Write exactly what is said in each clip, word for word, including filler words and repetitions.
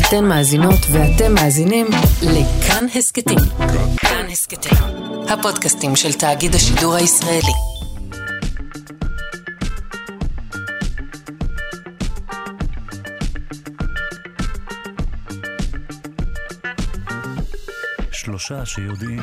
אתן מאזינות ואתם מאזינים לכאן הסקטים. כאן הסקטים, הפודקאסטים של תאגיד השידור הישראלי. שלושה שיודעים.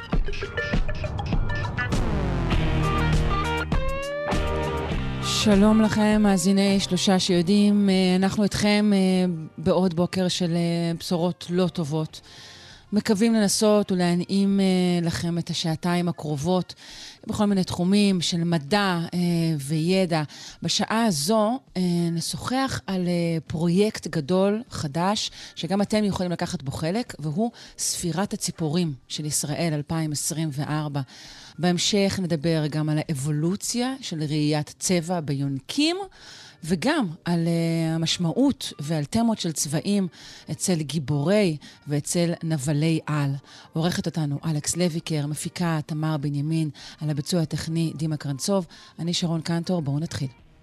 שלום לכם, מאזיני שלושה שיודעים. אנחנו איתכם בעוד בוקר של בשורות לא טובות. מקווים לנסות ולהנעים לכם את השעתיים הקרובות בכל מיני תחומים של מדע וידע. בשעה הזו נשוחח על פרויקט גדול חדש שגם אתם יכולים לקחת בו חלק, והוא ספירת הציפורים של ישראל אלפיים עשרים וארבע. בהמשך נדבר גם על האבולוציה של ראיית צבע ביונקים, וגם על uh, המשמעות ועל תמות של צבעים אצל גיבורי ואצל נבלי על. עורכת אותנו אלכס לויקר, מפיקה תמר בנימין, על הביצוע הטכני דימה קרנצוב. אני שרון קנטור, בואו נתחיל.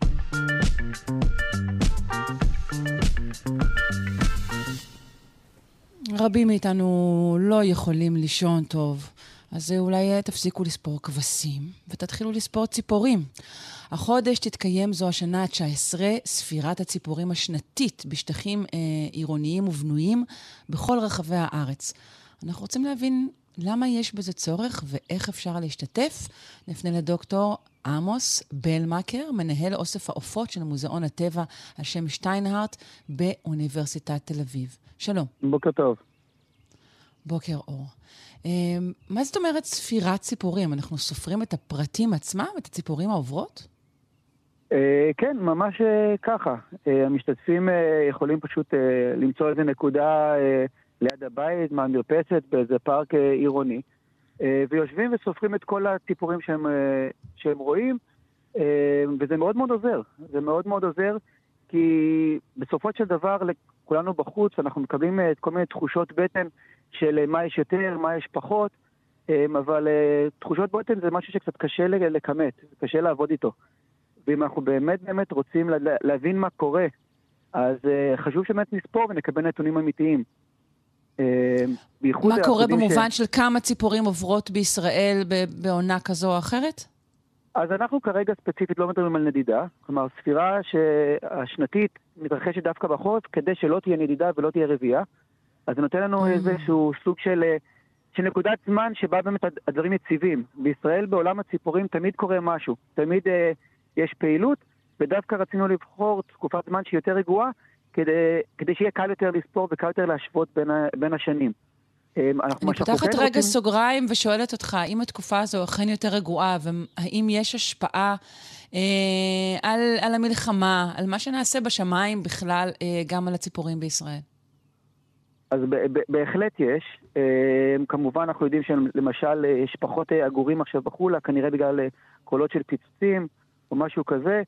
רבים מאיתנו לא יכולים לישון טוב, אז אולי תפסיקו לספור כבשים ותתחילו לספור ציפורים. החודש תתקיים זו השנה ה-תשע עשרה ספירת הציפורים השנתית בשטחים אה, עירוניים ובנויים בכל רחבי הארץ. אנחנו רוצים להבין למה יש בזה צורך ואיך אפשר להשתתף. נפנה לדוקטור עמוס בלמקר, מנהל אוסף העופות של מוזיאון הטבע על שם שטיינהרט באוניברסיטת תל אביב. שלום. בוקר טוב. בוקר אור. מה זאת אומרת ספירת ציפורים? אנחנו סופרים את הפרטים עצמם, את הציפורים העוברות? כן, ממש ככה. המשתתפים יכולים פשוט למצוא איזה נקודה ליד הבית, מהמרפסת, באיזה פארק עירוני, ויושבים וסופרים את כל הציפורים שהם, שהם רואים, וזה מאוד מאוד עוזר. זה מאוד מאוד עוזר, כי בסופות של דבר, לכולנו בחוץ, אנחנו מקבלים את כל מיני תחושות בטן, של מה יש יותר, מה יש פחות, אבל תחושות בטן זה משהו שקצת קשה לכמת, קשה לעבוד איתו. ואם אנחנו באמת באמת רוצים להבין מה קורה, אז חשוב שבאמת נספור ונקבל נתונים אמיתיים. מה קורה במובן של כמה ציפורים עוברות בישראל בעונה כזו או אחרת? אז אנחנו כרגע ספציפית לא מדברים על נדידה, כלומר ספירה שהשנתית מתרחשת דווקא בחורף כדי שלא תהיה נדידה ולא תהיה רביעה. אז זה נותן לנו איזשהו סוג של, של נקודת זמן שבה באמת הדברים יציבים. בישראל בעולם הציפורים תמיד קורה משהו, תמיד אה, יש פעילות, ודווקא רצינו לבחור תקופת זמן שהיא יותר רגועה, כדי, כדי שיהיה קל יותר לספור וקל יותר להשוות בין, ה, בין השנים. אני פותחת רגע רוצים... סוגריים ושואלת אותך, האם התקופה הזו אכן יותר רגועה, והאם יש השפעה אה, על, על המלחמה, על מה שנעשה בשמיים בכלל, אה, גם על הציפורים בישראל? אז בהחלט יש. כמובן אנחנו יודעים שלמשל יש פחות אגורים עכשיו בחולה, כנראה בגלל קולות של פיצוצים או משהו כזה.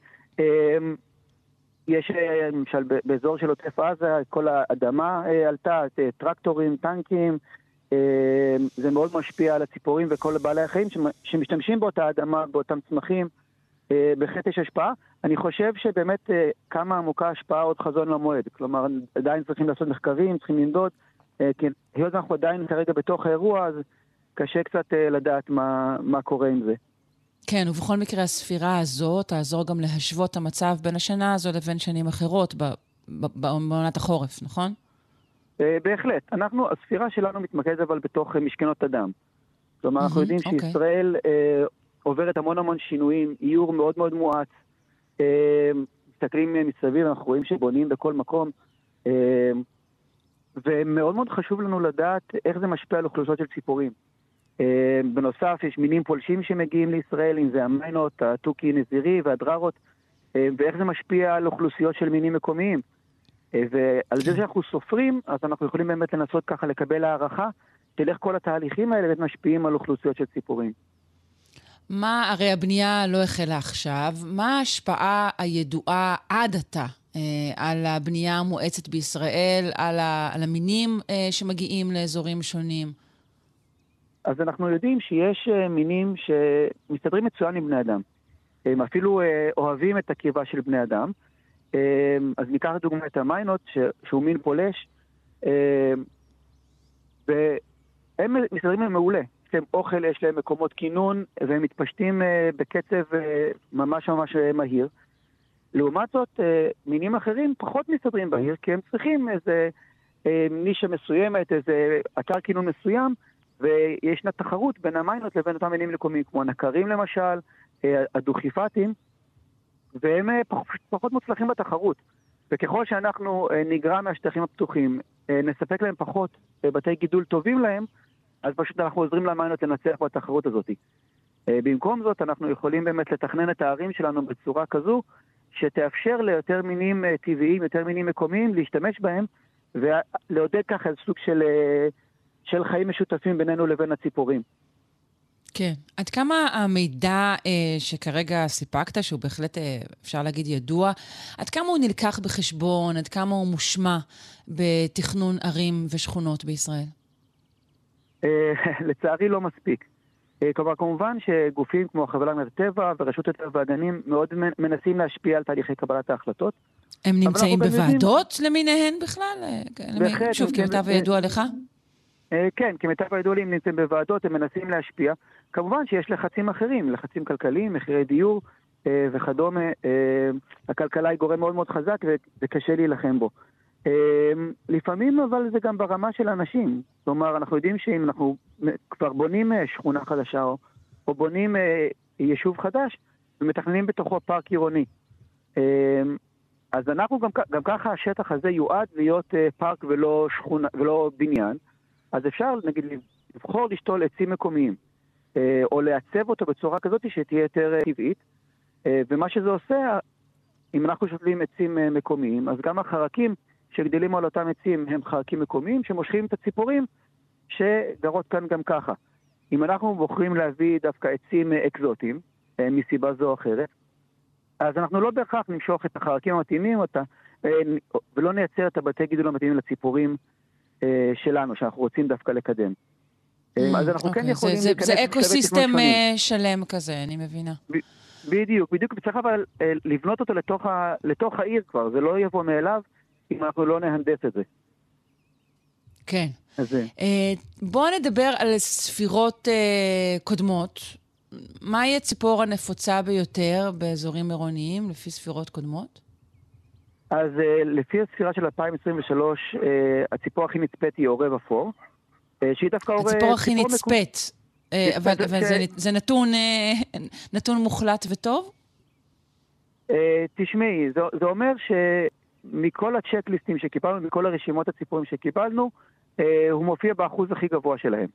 יש למשל באזור של עוטף עזה, כל האדמה עלתה, טרקטורים, טנקים. זה מאוד משפיע על הציפורים וכל בעלי החיים שמשתמשים באותה אדמה, באותם צמחים. בהחלט יש השפעה. אני חושב שבאמת כמה עמוקה השפעה עוד חזון למועד. כלומר, עדיין צריכים לעשות מחקרים, צריכים לנדוד, כי היות אנחנו עדיין כרגע בתוך האירוע, אז קשה קצת לדעת מה, מה קורה עם זה. כן, ובכל מקרה הספירה הזאת תעזור גם להשוות המצב בין השנה הזו לבין שנים אחרות בעונת החורף, נכון? בהחלט. אנחנו, הספירה שלנו מתמקדת אבל בתוך משכנות אדם. כלומר, אנחנו יודעים שישראל עוברת המון המון שינויים, איור מאוד מאוד מואץ, מסתכלים מסביב, אנחנו רואים שבונים בכל מקום, ומאוד מאוד חשוב לנו לדעת איך זה משפיע על אוכלוסיות של ציפורים. בנוסף, יש מינים פולשים שמגיעים לישראל, אם זה המיינות, התוכי נזירי והדררות, ואיך זה משפיע על אוכלוסיות של מינים מקומיים. ועל זה שאנחנו סופרים, אז אנחנו יכולים באמת לנסות ככה לקבל הערכה של איך כל התהליכים האלה באמת משפיעים על אוכלוסיות של ציפורים. מה, הרי הבנייה לא החלה עכשיו, מה ההשפעה הידועה עד עתה אה, על הבנייה המואצת בישראל, על, ה, על המינים אה, שמגיעים לאזורים שונים? אז אנחנו יודעים שיש אה, מינים שמסתדרים מצוין עם בני אדם. הם אפילו אה, אוהבים את הקרבה של בני אדם. אה, אז ניקח דוגמא את המיינות, ש, שהוא מין פולש, והם מסתדרים להם מעולה. יש להם אוכל, יש להם מקומות כינון, והם מתפשטים בקצב ממש ממש מהיר. לעומת זאת, מינים אחרים פחות מסתדרים בהיר, כי הם צריכים איזה נישה מסוימת, איזה אתר כינון מסוים, וישנה תחרות בין המיינות לבין אותם מינים מקומיים, כמו הנקרים למשל, הדוכיפטים, והם פחות מוצלחים בתחרות. וככל שאנחנו נגרע מהשטחים הפתוחים, נספק להם פחות בתי גידול טובים להם, אז פשוט אנחנו עוזרים למיינות לנצח בתחרות הזאת. במקום זאת, אנחנו יכולים באמת לתכנן את הערים שלנו בצורה כזו, שתאפשר ליותר מינים טבעיים, יותר מינים מקומיים, להשתמש בהם, ולעודד ככה איזה סוג של, של חיים משותפים בינינו לבין הציפורים. כן. עד כמה המידע אה, שכרגע סיפקת, שהוא בהחלט, אה, אפשר להגיד, ידוע, עד כמה הוא נלקח בחשבון, עד כמה הוא מושמע בתכנון ערים ושכונות בישראל? אה, לצערי לא מספיק. אה, כלומר, כמובן שגופים כמו החברה להגנת הטבע ורשות הטבע והגנים מאוד מנסים להשפיע על תהליכי קבלת ההחלטות. הם נמצאים בוועדות יודעים... למיניהן בכלל? בהחלט. שוב, כמיטב הידוע לך? כן, כמיטב הידוע לי הם נמצאים בוועדות, הם מנסים להשפיע. כמובן שיש לחצים אחרים, לחצים כלכליים, מחירי דיור וכדומה. הכלכלה היא גורם מאוד מאוד חזק וקשה להילחם בו. לפעמים אבל זה גם ברמה של אנשים. כלומר, אנחנו יודעים שאם אנחנו כבר בונים שכונה חדשה או בונים יישוב חדש, ומתכננים בתוכו פארק עירוני. אז אנחנו גם, גם ככה השטח הזה יועד להיות פארק ולא שכונה, ולא בניין. אז אפשר, נגיד, לבחור לשתול עצים מקומיים, או לעצב אותו בצורה כזאת שתהיה יותר טבעית. ומה שזה עושה, אם אנחנו שותלים עצים מקומיים, אז גם החרקים שגדלים על אותם עצים הם חרקים מקומיים, שמושכים את הציפורים שגרות כאן גם ככה. אם אנחנו בוחרים להביא דווקא עצים אקזוטיים, מסיבה זו או אחרת, אז אנחנו לא בהכרח נמשוך את החרקים המתאימים אותה, ולא נייצר את הבתי גידול המתאימים לציפורים שלנו, שאנחנו רוצים דווקא לקדם. אז אנחנו כן יכולים... זה אקוסיסטם שלם כזה, אני מבינה. בדיוק, בדיוק, וצריך אבל לבנות אותו לתוך העיר כבר, זה לא יבוא מאליו, אם אנחנו לא נהנדס את זה. כן. בואו נדבר על ספירות קודמות. מהי הציפור הנפוצה ביותר באזורים עירוניים, לפי ספירות קודמות? אז לפי הספירה של אלפיים עשרים ושלוש, הציפור הכי נצפית היא עורב אפור, שהיא דווקא עורב... הציפור הכי נצפית, אבל זה נתון מוחלט וטוב? תשמעי, זה אומר שמכל הצ'קליסטים שקיבלנו, מכל הרשימות הציפורים שקיבלנו, הוא מופיע באחוז הכי גבוה שלהם.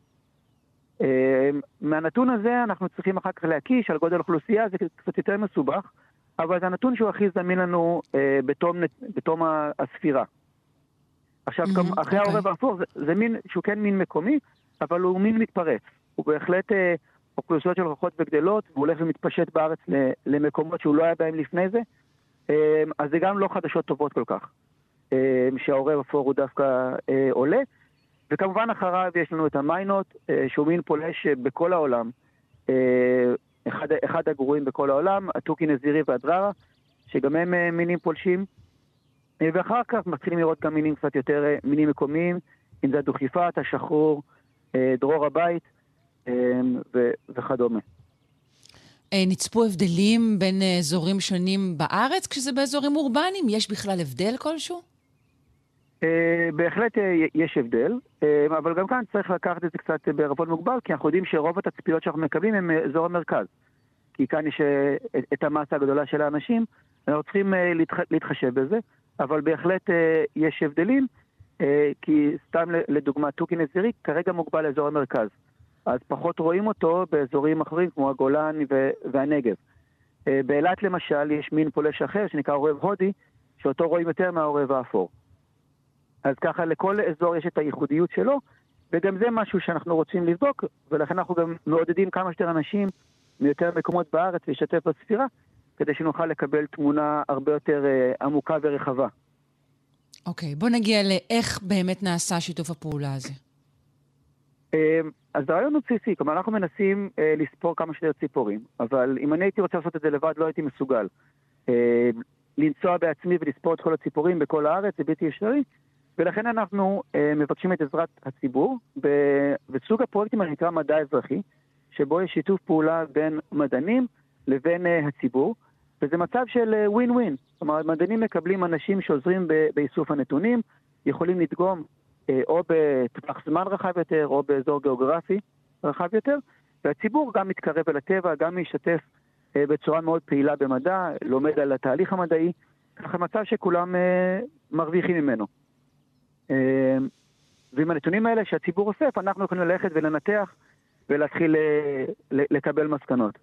מהנתון הזה אנחנו צריכים אחר כך להקיש על גודל אוכלוסייה, זה קצת יותר מסובך, אבל זה הנתון שהוא הכי זמין לנו אה, בתום, בתום הספירה. עכשיו, mm-hmm, אחרי okay. העורב האפור, זה, זה מין שהוא כן מין מקומי, אבל הוא מין מתפרץ. הוא בהחלט אה, אוכלוסיות של הולכות וגדלות, והוא הולך ומתפשט בארץ למקומות שהוא לא היה בהם לפני זה, אה, אז זה גם לא חדשות טובות כל כך, אה, שהעורב האפור הוא דווקא אה, עולה. וכמובן אחריו יש לנו את המיינות, אה, שהוא מין פולש בכל העולם, אה, אחד, אחד הגרועים בכל העולם, התוכי נזירי והדררה, שגם הם מינים פולשים. ואחר כך מתחילים לראות גם מינים קצת יותר מינים מקומיים, אם זה הדוכיפת, השחרור, דרור הבית ו- וכדומה. נצפו הבדלים בין אזורים שונים בארץ כשזה באזורים אורבניים? יש בכלל הבדל כלשהו? בהחלט יש הבדל, אבל גם כאן צריך לקחת את זה קצת בערבון מוגבל, כי אנחנו יודעים שרוב התצפיות שאנחנו מקבלים הם אזור המרכז. כי כאן יש את המסה הגדולה של האנשים, אנחנו צריכים להתחשב בזה, אבל בהחלט יש הבדלים, כי סתם לדוגמה, תוכי נזירי כרגע מוגבל לאזור המרכז. אז פחות רואים אותו באזורים אחרים כמו הגולן והנגב. באילת למשל יש מין פולש אחר שנקרא עורב הודי, שאותו רואים יותר מהעורב האפור. אז ככה לכל אזור יש את הייחודיות שלו, וגם זה משהו שאנחנו רוצים לבדוק, ולכן אנחנו גם מעודדים כמה שיותר אנשים מיותר מקומות בארץ להשתתף בספירה, כדי שנוכל לקבל תמונה הרבה יותר uh, עמוקה ורחבה. אוקיי, okay, בוא נגיע לאיך באמת נעשה שיתוף הפעולה הזה. Uh, אז הרעיון הוא בסיסי, כלומר אנחנו מנסים uh, לספור כמה שיותר ציפורים, אבל אם אני הייתי רוצה לעשות את זה לבד, לא הייתי מסוגל. Uh, לנסוע בעצמי ולספור את כל הציפורים בכל הארץ, זה בלתי אפשרי, ולכן אנחנו אה, מבקשים את עזרת הציבור, וסוג הפרויקטים הנקרא מדע אזרחי, שבו יש שיתוף פעולה בין מדענים לבין אה, הציבור, וזה מצב של ווין ווין. זאת אומרת, מדענים מקבלים אנשים שעוזרים ב- באיסוף הנתונים, יכולים לדגום אה, או בטווח זמן רחב יותר, או באזור גיאוגרפי רחב יותר, והציבור גם מתקרב אל הטבע, גם משתתף אה, בצורה מאוד פעילה במדע, לומד על התהליך המדעי, ככה מצב שכולם אה, מרוויחים ממנו. אה, ועם הנתונים האלה שהציבור אוסף, אנחנו יכולים ללכת ולנתח ולהתחיל אה, לקבל מסקנות.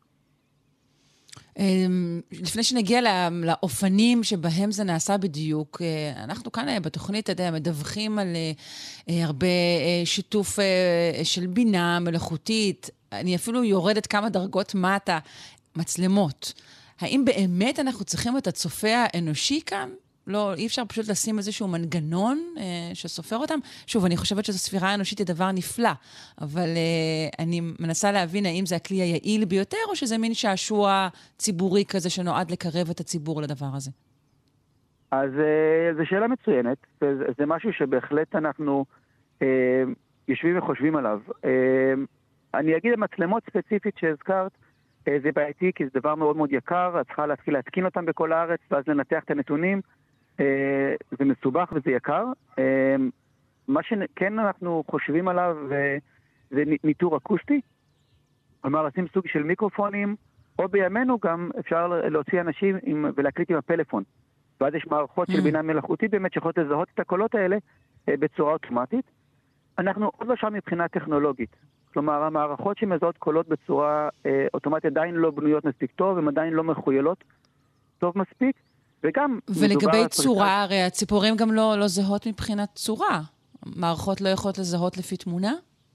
לפני שנגיע לאופנים שבהם זה נעשה בדיוק, אנחנו כאן בתוכנית, אתה יודע, מדווחים על הרבה שיתוף של בינה מלאכותית, אני אפילו יורדת כמה דרגות מטה, מצלמות. האם באמת אנחנו צריכים את הצופה האנושי כאן? לא, אי אפשר פשוט לשים איזשהו מנגנון אה, שסופר אותם. שוב, אני חושבת שזו ספירה אנושית היא דבר נפלא, אבל אה, אני מנסה להבין האם זה הכלי היעיל ביותר, או שזה מין שעשוע ציבורי כזה שנועד לקרב את הציבור לדבר הזה? אז אה, זו שאלה מצוינת, וזה, זה משהו שבהחלט אנחנו אה, יושבים וחושבים עליו. אה, אני אגיד המצלמות ספציפית שהזכרת, אה, זה בעייתי כי זה דבר מאוד מאוד יקר, את צריכה להתחיל להתקין אותם בכל הארץ, ואז לנתח את הנתונים, זה מסובך וזה יקר. מה שכן אנחנו חושבים עליו זה ניטור אקוסטי, כלומר לשים סוג של מיקרופונים, או בימינו גם אפשר להוציא אנשים ולהקליט עם הפלאפון, ואז יש מערכות של בינה מלאכותית באמת שיכולות לזהות את הקולות האלה בצורה אוטומטית. אנחנו עוד לא שם מבחינה טכנולוגית, כלומר המערכות שמזהות קולות בצורה אוטומטית עדיין לא בנויות מספיק טוב, הן עדיין לא מחוילות טוב מספיק, וגם ולגבי צורה, הרי הציפורים גם לא, לא זהות מבחינת צורה. מערכות לא יכולות לזהות לפי תמונה?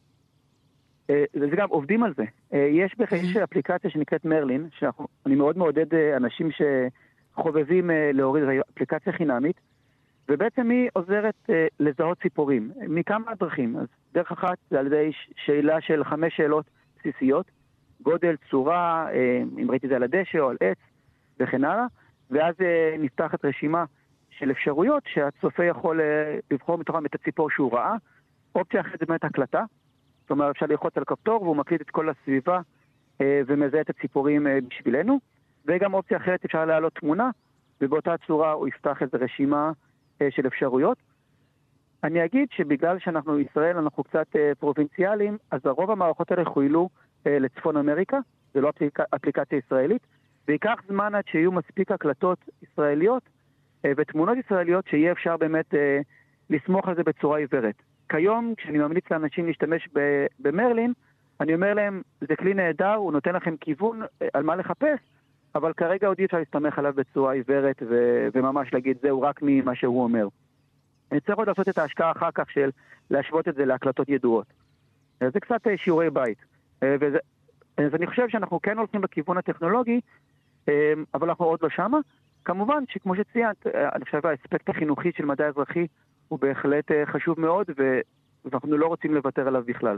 זה גם, עובדים על זה. יש בכלל אפליקציה שנקראת מרלין, שאני מאוד מעודד אנשים שחובבים להוריד אפליקציה חינמית, ובעצם היא עוזרת לזהות ציפורים, מכמה דרכים. אז דרך אחת זה על ידי שאלה של חמש שאלות בסיסיות, גודל, צורה, אם ראיתי זה על הדשא או על עץ, וכן הלאה. ואז אה, נפתחת רשימה של אפשרויות שהצופה יכול אה, לבחור מתוכם את הציפור שהוא ראה. אופציה אחרת זה באמת הקלטה. זאת אומרת, אפשר ללחוץ על כפתור והוא מקליט את כל הסביבה אה, ומזהה את הציפורים אה, בשבילנו. וגם אופציה אחרת אפשר להעלות תמונה, ובאותה צורה הוא יפתח איזו רשימה אה, של אפשרויות. אני אגיד שבגלל שאנחנו ישראל, אנחנו קצת אה, פרובינציאליים, אז הרוב המערכות האלה חוילו אה, לצפון אמריקה, זה לא אפליק... אפליקציה ישראלית, ויקח זמן עד שיהיו מספיק הקלטות ישראליות אה, ותמונות ישראליות שיהיה אפשר באמת אה, לסמוך על זה בצורה עיוורת. כיום, כשאני ממליץ לאנשים להשתמש ב- במרלין, אני אומר להם, זה כלי נהדר, הוא נותן לכם כיוון אה, על מה לחפש, אבל כרגע עוד אי אפשר להסתמך עליו בצורה עיוורת ו- וממש להגיד, זהו רק ממה שהוא אומר. אני צריך עוד לעשות את ההשקעה אחר כך של להשוות את זה להקלטות ידועות. אה, זה קצת אה, שיעורי בית. אה, וזה, אז אני חושב שאנחנו כן הולכים בכיוון הטכנולוגי, אבל אנחנו עוד לא שמה. כמובן שכמו שציינת, אני חושב האספקט החינוכי של מדע אזרחי הוא בהחלט חשוב מאוד, ואנחנו לא רוצים לוותר עליו בכלל.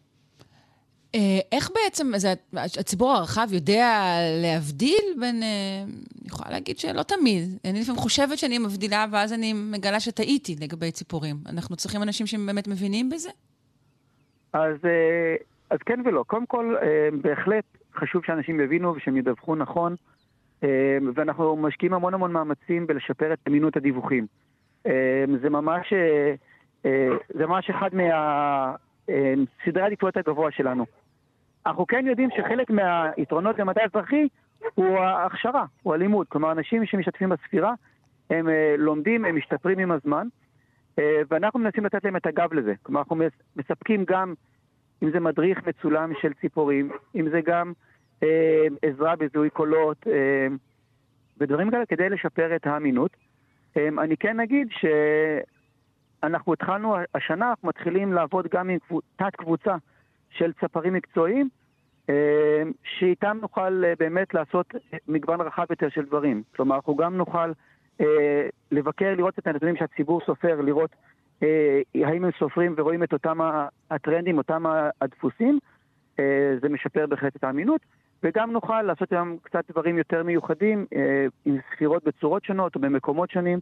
איך בעצם, הציבור הרחב יודע להבדיל בין, אני יכולה להגיד שלא תמיד, אני לפעמים חושבת שאני מבדילה, ואז אני מגלה שטעיתי לגבי ציפורים. אנחנו צריכים אנשים שבאמת מבינים בזה? אז, אז כן ולא. קודם כל, בהחלט חשוב שאנשים יבינו ושהם ידווחו נכון, ואנחנו משקיעים המון המון מאמצים בלשפר את אמינות הדיווחים. זה ממש, זה ממש אחד מהסדרי העדיפויות הגבוה שלנו. אנחנו כן יודעים שחלק מהיתרונות למדע אזרחי הוא ההכשרה, הוא הלימוד. כלומר, אנשים שמשתתפים בספירה, הם לומדים, הם משתפרים עם הזמן, ואנחנו מנסים לתת להם את הגב לזה. כלומר, אנחנו מספקים גם, אם זה מדריך מצולם של ציפורים, אם זה גם אה, עזרה בזיהוי קולות, אה, ודברים כאלה כדי לשפר את האמינות. אה, אני כן אגיד שאנחנו התחלנו, השנה אנחנו מתחילים לעבוד גם עם תת קבוצה של צפרים מקצועיים, אה, שאיתם נוכל אה, באמת לעשות מגוון רחב יותר של דברים. כלומר, אנחנו גם נוכל אה, לבקר, לראות את הנתונים שהציבור סופר, לראות אה, האם הם סופרים ורואים את אותם הטרנדים, אותם הדפוסים, אה, זה משפר בהחלט את האמינות, וגם נוכל לעשות גם קצת דברים יותר מיוחדים, אה, עם ספירות בצורות שונות או במקומות שונים,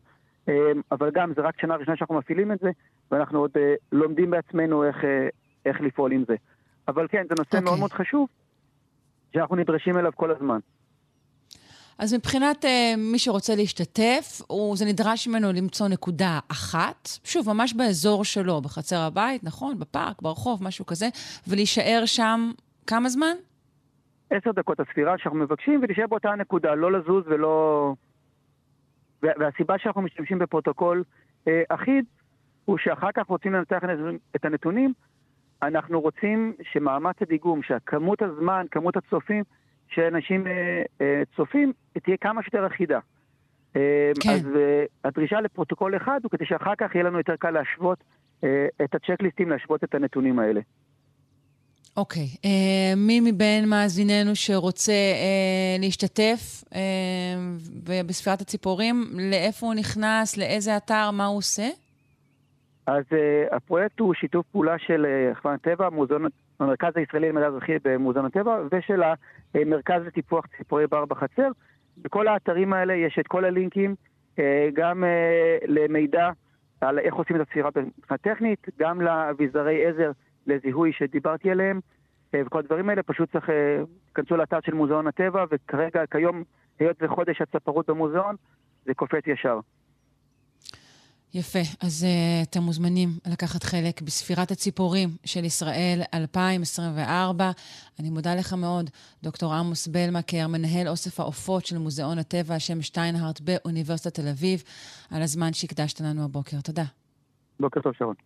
אבל גם זה רק שנה ראשונה שאנחנו מפעילים את זה, ואנחנו עוד לומדים בעצמנו איך, איך לפעול עם זה. אבל כן, זה נושא okay. מאוד מאוד חשוב, שאנחנו נדרשים אליו כל הזמן. אז מבחינת uh, מי שרוצה להשתתף, הוא, זה נדרש ממנו למצוא נקודה אחת, שוב, ממש באזור שלו, בחצר הבית, נכון? בפארק, ברחוב, משהו כזה, ולהישאר שם כמה זמן? עשר דקות הספירה שאנחנו מבקשים, ולהישאר באותה נקודה, לא לזוז ולא... והסיבה שאנחנו משתמשים בפרוטוקול אה, אחיד, הוא שאחר כך רוצים לנתח את הנתונים, אנחנו רוצים שמאמץ הדיגום, שהכמות הזמן, כמות הצופים, שאנשים אה, אה, צופים, תהיה כמה שיותר אחידה. אה, כן. אז אה, הדרישה לפרוטוקול אחד, הוא כדי שאחר כך יהיה לנו יותר קל להשוות אה, את הצ'קליסטים, להשוות את הנתונים האלה. אוקיי. Okay. Uh, מי מבין מאזיננו שרוצה uh, להשתתף uh, בספירת הציפורים, לאיפה הוא נכנס, לאיזה אתר, מה הוא עושה? אז uh, הפרויקט הוא שיתוף פעולה של הכוון uh, הטבע, מוזיאון, המרכז הישראלי למדע אזרחי במוזיאון הטבע, ושל המרכז לטיפוח ציפורי בר בחצר. בכל האתרים האלה יש את כל הלינקים, uh, גם uh, למידע על איך עושים את הספירה הטכנית, גם לאביזרי עזר, לזיהוי שדיברתי עליהם, וכל הדברים האלה פשוט צריך להיכנסו לאתר של מוזיאון הטבע, וכרגע, כיום, היות וחודש הצפרות במוזיאון, זה קופץ ישר. יפה, אז uh, אתם מוזמנים לקחת חלק בספירת הציפורים של ישראל אלפיים עשרים וארבע. אני מודה לך מאוד, דוקטור עמוס בלמקר, מנהל אוסף העופות של מוזיאון הטבע, השם שטיינהרט באוניברסיטת תל אביב, על הזמן שהקדשת לנו הבוקר. תודה. בוקר טוב, שרון.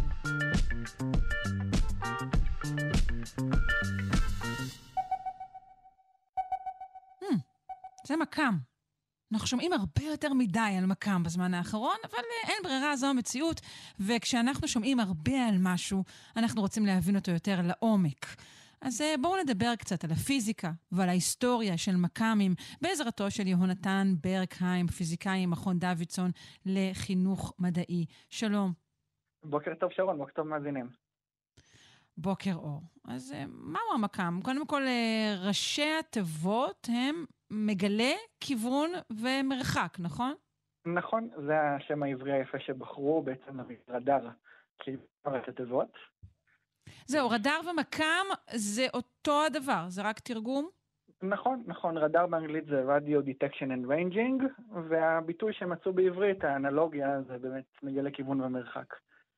זה מקם. אנחנו שומעים הרבה יותר מדי על מקם בזמן האחרון, אבל אין ברירה, זו המציאות, וכשאנחנו שומעים הרבה על משהו, אנחנו רוצים להבין אותו יותר לעומק. אז בואו נדבר קצת על הפיזיקה ועל ההיסטוריה של מקמים, בעזרתו של יהונתן ברקהיים, פיזיקאי מכון דוידסון לחינוך מדעי. שלום. בוקר טוב שרון, בוקר טוב מאזינים. בוקר אור. אז מהו המקם? קודם כל, ראשי התיבות הם מגלה, כיוון ומרחק, נכון? נכון, זה השם העברי היפה שבחרו, בעצם רדאר, כראשי התיבות. זהו, רדאר ומקם זה אותו הדבר, זה רק תרגום? נכון, נכון, רדאר באנגלית זה Radio Detection and Ranging, והביטוי שמצאו בעברית, האנלוגיה, זה באמת מגלה כיוון ומרחק.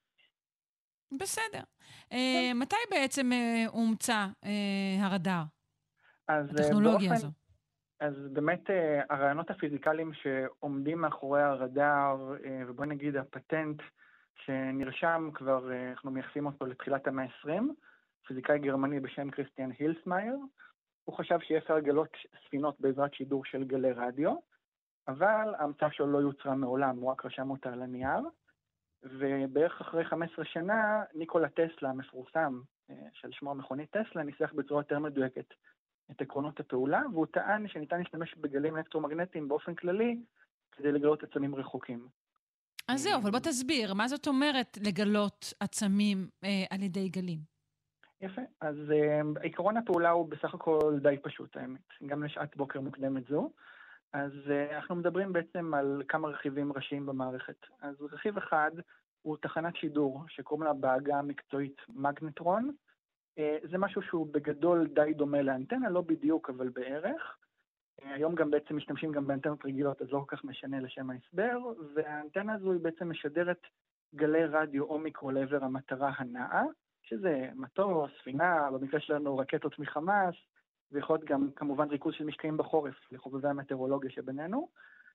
בסדר. אה, מתי בעצם אה, הומצא אה, הרדאר? אז הטכנולוגיה באופן, הזו. אז באמת אה, הרעיונות הפיזיקליים שעומדים מאחורי הרדאר, אה, ובוא נגיד הפטנט שנרשם כבר, אה, אנחנו מייחסים אותו לתחילת המאה ה-עשרים, פיזיקאי גרמני בשם קריסטיאן הילסמאייר, הוא חשב שיהיה אפשר לגלות ספינות בעזרת שידור של גלי רדיו, אבל ההמצאה שלו לא יוצרה מעולם, הוא רק רשם אותה על הנייר, ובערך אחרי חמש עשרה שנה, ניקולה טסלה המפורסם, של שמו המכונית טסלה, ניסח בצורה יותר מדויקת את עקרונות הפעולה, והוא טען שניתן להשתמש בגלים אלקטרומגנטיים באופן כללי, כדי לגלות עצמים רחוקים. אז זהו, אבל בוא תסביר, מה זאת אומרת לגלות עצמים אה, על ידי גלים? יפה, אז אה, עקרון הפעולה הוא בסך הכל די פשוט, האמת, גם לשעת בוקר מוקדמת זו. אז uh, אנחנו מדברים בעצם על כמה רכיבים ראשיים במערכת. אז רכיב אחד הוא תחנת שידור, שקוראים לה בעגה המקצועית מגנטרון. Uh, זה משהו שהוא בגדול די דומה לאנטנה, לא בדיוק, אבל בערך. Uh, היום גם בעצם משתמשים גם באנטנות רגילות, אז לא כל כך משנה לשם ההסבר, והאנטנה הזו היא בעצם משדרת גלי רדיו או מיקרו לעבר המטרה הנעה, שזה מטוס, ספינה, במקרה שלנו רקטות מחמאס, ויכול להיות גם כמובן ריכוז של משקעים בחורף לחובבי המטאורולוגיה שבינינו,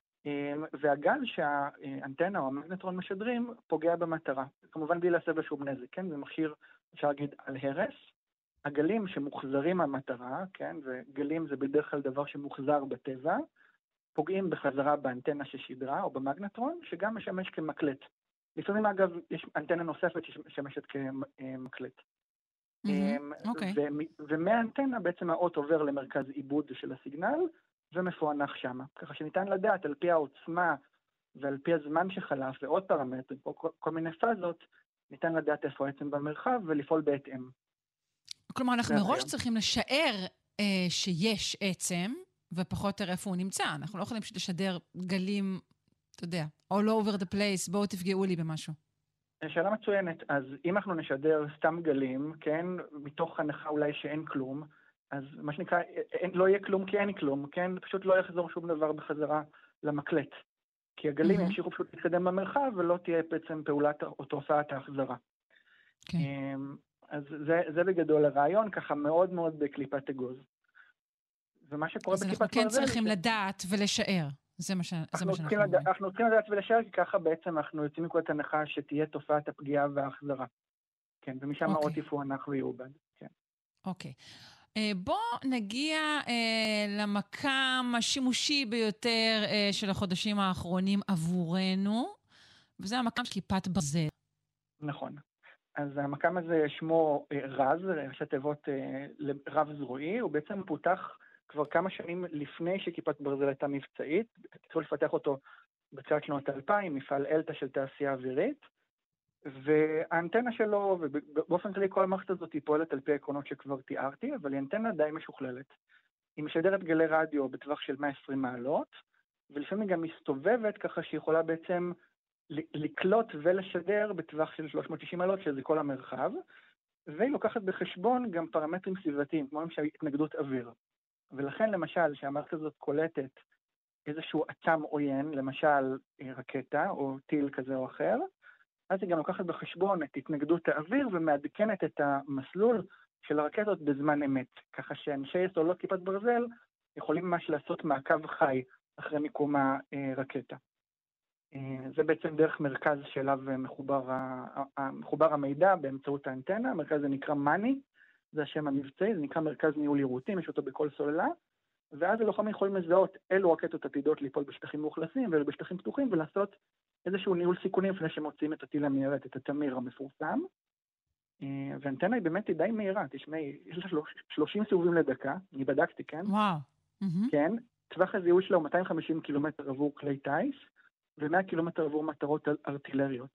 והגל שהאנטנה או המגנטרון משדרים פוגע במטרה, כמובן בלי להסב לשום נזק, כן? זה מכשיר, אפשר להגיד, על הרס. הגלים שמוחזרים מהמטרה, כן? וגלים זה בדרך כלל דבר שמוחזר בטבע, פוגעים בחזרה באנטנה ששידרה או במגנטרון, שגם משמש כמקלט. לפעמים אגב יש אנטנה נוספת שמשמשת כמקלט. אוקיי. ומהאנטנה בעצם האות עובר למרכז עיבוד של הסיגנל ומפוענח שמה. ככה שניתן לדעת על פי העוצמה ועל פי הזמן שחלף ועוד פרמטרים, כל מיני פאזות, ניתן לדעת איפה העצם במרחב ולפעול בהתאם. כלומר, אנחנו מראש צריכים לשער שיש עצם ופחות יותר איפה הוא נמצא. אנחנו לא יכולים פשוט לשדר גלים אתה יודע, all over the place, בואו תפגעו לי במשהו. שאלה מצוינת. אז אם אנחנו נשדר סתם גלים, כן, מתוך הנחה אולי שאין כלום, אז מה שנקרא, אין, לא יהיה כלום כי אין כלום, כן, פשוט לא יחזור שום דבר בחזרה למקלט. כי הגלים mm-hmm. ימשיכו פשוט להתקדם במרחב, ולא תהיה בעצם פעולת או תופעת ההחזרה. Okay. אז זה, זה בגדול הרעיון, ככה מאוד מאוד בקליפת אגוז. ומה שקורה אז אנחנו כן צריכים זה... לדעת ולשער. זה מה, ש... זה מה שאנחנו אומרים. אנחנו צריכים לדעת ולשער, כי ככה בעצם אנחנו יוצאים מכל את הנחה שתהיה תופעת הפגיעה וההחזרה. כן, ומשם okay. העוד יפוענח ויעובד. כן. אוקיי. Okay. בוא נגיע אה, למקם השימושי ביותר אה, של החודשים האחרונים עבורנו, וזה המקם של כיפת ברזל. נכון. אז המקם הזה שמו אה, רז, ראשי תיבות אה, רב זרועי, הוא בעצם פותח כבר כמה שנים לפני שכיפת ברזל הייתה מבצעית, התחילו לפתח אותו בתחילת שנות אלפיים, מפעל אלטה של תעשייה אווירית, והאנטנה שלו, ובאופן כללי כל המערכת הזאת היא פועלת על פי העקרונות שכבר תיארתי, אבל היא אנטנה די משוכללת. היא משדרת גלי רדיו בטווח של מאה ועשרים מעלות, ולפעמים היא גם מסתובבת ככה שהיא יכולה בעצם לקלוט ולשדר בטווח של שלוש מאות ושישים מעלות, שזה כל המרחב, והיא לוקחת בחשבון גם פרמטרים סביבתיים, כמו למשל התנגדות אוויר. ולכן למשל שהמערכת הזאת קולטת איזשהו עצם עוין, למשל רקטה או טיל כזה או אחר, אז היא גם לוקחת בחשבון את התנגדות האוויר ומעדכנת את המסלול של הרקטות בזמן אמת, ככה שאנשי סוללות כיפת ברזל יכולים ממש לעשות מעקב חי אחרי מיקום הרקטה. זה בעצם דרך מרכז שאליו מחובר, מחובר המידע באמצעות האנטנה, המרכז הזה נקרא מאני, זה השם המבצעי, זה נקרא מרכז ניהול יירוטים, יש אותו בכל סוללה, ואז הלוחמים יכולים לזהות אילו רקטות עתידות ליפול בשטחים מאוכלסים ואילו בשטחים פתוחים, ולעשות איזשהו ניהול סיכונים לפני שמוצאים את הטיל המיירט, את התמיר המפורסם. והאנטנה היא באמת די מהירה, תשמעי, יש לה שלושים סיבובים לדקה, אני בדקתי, כן? וואו. כן, טווח הזיהוי שלה הוא מאתיים וחמישים קילומטר עבור כלי טייס, ו-מאה קילומטר עבור מטרות ארטילריות.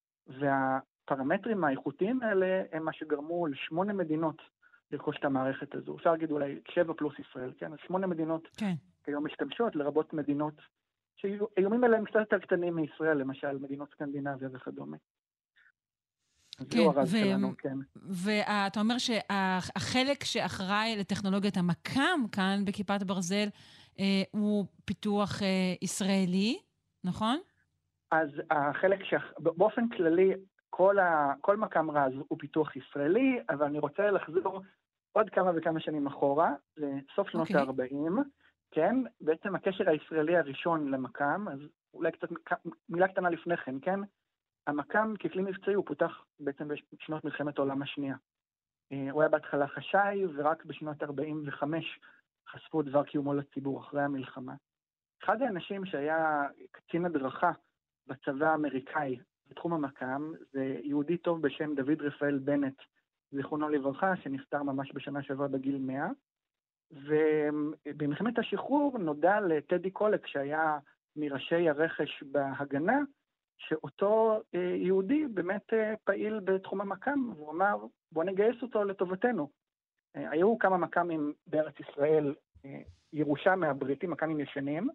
והפרמטרים האיכותיים האלה הם מה שגרמו לשמונה מדינות לרכוש את המערכת הזו. אפשר להגיד אולי שבע פלוס ישראל, כן? אז שמונה מדינות כן. כיום משתמשות, לרבות מדינות שאיומים עליהם קצת יותר קטנים מישראל, למשל מדינות סקנדינביה וכדומה. כן, ו- כן. ואתה אומר שהחלק שאחראי לטכנולוגיית המקם כאן בכיפת ברזל אה, הוא פיתוח אה, ישראלי, נכון? אז החלק שבאופן כללי כל, ה, כל מקם רז הוא פיתוח ישראלי, אבל אני רוצה לחזור עוד כמה וכמה שנים אחורה, לסוף שנות okay. ה-ארבעים, כן? בעצם הקשר הישראלי הראשון למקם, אז אולי קצת מילה קטנה לפני כן, כן? המקם ככלי מבצעי הוא פותח בעצם בשנות מלחמת העולם השנייה. הוא היה בהתחלה חשאי, ורק בשנות ארבעים וחמש חשפו דבר קיומו לציבור אחרי המלחמה. אחד האנשים שהיה קצין הדרכה בצבא האמריקאי בתחום המקם, זה יהודי טוב בשם דוד רפאל בנט, זיכרונו לברכה, שנפטר ממש בשנה שעברה בגיל מאה, ובמלחמת השחרור נודע לטדי קולק, שהיה מראשי הרכש בהגנה, שאותו יהודי באמת פעיל בתחום המקם, והוא אמר, בוא נגייס אותו לטובתנו. היו כמה מקמים בארץ ישראל, ירושה מהבריטים, מקמים ישנים,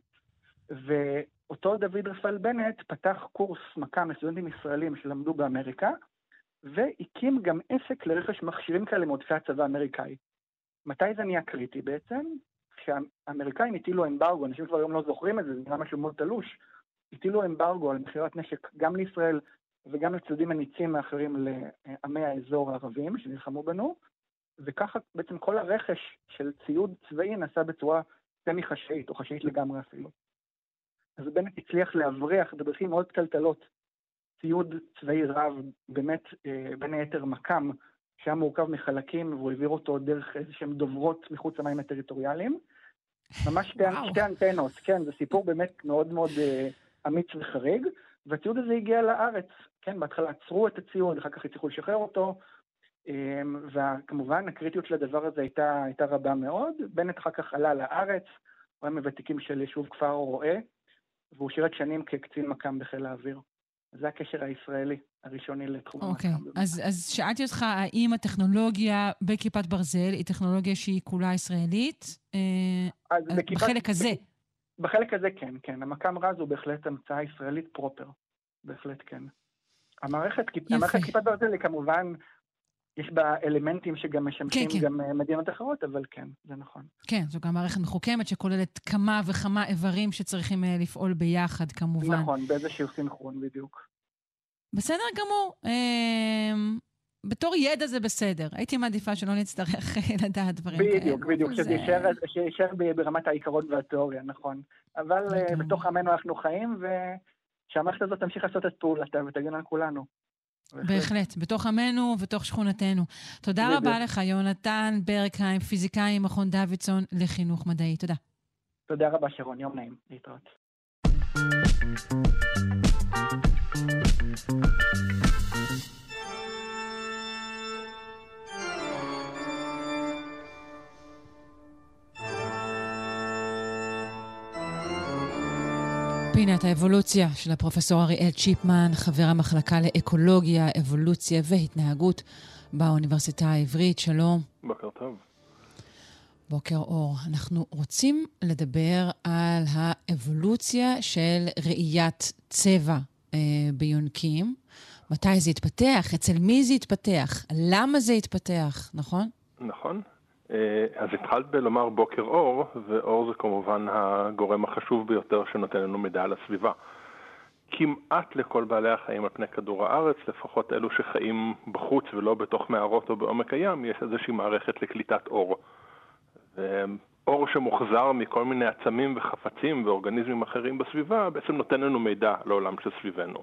ואותו דוד רפאל בנט פתח קורס מקם לסטודנטים ישראלים שלמדו באמריקה, והקים גם עסק לרכש מכשירים כאלה מעודפי הצבא האמריקאי. מתי זה נהיה קריטי בעצם? כשהאמריקאים הטילו אמברגו, אנשים כבר היום לא זוכרים את זה, זה נראה משהו מאוד תלוש, הטילו אמברגו על מכירת נשק גם לישראל וגם לצדדים הניצים האחרים לעמי האזור הערבים שנלחמו בנו, וככה בעצם כל הרכש של ציוד צבאי נעשה בצורה סמי חשאית, או חשאית לגמרי אפילו. אז בנט הצליח להבריח בדרכים מאוד טלטלות ציוד צבאי רב, באמת בין היתר מקם, שהיה מורכב מחלקים, והוא העביר אותו דרך איזשהם דוברות מחוץ למים הטריטוריאליים. ממש שתי, שתי אנטנות, כן, זה סיפור באמת מאוד מאוד uh, אמיץ וחריג, והציוד הזה הגיע לארץ, כן, בהתחלה עצרו את הציוד, אחר כך הצליחו לשחרר אותו, um, וכמובן הקריטיות של הדבר הזה הייתה, הייתה רבה מאוד. בנט אחר כך עלה לארץ, הוא היה מוותיקים של יישוב כפר רועה, והוא שירת שנים כקצין מקם בחיל האוויר. זה הקשר הישראלי הראשוני לתחום okay. המקם. אז, אז שאלתי אותך, האם הטכנולוגיה בכיפת ברזל היא טכנולוגיה שהיא כולה ישראלית? אז בחלק הזה. בחלק הזה כן, כן. המקם רז הוא בהחלט המצאה ישראלית פרופר. בהחלט כן. המערכת, המערכת כיפת ברזל היא כמובן, יש בה אלמנטים שגם משמשים כן, גם כן. מדינות אחרות, אבל כן, זה נכון. כן, זו גם מערכת מחוכמת שכוללת כמה וכמה איברים שצריכים לפעול ביחד, כמובן. נכון, באיזשהו סינכרון בדיוק. בסדר גמור. בתור ידע זה בסדר. הייתי מעדיפה שלא נצטרך לדעת דברים כאלה. בדיוק, בדיוק, שזה יישאר ברמת העיקרון והתיאוריה, נכון. אבל בתוך עמנו אנחנו חיים, ושהמערכת הזאת תמשיך לעשות את פעולתה ותגן על כולנו. בהחלט, בתוך עמנו ובתוך שכונתנו. תודה רבה לך, יונתן ברקהיים, פיזיקאי מכון דוידסון לחינוך מדעי. תודה. תודה רבה, שרון. יום נעים. להתראות. פינת האבולוציה של הפרופסור אריאל צ'יפמן, חבר המחלקה לאקולוגיה, אבולוציה והתנהגות באוניברסיטה העברית. שלום. בוקר טוב. בוקר אור. אנחנו רוצים לדבר על האבולוציה של ראיית צבע אה, ביונקים. מתי זה התפתח? אצל מי זה התפתח? למה זה התפתח? נכון? נכון. אז התחלת בלומר בוקר אור, ואור זה כמובן הגורם החשוב ביותר שנותן לנו מידע על הסביבה. כמעט לכל בעלי החיים על פני כדור הארץ, לפחות אלו שחיים בחוץ ולא בתוך מערות או בעומק הים, יש איזושהי מערכת לקליטת אור. ואור שמוחזר מכל מיני עצמים וחפצים ואורגניזמים אחרים בסביבה, בעצם נותן לנו מידע לעולם שסביבנו.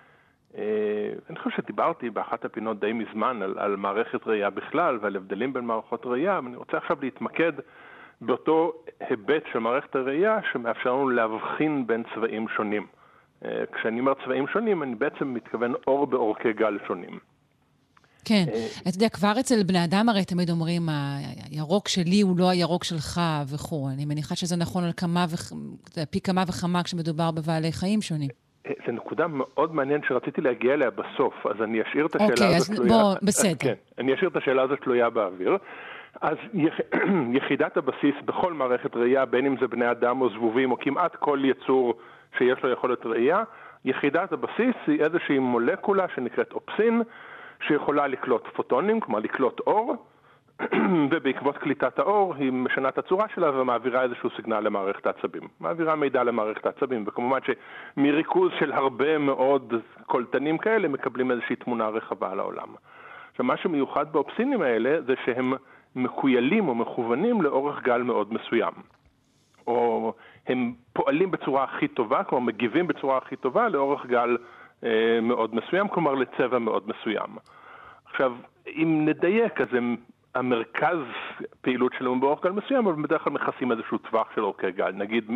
אני חושב שדיברתי באחת הפינות די מזמן על, על מערכת ראייה בכלל ועל הבדלים בין מערכות ראייה, ואני רוצה עכשיו להתמקד באותו היבט של מערכת הראייה שמאפשר לנו להבחין בין צבעים שונים. כשאני אומר צבעים שונים, אני בעצם מתכוון אור באורכי גל שונים. כן, אתה יודע, כבר אצל בני אדם הרי תמיד אומרים, הירוק שלי הוא לא הירוק שלך וכו'. אני מניחה שזה נכון על כמה וח... פי כמה וכמה כשמדובר בבעלי חיים שונים. זו נקודה מאוד מעניינת שרציתי להגיע אליה בסוף, אז אני אשאיר את השאלה אוקיי, הזאת אז תלויה... בוא, בסדר. כן, אני אשאיר את השאלה הזאת תלויה באוויר. אז יח... יחידת הבסיס בכל מערכת ראייה, בין אם זה בני אדם או זבובים, או כמעט כל יצור שיש לו יכולת ראייה, יחידת הבסיס היא איזושהי מולקולה שנקראת אופסין, שיכולה לקלוט פוטונים, כלומר לקלוט אור, ובעקבות קליטת האור היא משנה את הצורה שלה ומעבירה איזשהו סיגנל למערכת העצבים. מעבירה מידע למערכת העצבים, וכמובן שמריכוז של הרבה מאוד קולטנים כאלה מקבלים איזושהי תמונה רחבה על העולם. עכשיו, מה שמיוחד באופסינים האלה זה שהם מקוילים או מכוונים לאורך גל מאוד מסוים. או הם פועלים בצורה הכי טובה, כלומר מגיבים בצורה הכי טובה לאורך גל אה, מאוד מסוים, כלומר לצבע מאוד מסוים. עכשיו, אם נדייק, אז הם המרכז פעילות שלנו באורך גל מסוים, אבל בדרך כלל מכסים איזשהו טווח של אורכי גל. נגיד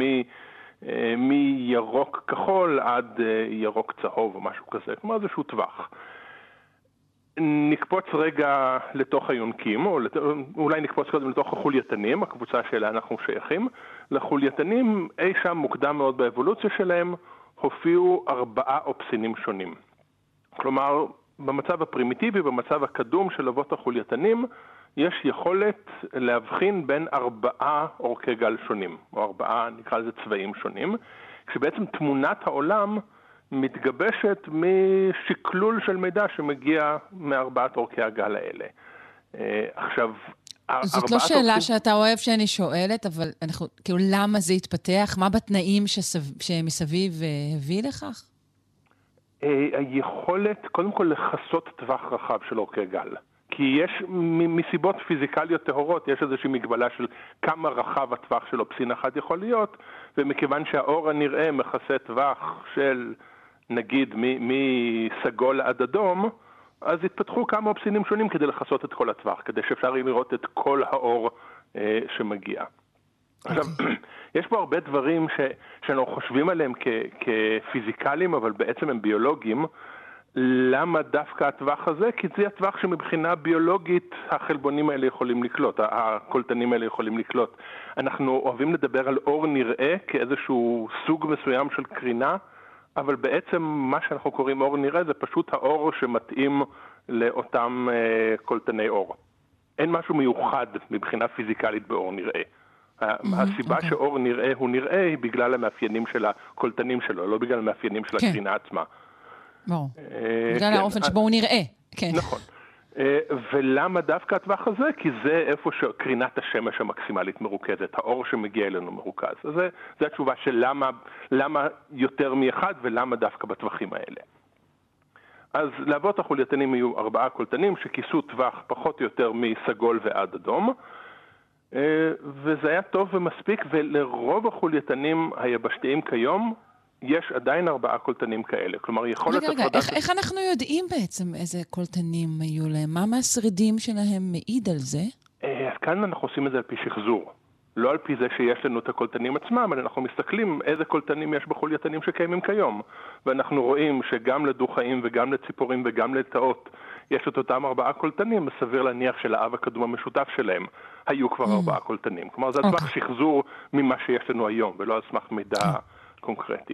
מירוק כחול עד ירוק צהוב או משהו כזה, כלומר איזשהו טווח. נקפוץ רגע לתוך היונקים, או לת... אולי נקפוץ קודם לתוך החולייתנים, הקבוצה שאלה אנחנו שייכים. לחולייתנים, אי שם מוקדם מאוד באבולוציה שלהם, הופיעו ארבעה אופסינים שונים. כלומר, במצב הפרימיטיבי, במצב הקדום של אבות החולייתנים, יש יכולת להבחין בין ארבעה אורכי גל שונים, או ארבעה, נקרא לזה צבעים שונים, כשבעצם תמונת העולם מתגבשת משקלול של מידע שמגיע מארבעת אורכי הגל האלה. עכשיו, זאת לא שאלה אורכי... שאתה אוהב שאני שואלת, אבל אנחנו, כאילו, למה זה התפתח? מה בתנאים שסב... שמסביב הביא לכך? היכולת, קודם כל, לחסות טווח רחב של אורכי גל. כי יש, מסיבות פיזיקליות טהורות, יש איזושהי מגבלה של כמה רחב הטווח של אופסין אחד יכול להיות, ומכיוון שהאור הנראה מכסה טווח של, נגיד, מסגול עד אדום, אז התפתחו כמה אופסינים שונים כדי לחסות את כל הטווח, כדי שאפשר לראות את כל האור אה, שמגיע. עכשיו, יש פה הרבה דברים ש, שאנחנו חושבים עליהם כ, כפיזיקלים, אבל בעצם הם ביולוגיים. למה דווקא הטווח הזה? כי זה הטווח שמבחינה ביולוגית החלבונים האלה יכולים לקלוט, הקולטנים האלה יכולים לקלוט. אנחנו אוהבים לדבר על אור נראה כאיזשהו סוג מסוים של קרינה, אבל בעצם מה שאנחנו קוראים אור נראה זה פשוט האור שמתאים לאותם uh, קולטני אור. אין משהו מיוחד מבחינה פיזיקלית באור נראה. הסיבה אוקיי. שאור נראה הוא נראה היא בגלל המאפיינים של הקולטנים שלו, לא בגלל המאפיינים של כן. הקרינה עצמה. ברור. אה, בגלל כן, האופן שבו הוא נראה. כן. נכון. אה, ולמה דווקא הטווח הזה? כי זה איפה שקרינת השמש המקסימלית מרוכזת, האור שמגיע אלינו מרוכז. אז זה, זה התשובה של למה, למה יותר מאחד ולמה דווקא בטווחים האלה. אז לאבות החולייתנים יהיו ארבעה קולטנים שכיסו טווח פחות או יותר מסגול ועד אדום, וזה היה טוב ומספיק, ולרוב החולייתנים היבשתיים כיום יש עדיין ארבעה קולטנים כאלה. כלומר, יכולת... רגע, רגע, איך, איך אנחנו יודעים בעצם איזה קולטנים היו להם? מה מהשרידים שלהם מעיד על זה? אז כאן אנחנו עושים את זה על פי שחזור. לא על פי זה שיש לנו את הקולטנים עצמם, אבל אנחנו מסתכלים איזה קולטנים יש בחולייתנים שקיימים כיום. ואנחנו רואים שגם לדו-חיים וגם לציפורים וגם לתאות יש את אותם ארבעה קולטנים, סביר להניח שלאב הקדום המשותף שלהם היו כבר ארבעה קולטנים. כלומר, זה על סמך שחזור ממה שיש לנו היום, ולא על סמך מידע קונקרטי.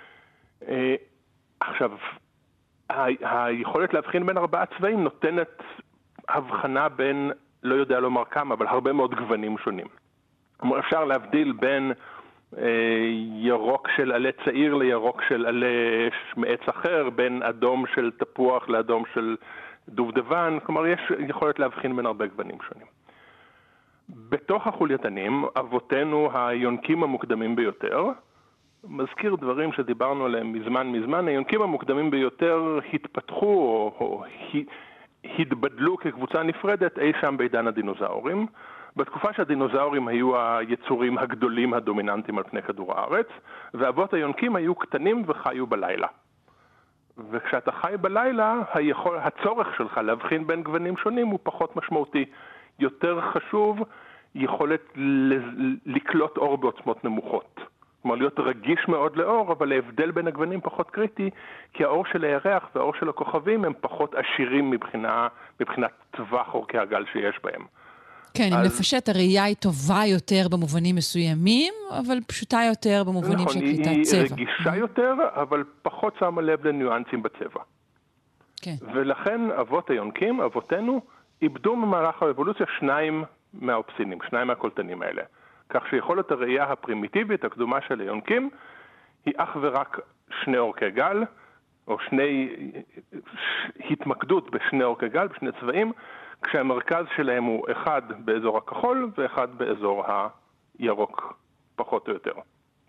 עכשיו, היכולת להבחין בין ארבעה צבעים נותנת הבחנה בין, לא יודע לומר כמה, אבל הרבה מאוד גוונים שונים. כלומר, אפשר להבדיל בין אה, ירוק של עלה צעיר לירוק של עלה מעץ אחר, בין אדום של תפוח לאדום של דובדבן, כלומר, יש יכולת להבחין בין הרבה גוונים שונים. בתוך החולייתנים, אבותינו היונקים המוקדמים ביותר, מזכיר דברים שדיברנו עליהם מזמן מזמן, היונקים המוקדמים ביותר התפתחו או, או התבדלו כקבוצה נפרדת אי שם בעידן הדינוזאורים, בתקופה שהדינוזאורים היו היצורים הגדולים הדומיננטיים על פני כדור הארץ, ואבות היונקים היו קטנים וחיו בלילה. וכשאתה חי בלילה, היכול, הצורך שלך להבחין בין גוונים שונים הוא פחות משמעותי. יותר חשוב יכולת ל- לקלוט אור בעוצמות נמוכות. כלומר, להיות רגיש מאוד לאור, אבל ההבדל בין הגוונים פחות קריטי, כי האור של הירח והאור של הכוכבים הם פחות עשירים מבחינה, מבחינת טווח אורכי הגל שיש בהם. כן, אם לפשט, הראייה היא טובה יותר במובנים מסוימים, אבל פשוטה יותר במובנים של קליטת צבע. נכון, היא רגישה יותר, אבל פחות שמה לב לניואנסים בצבע. כן. ולכן אבות היונקים, אבותינו, איבדו במהלך האבולוציה שניים מהאופסינים, שניים מהקולטנים האלה. כך שיכולת הראייה הפרימיטיבית, הקדומה של היונקים, היא אך ורק שני אורכי גל, או שני, התמקדות בשני אורכי גל, בשני צבעים, כשהמרכז שלהם הוא אחד באזור הכחול ואחד באזור הירוק, פחות או יותר.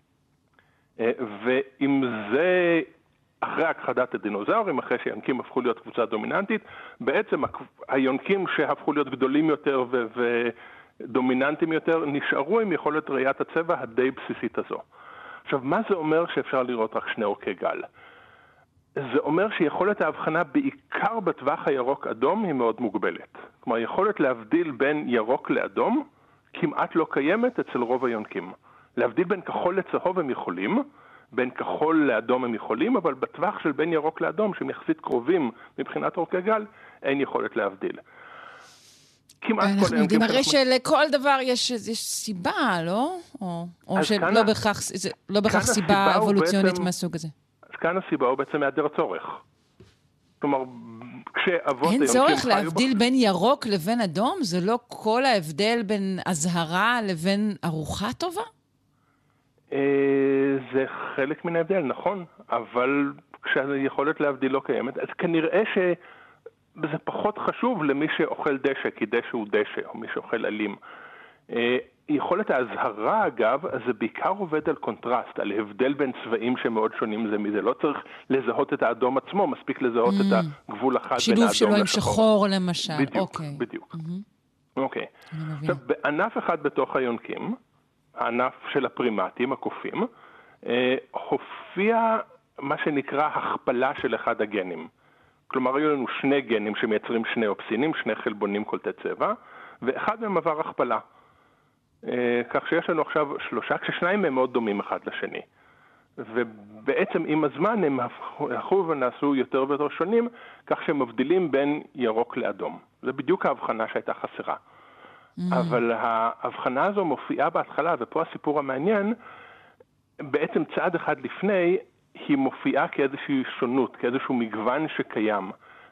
ועם זה, אחרי הכחדת הדינוזאורים, אחרי שהיונקים הפכו להיות קבוצה דומיננטית, בעצם היונקים שהפכו להיות גדולים יותר ו... ודומיננטיים יותר, נשארו עם יכולת ראיית הצבע הדי בסיסית הזו. עכשיו, מה זה אומר שאפשר לראות רק שני אורכי גל? זה אומר שיכולת ההבחנה בעיקר בטווח הירוק-אדום היא מאוד מוגבלת. כלומר, יכולת להבדיל בין ירוק לאדום כמעט לא קיימת אצל רוב היונקים. להבדיל בין כחול לצהוב הם יכולים, בין כחול לאדום הם יכולים, אבל בטווח של בין ירוק לאדום, שהם יחסית קרובים מבחינת אורכי גל, אין יכולת להבדיל. אנחנו יודעים הרי שלכל דבר יש סיבה, לא? או שלא בהכרח סיבה אבולוציונית מהסוג הזה. אז כאן הסיבה הוא בעצם היעדר הצורך. כלומר, כשאבות... אין צורך להבדיל בין ירוק לבין אדום? זה לא כל ההבדל בין אזהרה לבין ארוחה טובה? זה חלק מן ההבדל, נכון. אבל כשהיכולת להבדיל לא קיימת, אז כנראה ש... זה פחות חשוב למי שאוכל דשא, כי דשא הוא דשא, או מי שאוכל אלים. יכולת ההזהרה, אגב, זה בעיקר עובד על קונטרסט, על הבדל בין צבעים שמאוד שונים זה מזה. לא צריך לזהות את האדום עצמו, מספיק לזהות את הגבול אחד בין האדום לשחור. שילוב שלו עם שחור, למשל. בדיוק, בדיוק. אוקיי. עכשיו, בענף אחד בתוך היונקים, הענף של הפרימטים, הקופים, הופיע מה שנקרא הכפלה של אחד הגנים. כלומר, היו לנו שני גנים שמייצרים שני אופסינים, שני חלבונים קולטי צבע, ואחד מהם עבר הכפלה. כך שיש לנו עכשיו שלושה, כששניים מהם מאוד דומים אחד לשני. ובעצם עם הזמן הם הלכו ונעשו יותר ויותר שונים, כך שהם מבדילים בין ירוק לאדום. זה בדיוק ההבחנה שהייתה חסרה. Mm. אבל ההבחנה הזו מופיעה בהתחלה, ופה הסיפור המעניין, בעצם צעד אחד לפני, היא מופיעה כאיזושהי שונות, כאיזשהו מגוון שקיים.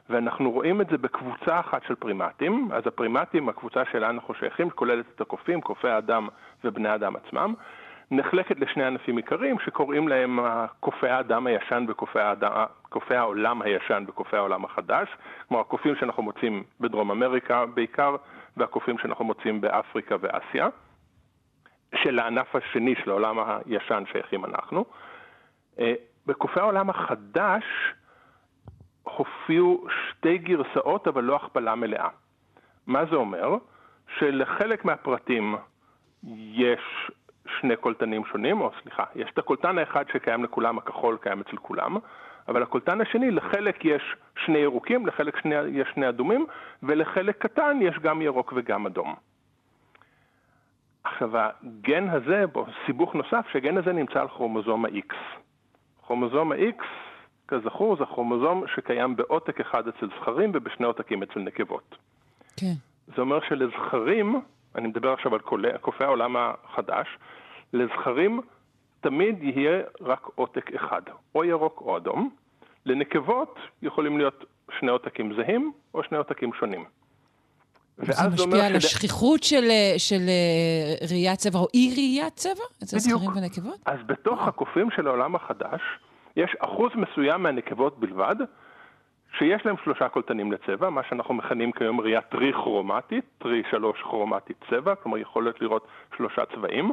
ואנחנו רואים את זה בקבוצה אחת של פרימטים. אז הפרימטים, הקבוצה שלה אנחנו שייכים, כוללת את הקופים, קופי האדם ובני האדם עצמם, נחלקת לשני ענפים עיקריים שקוראים להם קופי האדם הישן וקופי האדם, קופי העולם הישן וקופי העולם החדש, כמו הקופים שאנחנו מוצאים בדרום אמריקה בעיקר, והקופים שאנחנו מוצאים באפריקה ואסיה, של הענף השני של העולם הישן שייכים אנחנו. בקופי העולם החדש הופיעו שתי גרסאות, אבל לא הכפלה מלאה. מה זה אומר? שלחלק מהפרטים יש שני קולטנים שונים, או סליחה, יש את הקולטן האחד שקיים לכולם, הכחול קיים אצל כולם, אבל הקולטן השני, לחלק יש שני ירוקים, לחלק שני, יש שני אדומים, ולחלק קטן יש גם ירוק וגם אדום. עכשיו, הגן הזה, בו, סיבוך נוסף, שהגן הזה נמצא על כרומוזום ה-X. כרומוזום ה-X, כזכור, זה כרומוזום שקיים בעותק אחד אצל זכרים ובשני עותקים אצל נקבות. כן. זה אומר שלזכרים, אני מדבר עכשיו על קופי העולם החדש, לזכרים תמיד יהיה רק עותק אחד, או ירוק או אדום. לנקבות יכולים להיות שני עותקים זהים או שני עותקים שונים. זה משפיע על השכיחות של, של ראיית צבע או אי ראיית צבע? אצל זכרים ונקבות? אז בתוך הקופים של העולם החדש, יש אחוז מסוים מהנקבות בלבד, שיש להם שלושה קולטנים לצבע, מה שאנחנו מכנים כיום ראייה טרי-כרומטית, טרי שלוש כרומטית צבע, כלומר יכולת לראות שלושה צבעים,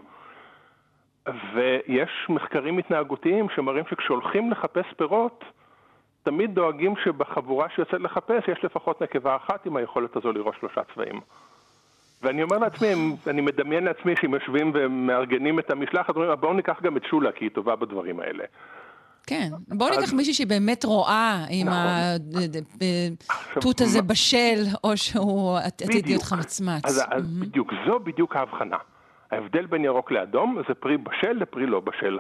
ויש מחקרים התנהגותיים שמראים שכשהולכים לחפש פירות, תמיד דואגים שבחבורה שיוצאת לחפש יש לפחות נקבה אחת עם היכולת הזו לראות שלושה צבעים. ואני אומר לעצמי, אני מדמיין לעצמי שהם יושבים ומארגנים את המשלחת, אומרים, בואו ניקח גם את שולה, כי היא טובה בדברים האלה. כן, בואו ניקח מישהי שהיא באמת רואה אם התות הזה בשל, או שהוא עתיד להיות חמצמץ. אז בדיוק, זו בדיוק ההבחנה. ההבדל בין ירוק לאדום זה פרי בשל לפרי לא בשל.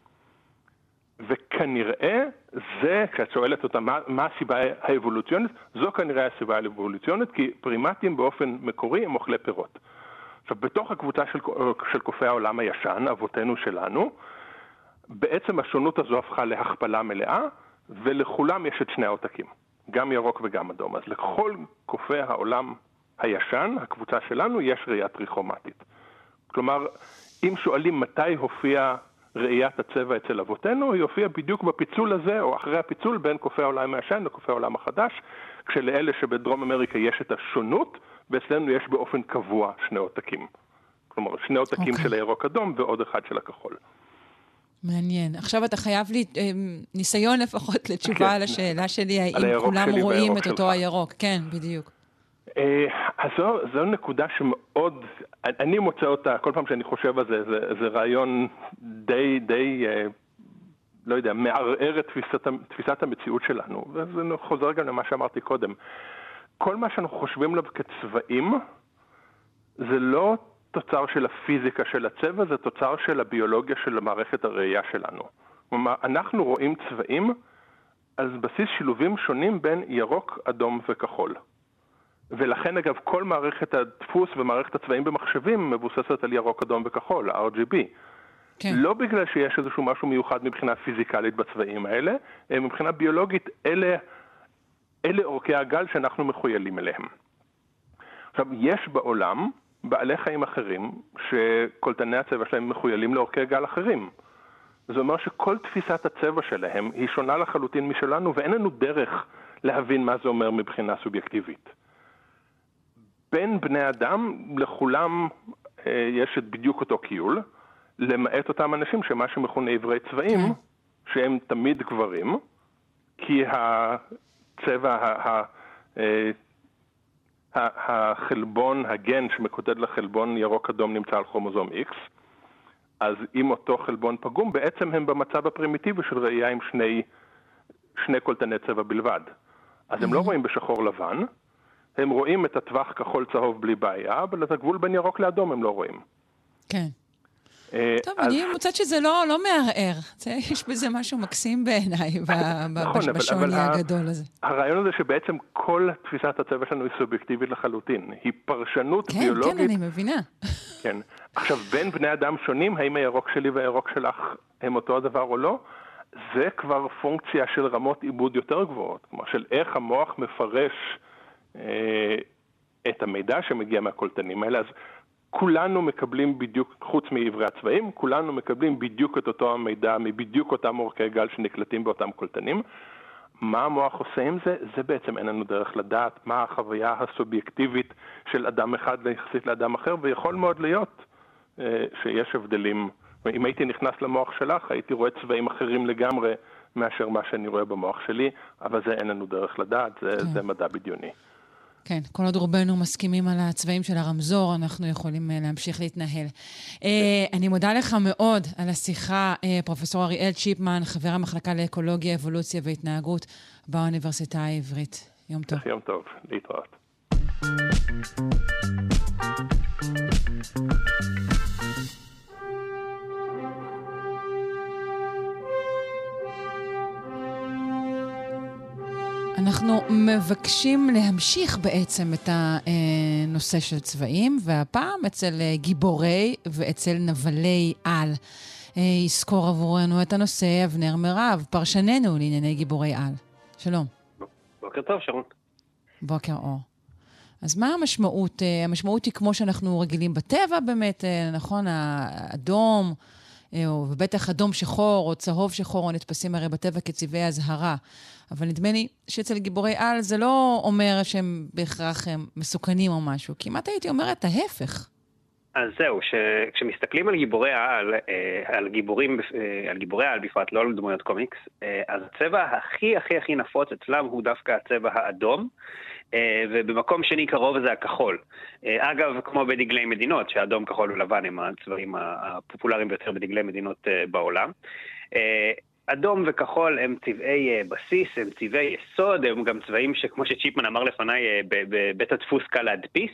וכנראה זה, כשאת שואלת אותה מה, מה הסיבה האבולוציונית, זו כנראה הסיבה האבולוציונית, כי פרימטים באופן מקורי הם אוכלי פירות. עכשיו, בתוך הקבוצה של, של קופי העולם הישן, אבותינו שלנו, בעצם השונות הזו הפכה להכפלה מלאה, ולכולם יש את שני העותקים, גם ירוק וגם אדום. אז לכל קופי העולם הישן, הקבוצה שלנו, יש ראייה טריכומטית. כלומר, אם שואלים מתי הופיע ראיית הצבע אצל אבותינו, היא הופיעה בדיוק בפיצול הזה, או אחרי הפיצול בין קופי העולם הישן לקופי העולם החדש, כשלאלה שבדרום אמריקה יש את השונות, ואצלנו יש באופן קבוע שני עותקים. כלומר, שני עותקים okay. של הירוק אדום ועוד אחד של הכחול. מעניין. עכשיו אתה חייב לי ניסיון לפחות לתשובה על השאלה שלי, האם כולם רואים את אותו הירוק. כן, בדיוק. אז זו, זו נקודה שמאוד, אני מוצא אותה, כל פעם שאני חושב על זה, זה, זה רעיון די, די, לא יודע, מערער את תפיסת, תפיסת המציאות שלנו, וזה חוזר גם למה שאמרתי קודם. כל מה שאנחנו חושבים עליו כצבעים, זה לא תוצר של הפיזיקה של הצבע, זה תוצר של הביולוגיה של מערכת הראייה שלנו. כלומר, אנחנו רואים צבעים על בסיס שילובים שונים בין ירוק, אדום וכחול. ולכן, אגב, כל מערכת הדפוס ומערכת הצבעים במחשבים מבוססת על ירוק, אדום וכחול, ה-אר ג'י בי. כן. לא בגלל שיש איזשהו משהו מיוחד מבחינה פיזיקלית בצבעים האלה, מבחינה ביולוגית, אלה, אלה אורכי הגל שאנחנו מחוילים אליהם. עכשיו, יש בעולם בעלי חיים אחרים שקולטני הצבע שלהם מחוילים לאורכי גל אחרים. זה אומר שכל תפיסת הצבע שלהם היא שונה לחלוטין משלנו, ואין לנו דרך להבין מה זה אומר מבחינה סובייקטיבית. בין בני אדם, לכולם אה, יש את בדיוק אותו קיול, למעט אותם אנשים שמה שמכונה עברי צבעים, שהם תמיד גברים, כי הצבע, ה, ה, אה, החלבון, הגן שמקודד לחלבון ירוק אדום נמצא על כרומוזום X, אז אם אותו חלבון פגום, בעצם הם במצב הפרימיטיבי של ראייה עם שני, שני קולטני צבע בלבד. אז הם לא רואים בשחור לבן, הם רואים את הטווח כחול צהוב בלי בעיה, אבל את הגבול בין ירוק לאדום הם לא רואים. כן. טוב, אני מוצאת שזה לא מערער. יש בזה משהו מקסים בעיניי, בשוני הגדול הזה. הרעיון הזה שבעצם כל תפיסת הצבע שלנו היא סובייקטיבית לחלוטין. היא פרשנות ביולוגית. כן, כן, אני מבינה. כן. עכשיו, בין בני אדם שונים, האם הירוק שלי והירוק שלך הם אותו הדבר או לא? זה כבר פונקציה של רמות עיבוד יותר גבוהות, כלומר של איך המוח מפרש אה, את המידע שמגיע מהקולטנים האלה. אז כולנו מקבלים בדיוק, חוץ מעברי הצבעים, כולנו מקבלים בדיוק את אותו המידע מבדיוק אותם אורכי גל שנקלטים באותם קולטנים. מה המוח עושה עם זה? זה בעצם אין לנו דרך לדעת מה החוויה הסובייקטיבית של אדם אחד ליחסית לאדם אחר, ויכול מאוד להיות אה, שיש הבדלים. אם הייתי נכנס למוח שלך, הייתי רואה צבעים אחרים לגמרי מאשר מה שאני רואה במוח שלי, אבל זה אין לנו דרך לדעת, זה, כן. זה מדע בדיוני. כן, כל עוד רובנו מסכימים על הצבעים של הרמזור, אנחנו יכולים להמשיך להתנהל. אני מודה לך מאוד על השיחה, פרופסור אריאל צ'יפמן, חבר המחלקה לאקולוגיה, אבולוציה והתנהגות באוניברסיטה העברית. יום טוב. יום טוב, להתראות. אנחנו מבקשים להמשיך בעצם את הנושא של צבעים, והפעם אצל גיבורי ואצל נבלי על. יזכור עבורנו את הנושא אבנר מירב, פרשננו לענייני גיבורי על. שלום. בוקר טוב, שרון. בוקר אור. אז מה המשמעות? המשמעות היא כמו שאנחנו רגילים בטבע באמת, נכון? האדום, או בטח אדום שחור או צהוב שחור, או נתפסים הרי בטבע כצבעי הזהרה. אבל נדמה לי שאצל גיבורי על זה לא אומר שהם בהכרח הם מסוכנים או משהו. כמעט הייתי אומרת ההפך. אז זהו, כשמסתכלים על גיבורי העל, על גיבורים, על גיבורי העל בפרט, לא על דמויות קומיקס, אז הצבע הכי הכי הכי נפוץ אצלם הוא דווקא הצבע האדום, ובמקום שני קרוב זה הכחול. אגב, כמו בדגלי מדינות, שהאדום, כחול ולבן הם הצבעים הפופולריים ביותר בדגלי מדינות בעולם. אדום וכחול הם צבעי בסיס, הם צבעי יסוד, הם גם צבעים שכמו שצ'יפמן אמר לפניי בבית הדפוס קל להדפיס,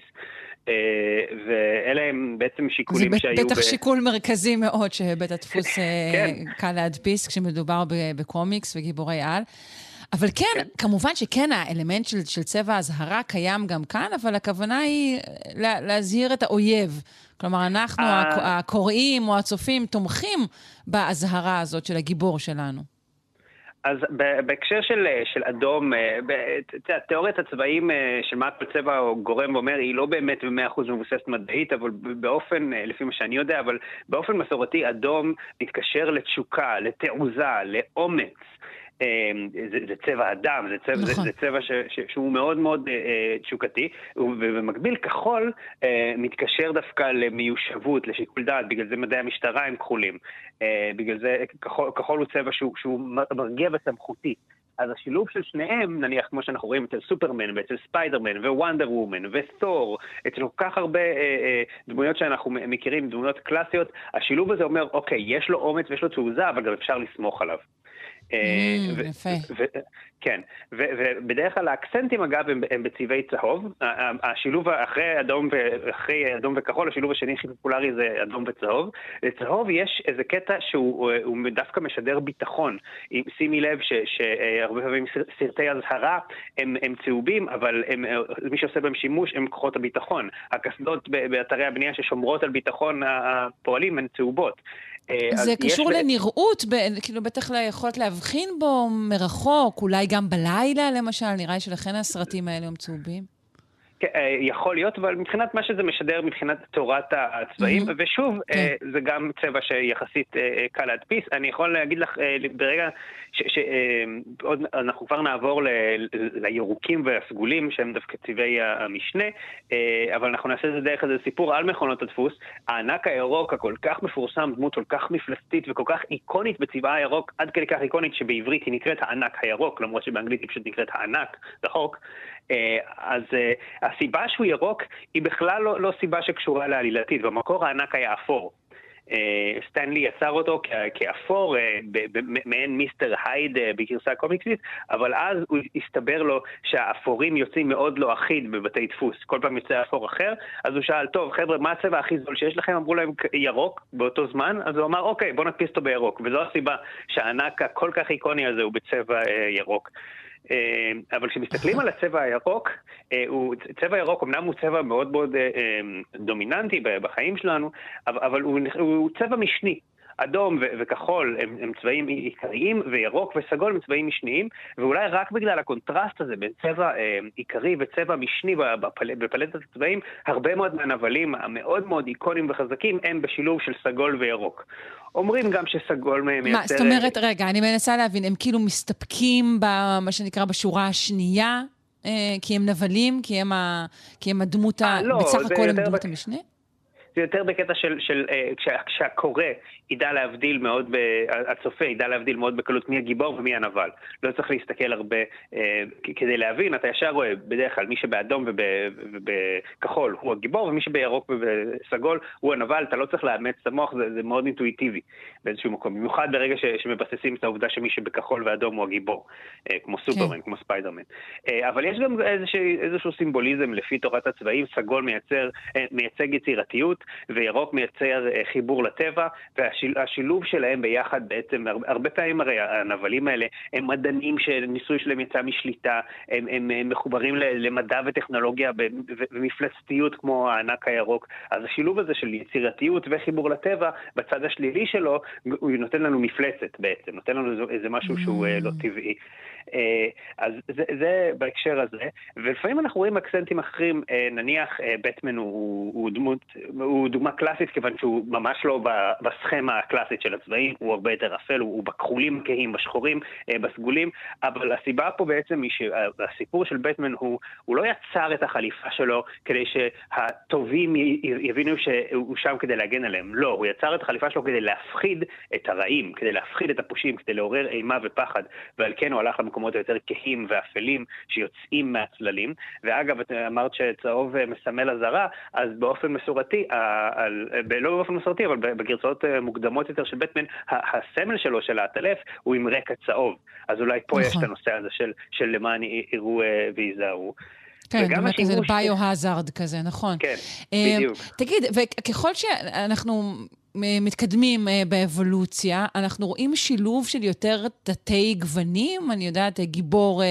ואלה הם בעצם שיקולים שהיו... זה בטח שיקול מרכזי מאוד שבית הדפוס קל להדפיס כשמדובר בקומיקס וגיבורי על. אבל כן, כמובן שכן האלמנט של, של צבע הזהרה קיים גם כאן, אבל הכוונה היא לה, להזהיר את האויב. כלומר, אנחנו הקוראים או הצופים תומכים בהזהרה הזאת של הגיבור שלנו. אז בהקשר של, של אדום, תיאוריית הצבעים של מה כל צבע גורם ואומר, היא לא באמת ב-מאה אחוז מבוססת מדעית, אבל באופן, לפי מה שאני יודע, אבל באופן מסורתי, אדום מתקשר לתשוקה, לתעוזה, לאומץ. זה, זה צבע אדם, זה צבע, נכון. זה, זה צבע ש, ש, שהוא מאוד מאוד אה, תשוקתי, ובמקביל כחול אה, מתקשר דווקא למיושבות, לשיקול דעת, בגלל זה מדעי המשטרה הם כחולים, אה, בגלל זה כחול, כחול הוא צבע שהוא, שהוא מרגיע וסמכותי. אז השילוב של שניהם, נניח כמו שאנחנו רואים אצל סופרמן ואצל ספיידרמן ווונדר וומן ותור, אצל כל כך הרבה אה, אה, דמויות שאנחנו מכירים, דמויות קלאסיות, השילוב הזה אומר, אוקיי, יש לו אומץ ויש לו תעוזה, אבל גם אפשר לסמוך עליו. יפה. כן, ובדרך כלל האקסנטים אגב הם בצבעי צהוב, השילוב אחרי אדום ואחרי אדום וכחול, השילוב השני הכי פופולרי זה אדום וצהוב. לצהוב יש איזה קטע שהוא דווקא משדר ביטחון. שימי לב שהרבה פעמים סרטי הזהרה הם צהובים, אבל מי שעושה בהם שימוש הם כוחות הביטחון. הקסדות באתרי הבנייה ששומרות על ביטחון הפועלים הן צהובות. זה קשור לנראות, כאילו בטח יכולת להבחין בו מרחוק, אולי גם בלילה למשל, נראה לי שלכן הסרטים האלה הם צהובים. יכול להיות, אבל מבחינת מה שזה משדר, מבחינת תורת הצבעים, ושוב, זה גם צבע שיחסית קל להדפיס. אני יכול להגיד לך ברגע שאנחנו כבר נעבור לירוקים והסגולים, שהם דווקא צבעי המשנה, אבל אנחנו נעשה את זה דרך איזה סיפור על מכונות הדפוס. הענק הירוק הכל כך מפורסם, דמות כל כך מפלסטית וכל כך איקונית בצבעה הירוק, עד כדי כך איקונית שבעברית היא נקראת הענק הירוק, למרות שבאנגלית היא פשוט נקראת הענק, רחוק. אז הסיבה שהוא ירוק היא בכלל לא, לא סיבה שקשורה לעלילתית. במקור הענק היה אפור. סטנלי יצר אותו כאפור, מעין מיסטר הייד בגרסה קומיקסית, אבל אז הוא הסתבר לו שהאפורים יוצאים מאוד לא אחיד בבתי דפוס. כל פעם יוצא אפור אחר, אז הוא שאל, טוב חבר'ה, מה הצבע הכי זול שיש לכם? אמרו להם ירוק באותו זמן, אז הוא אמר, אוקיי, בוא נדפיס אותו בירוק. וזו הסיבה שהענק הכל כך איקוני הזה הוא בצבע ירוק. אבל כשמסתכלים על הצבע הירוק, צבע ירוק אמנם הוא צבע מאוד מאוד דומיננטי בחיים שלנו, אבל הוא צבע משני. אדום ו- וכחול הם, הם צבעים עיקריים, וירוק וסגול הם צבעים משניים, ואולי רק בגלל הקונטרסט הזה בין צבע אה, עיקרי וצבע משני בפל... בפלטת הצבעים, הרבה מאוד מהנבלים המאוד מאוד איקונים וחזקים הם בשילוב של סגול וירוק. אומרים גם שסגול מייצר... מה, זאת אומרת, רגע, אני מנסה להבין, הם כאילו מסתפקים במה שנקרא בשורה השנייה, כי הם נבלים, כי הם, ה... כי הם הדמות, ה... לא, בסך הכל הם דמות בק... המשנה? זה יותר בקטע של, של כשה, כשהקורא ידע להבדיל מאוד, הצופה ידע להבדיל מאוד בקלות מי הגיבור ומי הנבל. לא צריך להסתכל הרבה אה, כדי להבין, אתה ישר רואה בדרך כלל מי שבאדום ובכחול הוא הגיבור, ומי שבירוק ובסגול הוא הנבל, אתה לא צריך לאמץ את המוח, זה, זה מאוד אינטואיטיבי באיזשהו מקום. במיוחד ברגע ש, שמבססים את העובדה שמי שבכחול ואדום הוא הגיבור, אה, כמו סופרמן, כן. כמו ספיידרמן. אה, אבל יש גם איזשהו, איזשהו סימבוליזם לפי תורת הצבעים, סגול מייצר, אה, מייצג יצירתיות, וירוק מייצר חיבור לטבע, והשילוב שלהם ביחד בעצם, הרבה פעמים הרי הנבלים האלה הם מדענים שניסוי שלהם יצא משליטה, הם, הם, הם מחוברים למדע וטכנולוגיה ומפלצתיות כמו הענק הירוק, אז השילוב הזה של יצירתיות וחיבור לטבע, בצד השלילי שלו, הוא נותן לנו מפלצת בעצם, נותן לנו איזה משהו שהוא לא טבעי. אז זה, זה בהקשר הזה, ולפעמים אנחנו רואים אקסנטים אחרים, נניח בטמן הוא, הוא דמות, הוא דוגמה קלאסית, כיוון שהוא ממש לא בסכמה הקלאסית של הצבעים, הוא הרבה יותר אפל, הוא, הוא בכחולים כהים, בשחורים, בסגולים, אבל הסיבה פה בעצם היא שהסיפור של בטמן הוא, הוא לא יצר את החליפה שלו כדי שהטובים יבינו שהוא שם כדי להגן עליהם, לא, הוא יצר את החליפה שלו כדי להפחיד את הרעים, כדי להפחיד את הפושעים, כדי לעורר אימה ופחד, ועל כן הוא הלך למקומות היותר כהים ואפלים שיוצאים מהצללים, ואגב, את אמרת שצהוב מסמל הזרה, אז באופן מסורתי, לא באופן מסורתי, אבל בגרסאות מוקדמות יותר של בטמן, הסמל שלו, של העטלף, הוא עם רקע צהוב. אז אולי פה נכון. יש את הנושא הזה של, של למען יראו ויזהרו. כן, באמת כזה ביו-הזארד כזה, נכון. כן, בדיוק. תגיד, וככל שאנחנו מתקדמים באבולוציה, אנחנו רואים שילוב של יותר תתי גוונים, אני יודעת, גיבור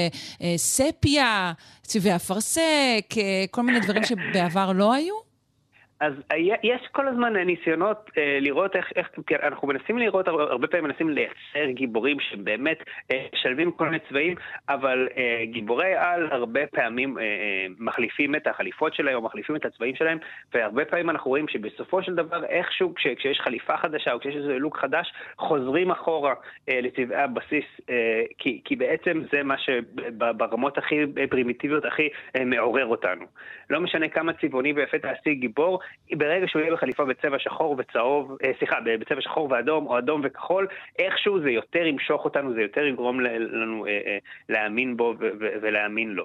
ספיה, צבעי אפרסק, כל מיני דברים שבעבר לא היו? אז יש כל הזמן ניסיונות אה, לראות איך, איך, אנחנו מנסים לראות, הרבה פעמים מנסים לייצר גיבורים שבאמת אה, שלבים כל מיני צבעים, אבל אה, גיבורי על הרבה פעמים אה, מחליפים את החליפות שלהם, או מחליפים את הצבעים שלהם, והרבה פעמים אנחנו רואים שבסופו של דבר איכשהו, כש, כשיש חליפה חדשה, או כשיש איזה לוק חדש, חוזרים אחורה אה, לצבעי הבסיס, אה, כי, כי בעצם זה מה שברמות הכי פרימיטיביות, הכי אה, מעורר אותנו. לא משנה כמה צבעוני ויפה תעשי גיבור, ברגע שהוא יהיה בחליפה בצבע שחור וצהוב, סליחה, בצבע שחור ואדום, או אדום וכחול, איכשהו זה יותר ימשוך אותנו, זה יותר יגרום לנו להאמין בו ולהאמין לו.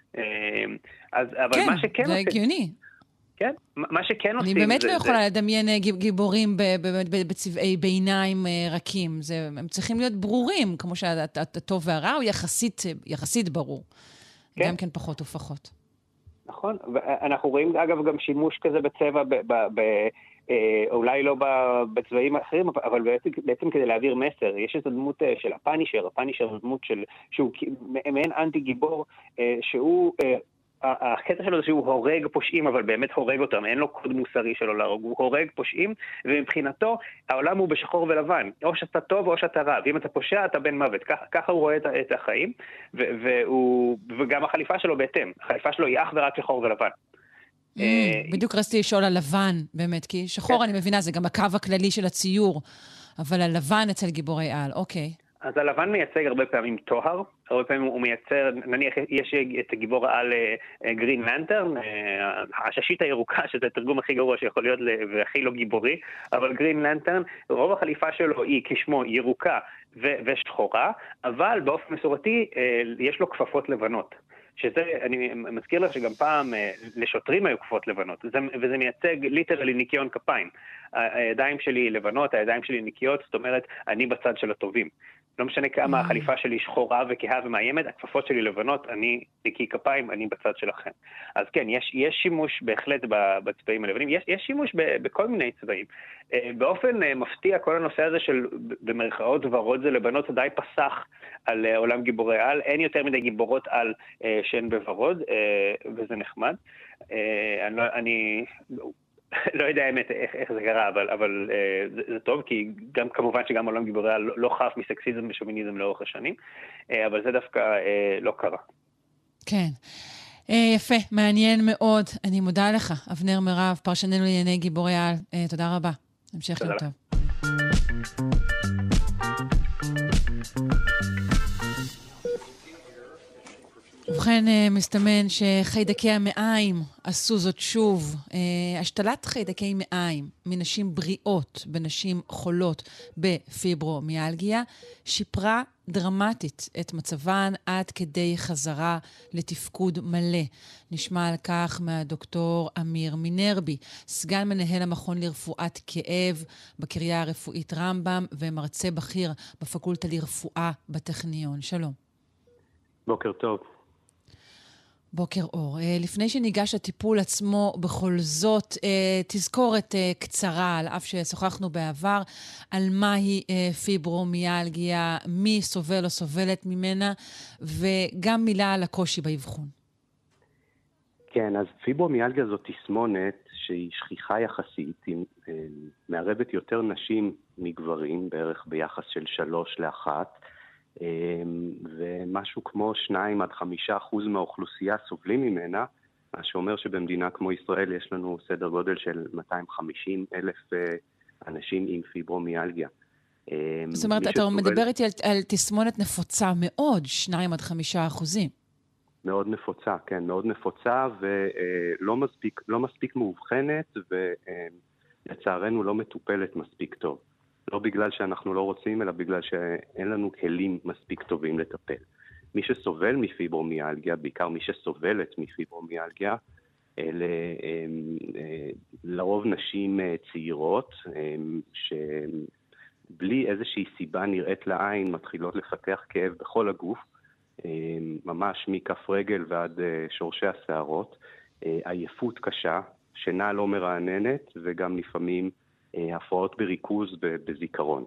אז, אבל כן, מה שכן זה עושים, הגיוני. כן, מה שכן עושים... אני באמת זה, לא יכולה זה... לדמיין גיבורים בצבעי ביניים רכים. זה, הם צריכים להיות ברורים, כמו שהטוב והרע הוא יחסית, יחסית ברור. כן. גם כן פחות ופחות. נכון, ואנחנו רואים אגב גם שימוש כזה בצבע, ב, ב, ב, אה, אולי לא בצבעים האחרים, אבל בעצם, בעצם כדי להעביר מסר. יש את הדמות של הפאנישר, הפאנישר זו דמות של, שהוא מעין אנטי גיבור, אה, שהוא... אה, הקטע שלו זה שהוא הורג פושעים, אבל באמת הורג אותם, אין לו קוד מוסרי שלו להרוג, הוא הורג פושעים, ומבחינתו העולם הוא בשחור ולבן, או שאתה טוב או שאתה רע, ואם אתה פושע אתה בן מוות, ככה, ככה הוא רואה את, את החיים, ו, והוא, וגם החליפה שלו בהתאם, החליפה שלו היא אך ורק שחור ולבן. Mm, בדיוק רציתי לשאול על לבן, באמת, כי שחור אני מבינה, זה גם הקו הכללי של הציור, אבל הלבן אצל גיבורי על, אוקיי. אז הלבן מייצג הרבה פעמים טוהר, הרבה פעמים הוא מייצר, נניח יש את הגיבור על גרין לנטרן, הששית הירוקה, שזה התרגום הכי גרוע שיכול להיות והכי לא גיבורי, אבל גרין לנטרן, רוב החליפה שלו היא כשמו ירוקה ושחורה, אבל באופן מסורתי יש לו כפפות לבנות. שזה, אני מזכיר לך שגם פעם לשוטרים היו כפות לבנות, וזה מייצג ליטרלי ניקיון כפיים. הידיים שלי לבנות, הידיים שלי ניקיות, זאת אומרת, אני בצד של הטובים. לא משנה כמה החליפה שלי שחורה וכהה ומאיימת, הכפפות שלי לבנות, אני נקי כפיים, אני בצד שלכם. אז כן, יש, יש שימוש בהחלט בצבעים הלבנים, יש, יש שימוש ב, בכל מיני צבעים. באופן מפתיע, כל הנושא הזה של במרכאות ורוד זה לבנות, די פסח על עולם גיבורי על, אין יותר מדי גיבורות על שהן בוורוד, וזה נחמד. אני... לא יודע האמת איך, איך זה קרה, אבל, אבל אה, זה, זה טוב, כי גם כמובן שגם עולם גיבורי לא, לא חף מסקסיזם ושוביניזם לאורך השנים, אה, אבל זה דווקא אה, לא קרה. כן. אה, יפה, מעניין מאוד. אני מודה לך, אבנר מירב, פרשננו לענייני גיבורי על. אה, תודה רבה. המשך יום טוב. ובכן, מסתמן שחיידקי המעיים עשו זאת שוב. השתלת חיידקי מעיים מנשים בריאות בנשים חולות בפיברומיאלגיה שיפרה דרמטית את מצבן עד כדי חזרה לתפקוד מלא. נשמע על כך מהדוקטור אמיר מינרבי, סגן מנהל המכון לרפואת כאב בקריה הרפואית רמב"ם ומרצה בכיר בפקולטה לרפואה בטכניון. שלום. בוקר טוב. בוקר אור. לפני שניגש הטיפול עצמו, בכל זאת, תזכורת קצרה, על אף ששוחחנו בעבר, על מהי פיברומיאלגיה, מי סובל או סובלת ממנה, וגם מילה על הקושי באבחון. כן, אז פיברומיאלגיה זו תסמונת שהיא שכיחה יחסית, היא מערבת יותר נשים מגברים, בערך ביחס של שלוש לאחת, ומשהו כמו שניים עד חמישה אחוז מהאוכלוסייה סובלים ממנה, מה שאומר שבמדינה כמו ישראל יש לנו סדר גודל של מאתיים וחמישים אלף אנשים עם פיברומיאלגיה. זאת אומרת, אתה מדבר איתי על, על תסמונת נפוצה מאוד, שניים עד חמישה אחוזים. מאוד נפוצה, כן, מאוד נפוצה, ולא מספיק, לא מספיק מאובחנת, ולצערנו לא מטופלת מספיק טוב. לא בגלל שאנחנו לא רוצים, אלא בגלל שאין לנו כלים מספיק טובים לטפל. מי שסובל מפיברומיאלגיה, בעיקר מי שסובלת מפיברומיאלגיה, אלה לרוב נשים צעירות, שבלי איזושהי סיבה נראית לעין, מתחילות לפתח כאב בכל הגוף, ממש מכף רגל ועד שורשי השערות, עייפות קשה, שינה לא מרעננת, וגם לפעמים הפרעות בריכוז בזיכרון.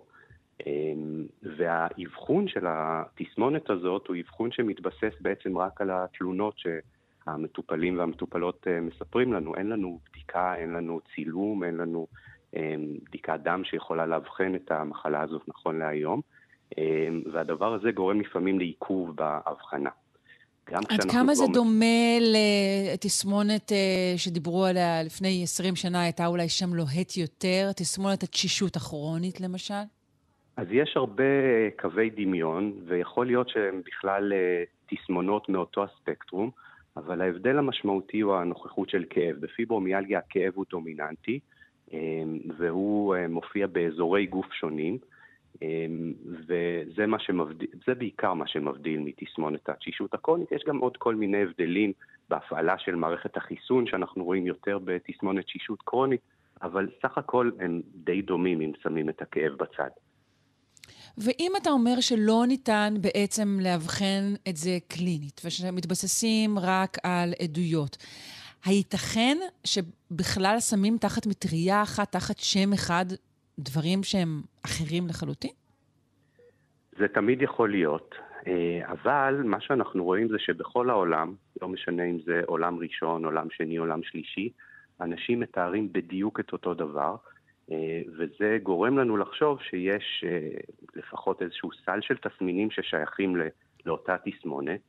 והאבחון של התסמונת הזאת הוא אבחון שמתבסס בעצם רק על התלונות שהמטופלים והמטופלות מספרים לנו. אין לנו בדיקה, אין לנו צילום, אין לנו בדיקת דם שיכולה להבחן את המחלה הזאת נכון להיום. והדבר הזה גורם לפעמים לעיכוב בהבחנה. עד כמה זה דומה לתסמונת שדיברו עליה לפני עשרים שנה, הייתה אולי שם לוהט יותר, תסמונת התשישות הכרונית למשל? אז יש הרבה קווי דמיון, ויכול להיות שהם בכלל תסמונות מאותו הספקטרום, אבל ההבדל המשמעותי הוא הנוכחות של כאב. בפיברומיאלגיה הכאב הוא דומיננטי, והוא מופיע באזורי גוף שונים, וזה מה שמבדיל, זה בעיקר מה שמבדיל מתסמונת התשישות הכרונית. יש גם עוד כל מיני הבדלים בהפעלה של מערכת החיסון שאנחנו רואים יותר בתסמונת תשישות כרונית, אבל סך הכל הם די דומים אם שמים את הכאב בצד. ואם אתה אומר שלא ניתן בעצם להבחן את זה קלינית, ושמתבססים רק על עדויות, הייתכן שבכלל שמים תחת מטריה אחת, תחת שם אחד, דברים שהם אחרים לחלוטין? זה תמיד יכול להיות, אבל מה שאנחנו רואים זה שבכל העולם, לא משנה אם זה עולם ראשון, עולם שני, עולם שלישי, אנשים מתארים בדיוק את אותו דבר, וזה גורם לנו לחשוב שיש לפחות איזשהו סל של תסמינים ששייכים לאותה תסמונת,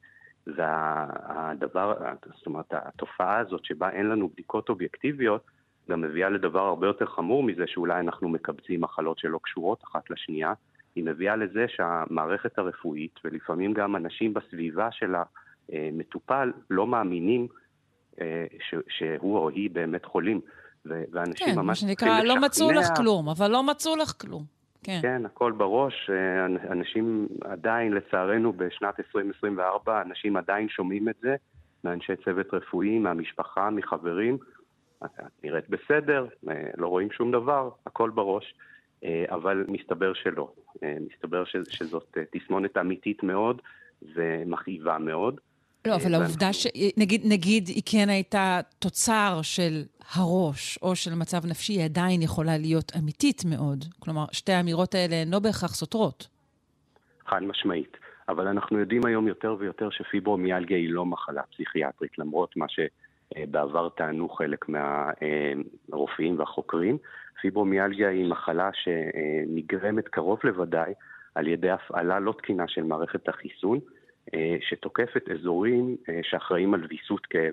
והדבר, זאת אומרת, התופעה הזאת שבה אין לנו בדיקות אובייקטיביות, גם מביאה לדבר הרבה יותר חמור מזה שאולי אנחנו מקבצים מחלות שלא קשורות אחת לשנייה. היא מביאה לזה שהמערכת הרפואית ולפעמים גם אנשים בסביבה של המטופל לא מאמינים שהוא או היא באמת חולים. ואנשים כן, ממש מה שנקרא, לא מצאו לך כלום, אבל לא מצאו לך כלום. כן. כן, הכל בראש. אנשים עדיין, לצערנו, בשנת עשרים עשרים וארבע, אנשים עדיין שומעים את זה, מאנשי צוות רפואי, מהמשפחה, מחברים, את נראית בסדר, לא רואים שום דבר, הכל בראש, אבל מסתבר שלא. מסתבר שזאת תסמונת אמיתית מאוד ומכאיבה מאוד. לא, אבל העובדה שנגיד, נגיד היא כן הייתה תוצר של הראש או של מצב נפשי, היא עדיין יכולה להיות אמיתית מאוד. כלומר, שתי האמירות האלה הן לא בהכרח סותרות. חד משמעית. אבל אנחנו יודעים היום יותר ויותר שפיברומיאלגיה היא לא מחלה פסיכיאטרית, למרות מה ש... בעבר טענו חלק מהרופאים והחוקרים. פיברומיאלגיה היא מחלה שנגרמת קרוב לוודאי על ידי הפעלה לא תקינה של מערכת החיסון, שתוקפת אזורים שאחראים על ויסות כאב.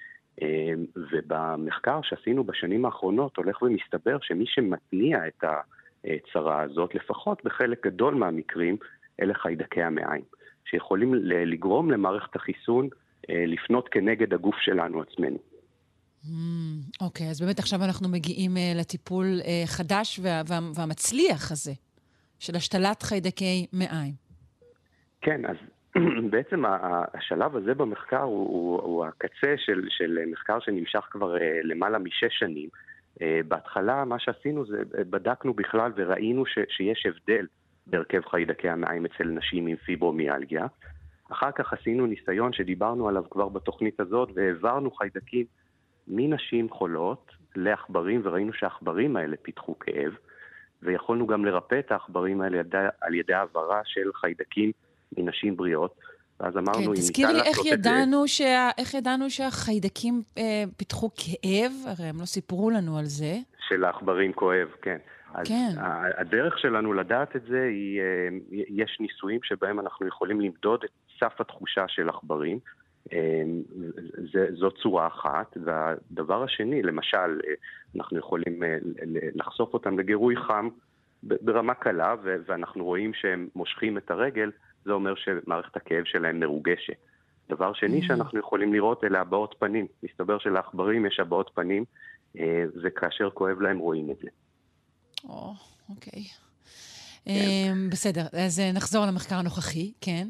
ובמחקר שעשינו בשנים האחרונות הולך ומסתבר שמי שמתניע את הצרה הזאת, לפחות בחלק גדול מהמקרים, אלה חיידקי המעיים, שיכולים לגרום למערכת החיסון לפנות כנגד הגוף שלנו עצמנו. אוקיי, אז באמת עכשיו אנחנו מגיעים לטיפול חדש והמצליח הזה, של השתלת חיידקי מעיים. כן, אז בעצם השלב הזה במחקר הוא, הוא, הוא הקצה של, של מחקר שנמשך כבר למעלה משש שנים. בהתחלה מה שעשינו זה בדקנו בכלל וראינו ש, שיש הבדל בהרכב חיידקי המעיים אצל נשים עם פיברומיאלגיה. אחר כך עשינו ניסיון שדיברנו עליו כבר בתוכנית הזאת, והעברנו חיידקים מנשים חולות לעכברים, וראינו שהעכברים האלה פיתחו כאב, ויכולנו גם לרפא את העכברים האלה על ידי העברה של חיידקים מנשים בריאות. ואז אמרנו, כן, תזכיר לי איך ידענו, שה... איך ידענו שהחיידקים אה, פיתחו כאב, הרי הם לא סיפרו לנו על זה. של העכברים כואב, כן. אז כן. הדרך שלנו לדעת את זה היא, יש ניסויים שבהם אנחנו יכולים למדוד את סף התחושה של עכברים. זו צורה אחת, והדבר השני, למשל, אנחנו יכולים לחשוף אותם לגירוי חם ברמה קלה, ואנחנו רואים שהם מושכים את הרגל, זה אומר שמערכת הכאב שלהם מרוגשת. דבר שני שאנחנו יכולים לראות אלה הבעות פנים. מסתבר שלעכברים יש הבעות פנים, וכאשר כואב להם רואים את זה. או, אוקיי. בסדר, אז נחזור למחקר הנוכחי, כן.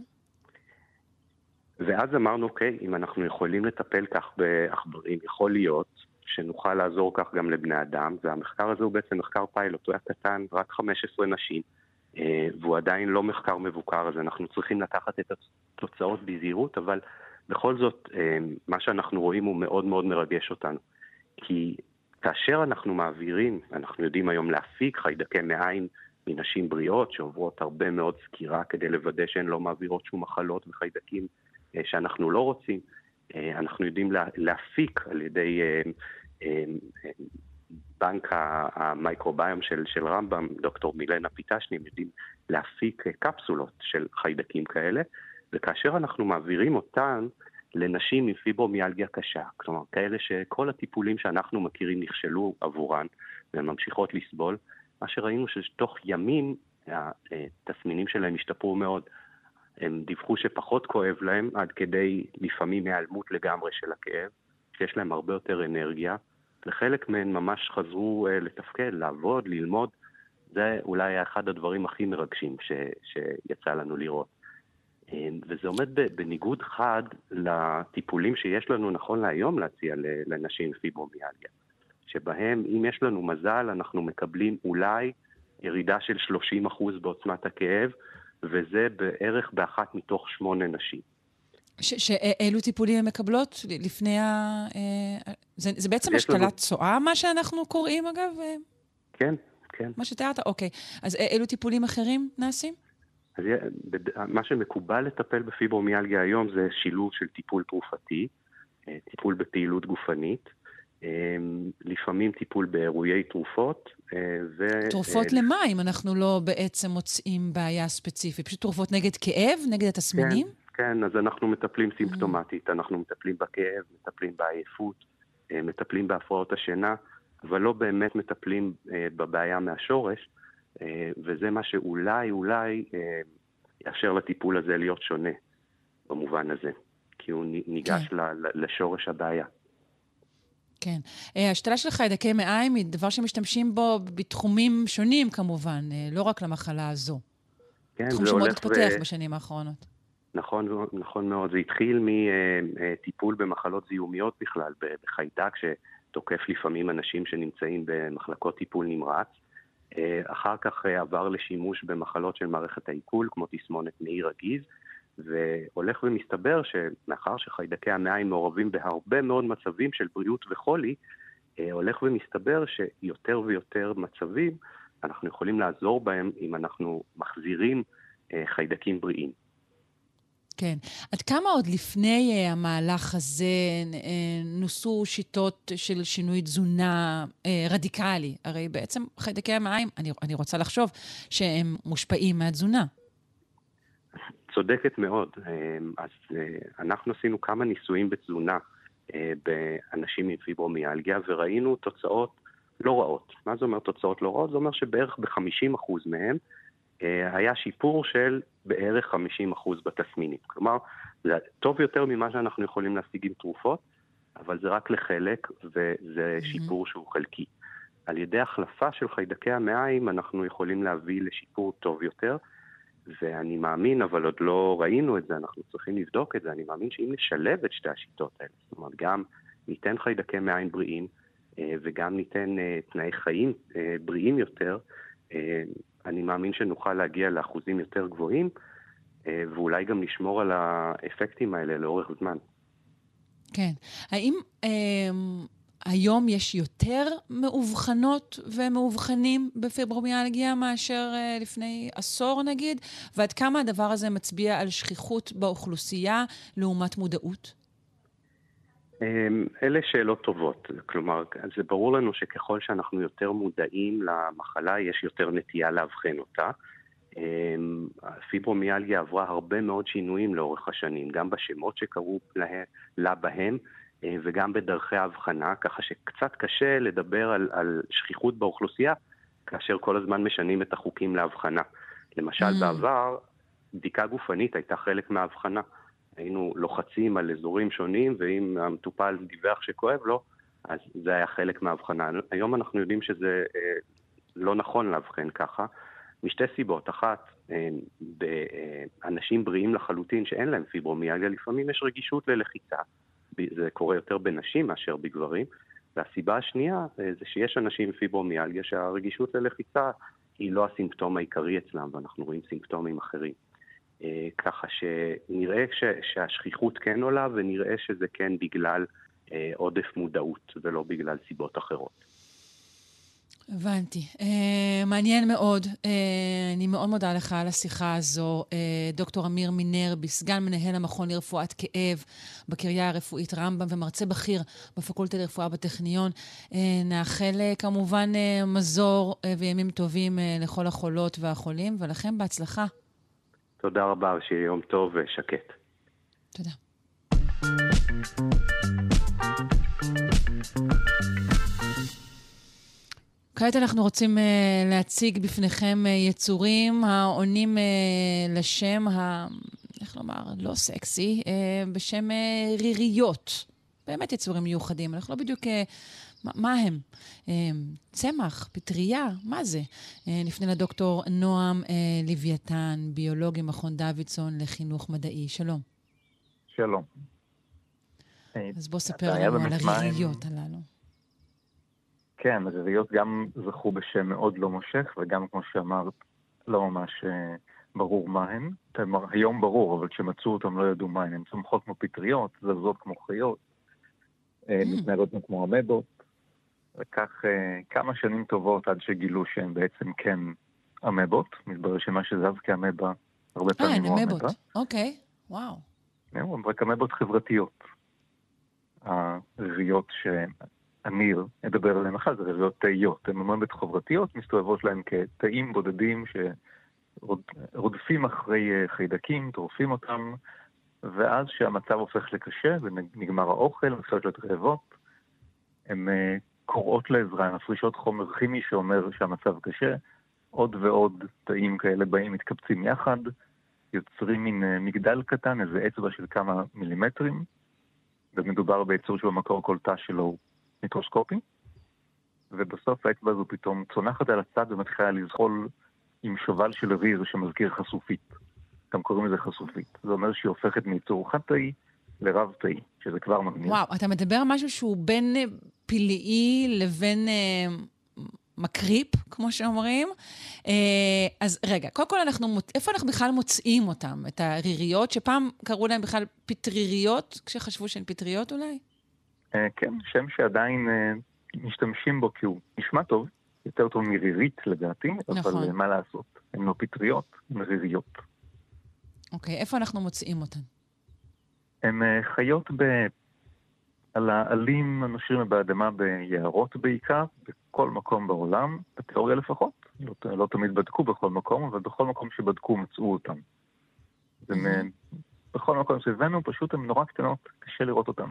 ואז אמרנו, אוקיי, אם אנחנו יכולים לטפל כך בעכברים, יכול להיות שנוכל לעזור כך גם לבני אדם, והמחקר הזה הוא בעצם מחקר פיילוט, הוא היה קטן, רק חמש עשרה נשים, והוא עדיין לא מחקר מבוקר, אז אנחנו צריכים לקחת את התוצאות בזהירות, אבל בכל זאת, מה שאנחנו רואים הוא מאוד מאוד מרגש אותנו. כי כאשר אנחנו מעבירים, אנחנו יודעים היום להפיק חיידקי מעיים מנשים בריאות, שעוברות הרבה מאוד סקירה כדי לוודא שהן לא מעבירות שום מחלות וחיידקים שאנחנו לא רוצים. אנחנו יודעים להפיק על ידי בנק המייקרוביום של, של רמב"ם, דוקטור מילנה פיטשני, יודעים להפיק קפסולות של חיידקים כאלה, וכאשר אנחנו מעבירים אותן לנשים עם פיברומיאלגיה קשה, כלומר כאלה שכל הטיפולים שאנחנו מכירים נכשלו עבורן, והן ממשיכות לסבול, מה שראינו שתוך ימים התסמינים שלהם השתפרו מאוד. הם דיווחו שפחות כואב להם, עד כדי לפעמים היעלמות לגמרי של הכאב, שיש להם הרבה יותר אנרגיה, וחלק מהן ממש חזרו לתפקד, לעבוד, ללמוד. זה אולי אחד הדברים הכי מרגשים ש, שיצא לנו לראות. וזה עומד בניגוד חד לטיפולים שיש לנו נכון להיום להציע לנשים פיברומיאלגיה, שבהם אם יש לנו מזל אנחנו מקבלים אולי ירידה של שלושים אחוז בעוצמת הכאב, וזה בערך באחת מתוך שמונה נשים. שאילו טיפולים הן מקבלות לפני ה... זה, זה בעצם השתלת לנו... צואה, מה שאנחנו קוראים אגב? כן, כן. מה שתיארת? אוקיי. אז אילו טיפולים אחרים נעשים? אז מה שמקובל לטפל בפיברומיאלגיה היום זה שילוב של טיפול תרופתי, טיפול בפעילות גופנית, לפעמים טיפול באירועי תרופות. ו... תרופות למה אם אנחנו לא בעצם מוצאים בעיה ספציפית? פשוט תרופות נגד כאב, נגד התסמינים? כן, כן, אז אנחנו מטפלים סימפטומטית, אנחנו מטפלים בכאב, מטפלים בעייפות, מטפלים בהפרעות השינה, אבל לא באמת מטפלים בבעיה מהשורש, וזה מה שאולי, אולי יאפשר לטיפול הזה להיות שונה במובן הזה, כי הוא ניגש כן. לשורש הבעיה. כן. השתלה של חיידקי מעיים היא דבר שמשתמשים בו בתחומים שונים כמובן, לא רק למחלה הזו. כן, תחום שמאוד התפתח ו... בשנים האחרונות. נכון, נכון מאוד. זה התחיל מטיפול במחלות זיהומיות בכלל, בחיידק שתוקף לפעמים אנשים שנמצאים במחלקות טיפול נמרץ. אחר כך עבר לשימוש במחלות של מערכת העיכול, כמו תסמונת מעי רגיז, והולך ומסתבר שמאחר שחיידקי המעיים מעורבים בהרבה מאוד מצבים של בריאות וחולי, הולך ומסתבר שיותר ויותר מצבים אנחנו יכולים לעזור בהם אם אנחנו מחזירים חיידקים בריאים. כן. עד כמה עוד לפני uh, המהלך הזה uh, נוסו שיטות של שינוי תזונה uh, רדיקלי? הרי בעצם חיידקי המים, אני, אני רוצה לחשוב שהם מושפעים מהתזונה. צודקת מאוד. אז אנחנו עשינו כמה ניסויים בתזונה באנשים עם פיברומיאלגיה, וראינו תוצאות לא רעות. מה זה אומר תוצאות לא רעות? זה אומר שבערך ב-חמישים אחוז מהם היה שיפור של בערך חמישים אחוז בתסמינים. כלומר, זה טוב יותר ממה שאנחנו יכולים להשיג עם תרופות, אבל זה רק לחלק, וזה שיפור שהוא חלקי. על ידי החלפה של חיידקי המעיים, אנחנו יכולים להביא לשיפור טוב יותר, ואני מאמין, אבל עוד לא ראינו את זה, אנחנו צריכים לבדוק את זה, אני מאמין שאם נשלב את שתי השיטות האלה, זאת אומרת, גם ניתן חיידקי מעיים בריאים, וגם ניתן תנאי חיים בריאים יותר, אני מאמין שנוכל להגיע לאחוזים יותר גבוהים, ואולי גם לשמור על האפקטים האלה לאורך זמן. כן. האם אה, היום יש יותר מאובחנות ומאובחנים בפיברומיאלגיה מאשר אה, לפני עשור נגיד? ועד כמה הדבר הזה מצביע על שכיחות באוכלוסייה לעומת מודעות? אלה שאלות טובות. כלומר, זה ברור לנו שככל שאנחנו יותר מודעים למחלה, יש יותר נטייה להבחן אותה. הפיברומיאלגיה עברה הרבה מאוד שינויים לאורך השנים, גם בשמות שקראו לה, לה בהם, וגם בדרכי ההבחנה, ככה שקצת קשה לדבר על, על שכיחות באוכלוסייה, כאשר כל הזמן משנים את החוקים להבחנה. למשל, mm. בעבר, בדיקה גופנית הייתה חלק מההבחנה. היינו לוחצים על אזורים שונים, ואם המטופל דיווח שכואב לו, אז זה היה חלק מההבחנה. היום אנחנו יודעים שזה אה, לא נכון להבחן ככה, משתי סיבות. אחת, אה, באנשים בריאים לחלוטין שאין להם פיברומיאלגיה, לפעמים יש רגישות ללחיצה. זה קורה יותר בנשים מאשר בגברים. והסיבה השנייה אה, זה שיש אנשים עם פיברומיאלגיה שהרגישות ללחיצה היא לא הסימפטום העיקרי אצלם, ואנחנו רואים סימפטומים אחרים. ככה שנראה שהשכיחות כן עולה, ונראה שזה כן בגלל עודף מודעות, ולא בגלל סיבות אחרות. הבנתי. מעניין מאוד. אני מאוד מודה לך על השיחה הזו. דוקטור אמיר מינרבי, סגן מנהל המכון לרפואת כאב בקריה הרפואית רמב"ם, ומרצה בכיר בפקולטה לרפואה בטכניון. נאחל כמובן מזור וימים טובים לכל החולות והחולים, ולכם בהצלחה. תודה רבה, שיהיה יום טוב ושקט. תודה. כעת אנחנו רוצים uh, להציג בפניכם uh, יצורים העונים uh, לשם, ה... איך לומר, לא סקסי, uh, בשם uh, ריריות. באמת יצורים מיוחדים, אנחנו לא בדיוק... Uh, מה, מה הם? Uh, צמח, פטריה, מה זה? Uh, נפנה לדוקטור נועם uh, לוויתן, ביולוג ממכון דוידסון לחינוך מדעי. שלום. שלום. אז בוא ספר לנו על הריריות הללו. כן, הריריות גם זכו בשם מאוד לא מושך, וגם כמו שאמרת, לא ממש uh, ברור מה הן. היום ברור, אבל כשמצאו אותם לא ידעו מה הן. הן צומחות כמו פטריות, זזות כמו חיות, mm. מתנהלות כמו אמבות, וכך uh, כמה שנים טובות עד שגילו שהן בעצם כן אמבות. מתברר שמה שזז כאמבה הרבה פעמים הוא אמבה. אמבות, אוקיי, וואו. הם רק אמבות חברתיות. הריריות ש... אמיר מדבר עליהם אחד, זה ריריות תאיות. הן אמבות חברתיות, מסתובבות להם כתאים בודדים שרודפים אחרי חיידקים, טורפים אותם, ואז שהמצב הופך לקשה ונגמר האוכל, מתחילות להיות רעבות, הן קוראות לעזרה, הן מפרישות חומר כימי שאומר שהמצב קשה, עוד ועוד תאים כאלה באים, מתקבצים יחד, יוצרים מין מגדל קטן, איזה אצבע של כמה מילימטרים, ומדובר ביצור שבמקור כל תא שלו מיקרוסקופי, ובסוף האצבע הזו פתאום צונחת על הצד ומתחילה לזחול עם שובל של ריר שמזכיר חשופית. גם קוראים לזה חשופית. זה אומר שהיא הופכת מיצור חד-תאי לרב-תאי, שזה כבר מגניב. וואו, אתה מדבר על משהו שהוא בין פלאי לבין אה, מקריפ, כמו שאומרים. אה, אז רגע, קודם כל אנחנו, איפה אנחנו בכלל מוצאים אותם? את הריריות, שפעם קראו להם בכלל פטריריות, כשחשבו שהן פטריות אולי? כן, שם שעדיין משתמשים בו כי הוא נשמע טוב, יותר טוב מרירית לדעתי, אבל מה לעשות? הן לא פטריות, הן ריריות. אוקיי, איפה אנחנו מוצאים אותן? הן חיות ב... על העלים הנושרים באדמה ביערות בעיקר, בכל מקום בעולם, בתיאוריה לפחות. לא, לא תמיד בדקו בכל מקום, אבל בכל מקום שבדקו מצאו אותן. Mm-hmm. הם, בכל מקום שהבאנו, פשוט הן נורא קטנות, קשה לראות אותן.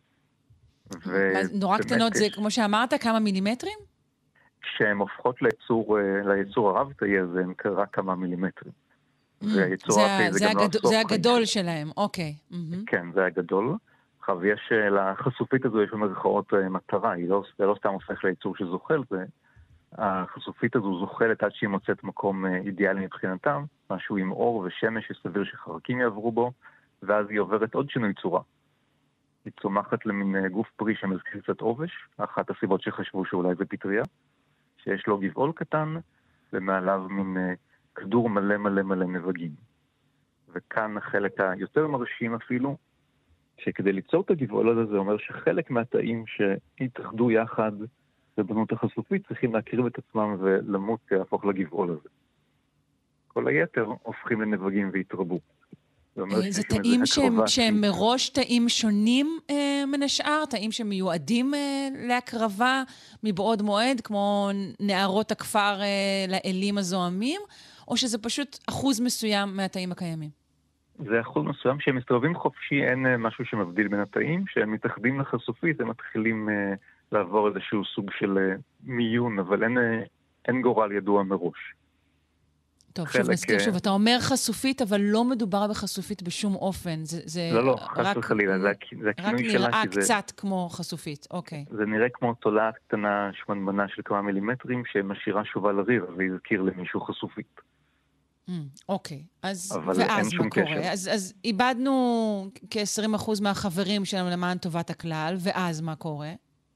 ו... נורא קטנות זה, כמו שאמרת, כמה מילימטרים? כשהן הופכות ליצור, ליצור הרב-תאי הזה, הן רק כמה מילימטרים. Mm-hmm. והיצור הרב-תאי זה, זה גם הגד... לא זה הגדול חיים. שלהם, אוקיי. Mm-hmm. כן, זה הגדול. ויש לחשופית הזו, יש במרכאות מטרה, היא לא, זה לא סתם הופך ליצור שזוחל, זה, החשופית הזו זוחלת עד שהיא מוצאת מקום אידיאלי מבחינתם, משהו עם אור ושמש שסביר שחרקים יעברו בו, ואז היא עוברת עוד שינוי צורה. היא צומחת למין גוף פרי שמזכיר קצת עובש, אחת הסיבות שחשבו שאולי זה פטריה, שיש לו גבעול קטן, ומעליו מין כדור מלא מלא מלא נבגים. וכאן החלק היותר מרשים אפילו, שכדי ליצור את הגבעול הזה, זה אומר שחלק מהתאים שהתאחדו יחד ובנו את החשופית, צריכים להקריב את עצמם ולמות להפוך לגבעול הזה. כל היתר הופכים לנבגים והתרבו. זה תאים שהם מראש תאים שונים מן השאר, תאים שמיועדים להקרבה מבעוד מועד, כמו נערות הכפר לאלים הזוהמים, או שזה פשוט אחוז מסוים מהתאים הקיימים? זה אחוז מסוים שהם מסתובבים חופשי, אין משהו שמבדיל בין התאים, שהם מתאחדים לחשופית, הם מתחילים uh, לעבור איזשהו סוג של uh, מיון, אבל אין, uh, אין גורל ידוע מראש. טוב, חלק, שוב נזכיר, uh... שוב, אתה אומר חשופית, אבל לא מדובר בחשופית בשום אופן. זה, זה לא, לא, חס וחלילה, זה, זה הכינוי שלה. רק נראה קצת זה, כמו חשופית, אוקיי. זה נראה כמו תולעת קטנה שמנמנה של כמה מילימטרים, שמשאירה שובה לריר, והזכיר למישהו חשופית. אוקיי, אז ואז מה קורה? אז, אז איבדנו כ-עשרים אחוז מהחברים שלנו למען טובת הכלל, ואז מה קורה?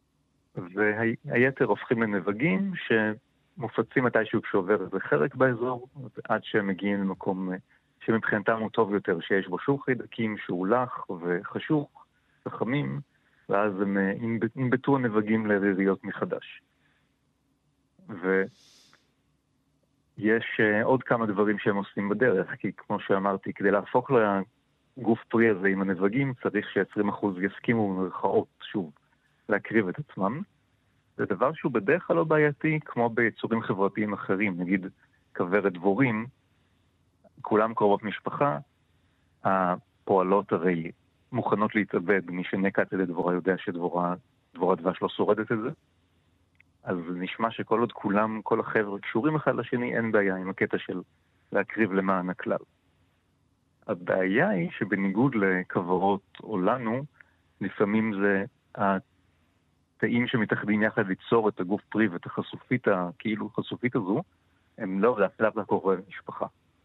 והיתר הופכים לנבגים שמופצים מתישהו כשעובר איזה חרק באזור, עד שהם מגיעים למקום שמבחינתם הוא טוב יותר, שיש בו שוב חידקים שהוא לח וחשוך וחמים, ואז הם ינבטו הנבגים לריריות מחדש. ו... יש uh, עוד כמה דברים שהם עושים בדרך, כי כמו שאמרתי, כדי להפוך לגוף פרי הזה עם הנבגים, צריך ש-עשרים אחוז יסכימו במרכאות, שוב, להקריב את עצמם. זה דבר שהוא בדרך כלל לא בעייתי, כמו ביצורים חברתיים אחרים, נגיד כוורת דבורים, כולם קרובות משפחה, הפועלות הרי מוכנות להתאבד, מי שנקט על דבורה יודע שדבורה, דבורה דבש לא שורדת את זה. אז נשמע שכל עוד כולם, כל החבר'ה קשורים אחד לשני, אין בעיה עם הקטע של להקריב למען הכלל. הבעיה היא שבניגוד לכוורות או לנו, לפעמים זה התאים שמתאחדים יחד ליצור את הגוף פרי ואת החשופית, כאילו חשופית הזו, הם לא להפלאפ לקורא משפחה.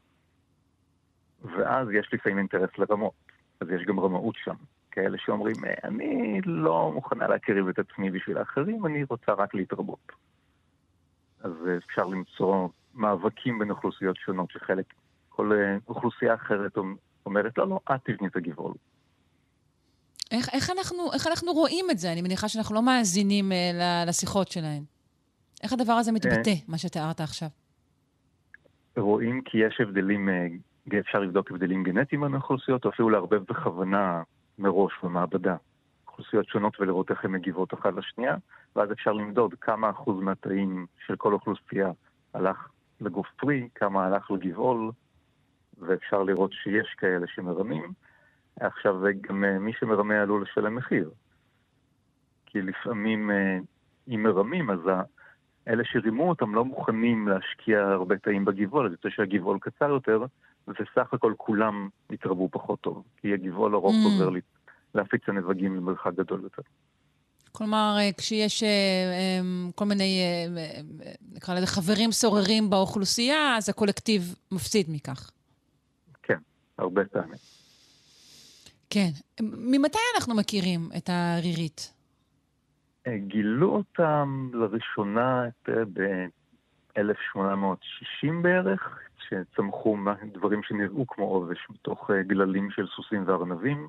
ואז יש לפעמים אינטרס לרמות, אז יש גם רמאות שם. כאלה שאומרים, אני לא מוכנה להקריב את עצמי בשביל האחרים, אני רוצה רק להתרבות. אז אפשר למצוא מאבקים בין אוכלוסיות שונות, שחלק, כל אוכלוסייה אחרת אומרת, לא, לא, את תבני את הגבעול. איך, איך, אנחנו, איך אנחנו רואים את זה? אני מניחה שאנחנו לא מאזינים uh, לשיחות שלהן. איך הדבר הזה מתבטא, מה שתיארת עכשיו? רואים כי יש הבדלים, אפשר לבדוק הבדלים גנטיים בין אוכלוסיות, או אפילו להרבב בכוונה מראש במעבדה, אוכלוסיות שונות ולראות איך הן מגיבות אחת לשנייה, ואז אפשר למדוד כמה אחוז מהתאים של כל אוכלוסייה הלך לגוף פרי, כמה הלך לגבעול, ואפשר לראות שיש כאלה שמרמים. עכשיו גם מי שמרמה עלול לשלם מחיר. כי לפעמים אם מרמים, אז אלה שרימו אותם לא מוכנים להשקיע הרבה תאים בגבעול, אז יוצא שהגבעול קצר יותר, וסך הכל כולם יתרבו פחות טוב, כי הגבעול הרוב mm. עוזר להפיץ הנבגים למרחק גדול יותר. כלומר, כשיש כל מיני, נקרא לזה, חברים סוררים באוכלוסייה, אז הקולקטיב מפסיד מכך. כן, הרבה פעמים. כן. ממתי אנחנו מכירים את הרירית? גילו אותם לראשונה ב-אלף שמונה מאות שישים בערך, שצמחו דברים שנראו כמו עובש מתוך גללים של סוסים וארנבים.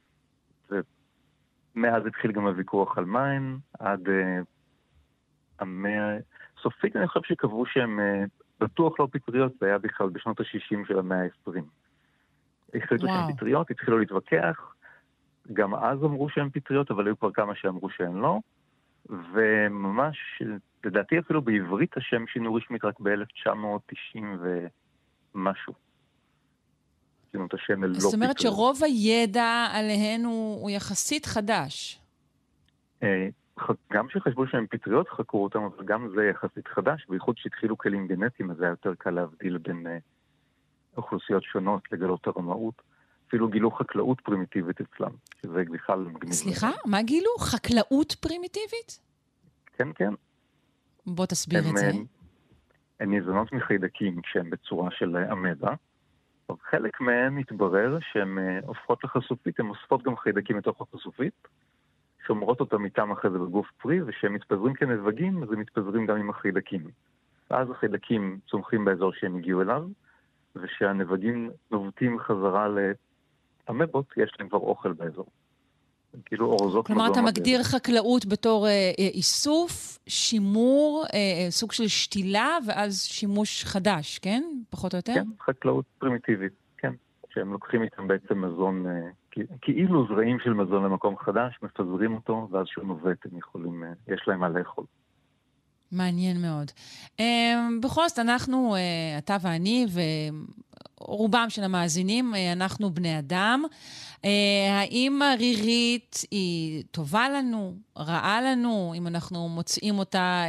ומאז התחיל גם הוויכוח על מים, עד uh, המאה... סופית אני חושב שקבעו שהם uh, בטוח לא פטריות, זה היה בכלל בשנות ה-שישים של המאה ה-עשרים. החליטו שהן פטריות, התחילו להתווכח, גם אז אמרו שהן פטריות, אבל היו כבר כמה שאמרו שהן לא, וממש, לדעתי אפילו בעברית השם שינו רשמית רק ב-אלף תשע מאות תשעים ומשהו. שינו את השם אל לא פטריות. זאת אומרת שרוב הידע עליהן הוא, הוא יחסית חדש. גם שחשבו שהן פטריות חקרו אותם, אבל גם זה יחסית חדש, בייחוד שהתחילו כלים גנטיים, אז זה היה יותר קל להבדיל בין אוכלוסיות שונות לגלות הרמאות. אפילו גילו חקלאות פרימיטיבית אצלם, שזה בכלל מגניב. סליחה? מה גילו? חקלאות פרימיטיבית? כן, כן. בוא תסביר את זה. הן ניזונות מחיידקים כשהן בצורה של אמבה. חלק מהן מתברר שהן הופכות לחשופית, הן אוספות גם חיידקים מתוך החשופית, שומרות אותם איתם אחרי זה בגוף פרי, וכשהם מתפזרים כנבגים, אז הם מתפזרים גם עם החיידקים. ואז החיידקים צומחים באזור שהם הגיעו אליו, ושהנבגים נובטים חזרה לאמבות, יש להם כבר אוכל באזור. כאילו אורזות. כלומר, אתה מגדיר חקלאות בתור אה, איסוף, שימור, אה, סוג של שתילה, ואז שימוש חדש, כן? פחות או יותר? כן, חקלאות פרימיטיבית, כן. שהם לוקחים איתם בעצם מזון, אה, כאילו זרעים של מזון למקום חדש, מפזרים אותו, ואז שהוא נובט, הם יכולים, אה, יש להם מה לאכול. מעניין מאוד. בכל זאת, אנחנו, אתה ואני, ורובם של המאזינים, אנחנו בני אדם. האם הרירית היא טובה לנו, רעה לנו, אם אנחנו מוצאים אותה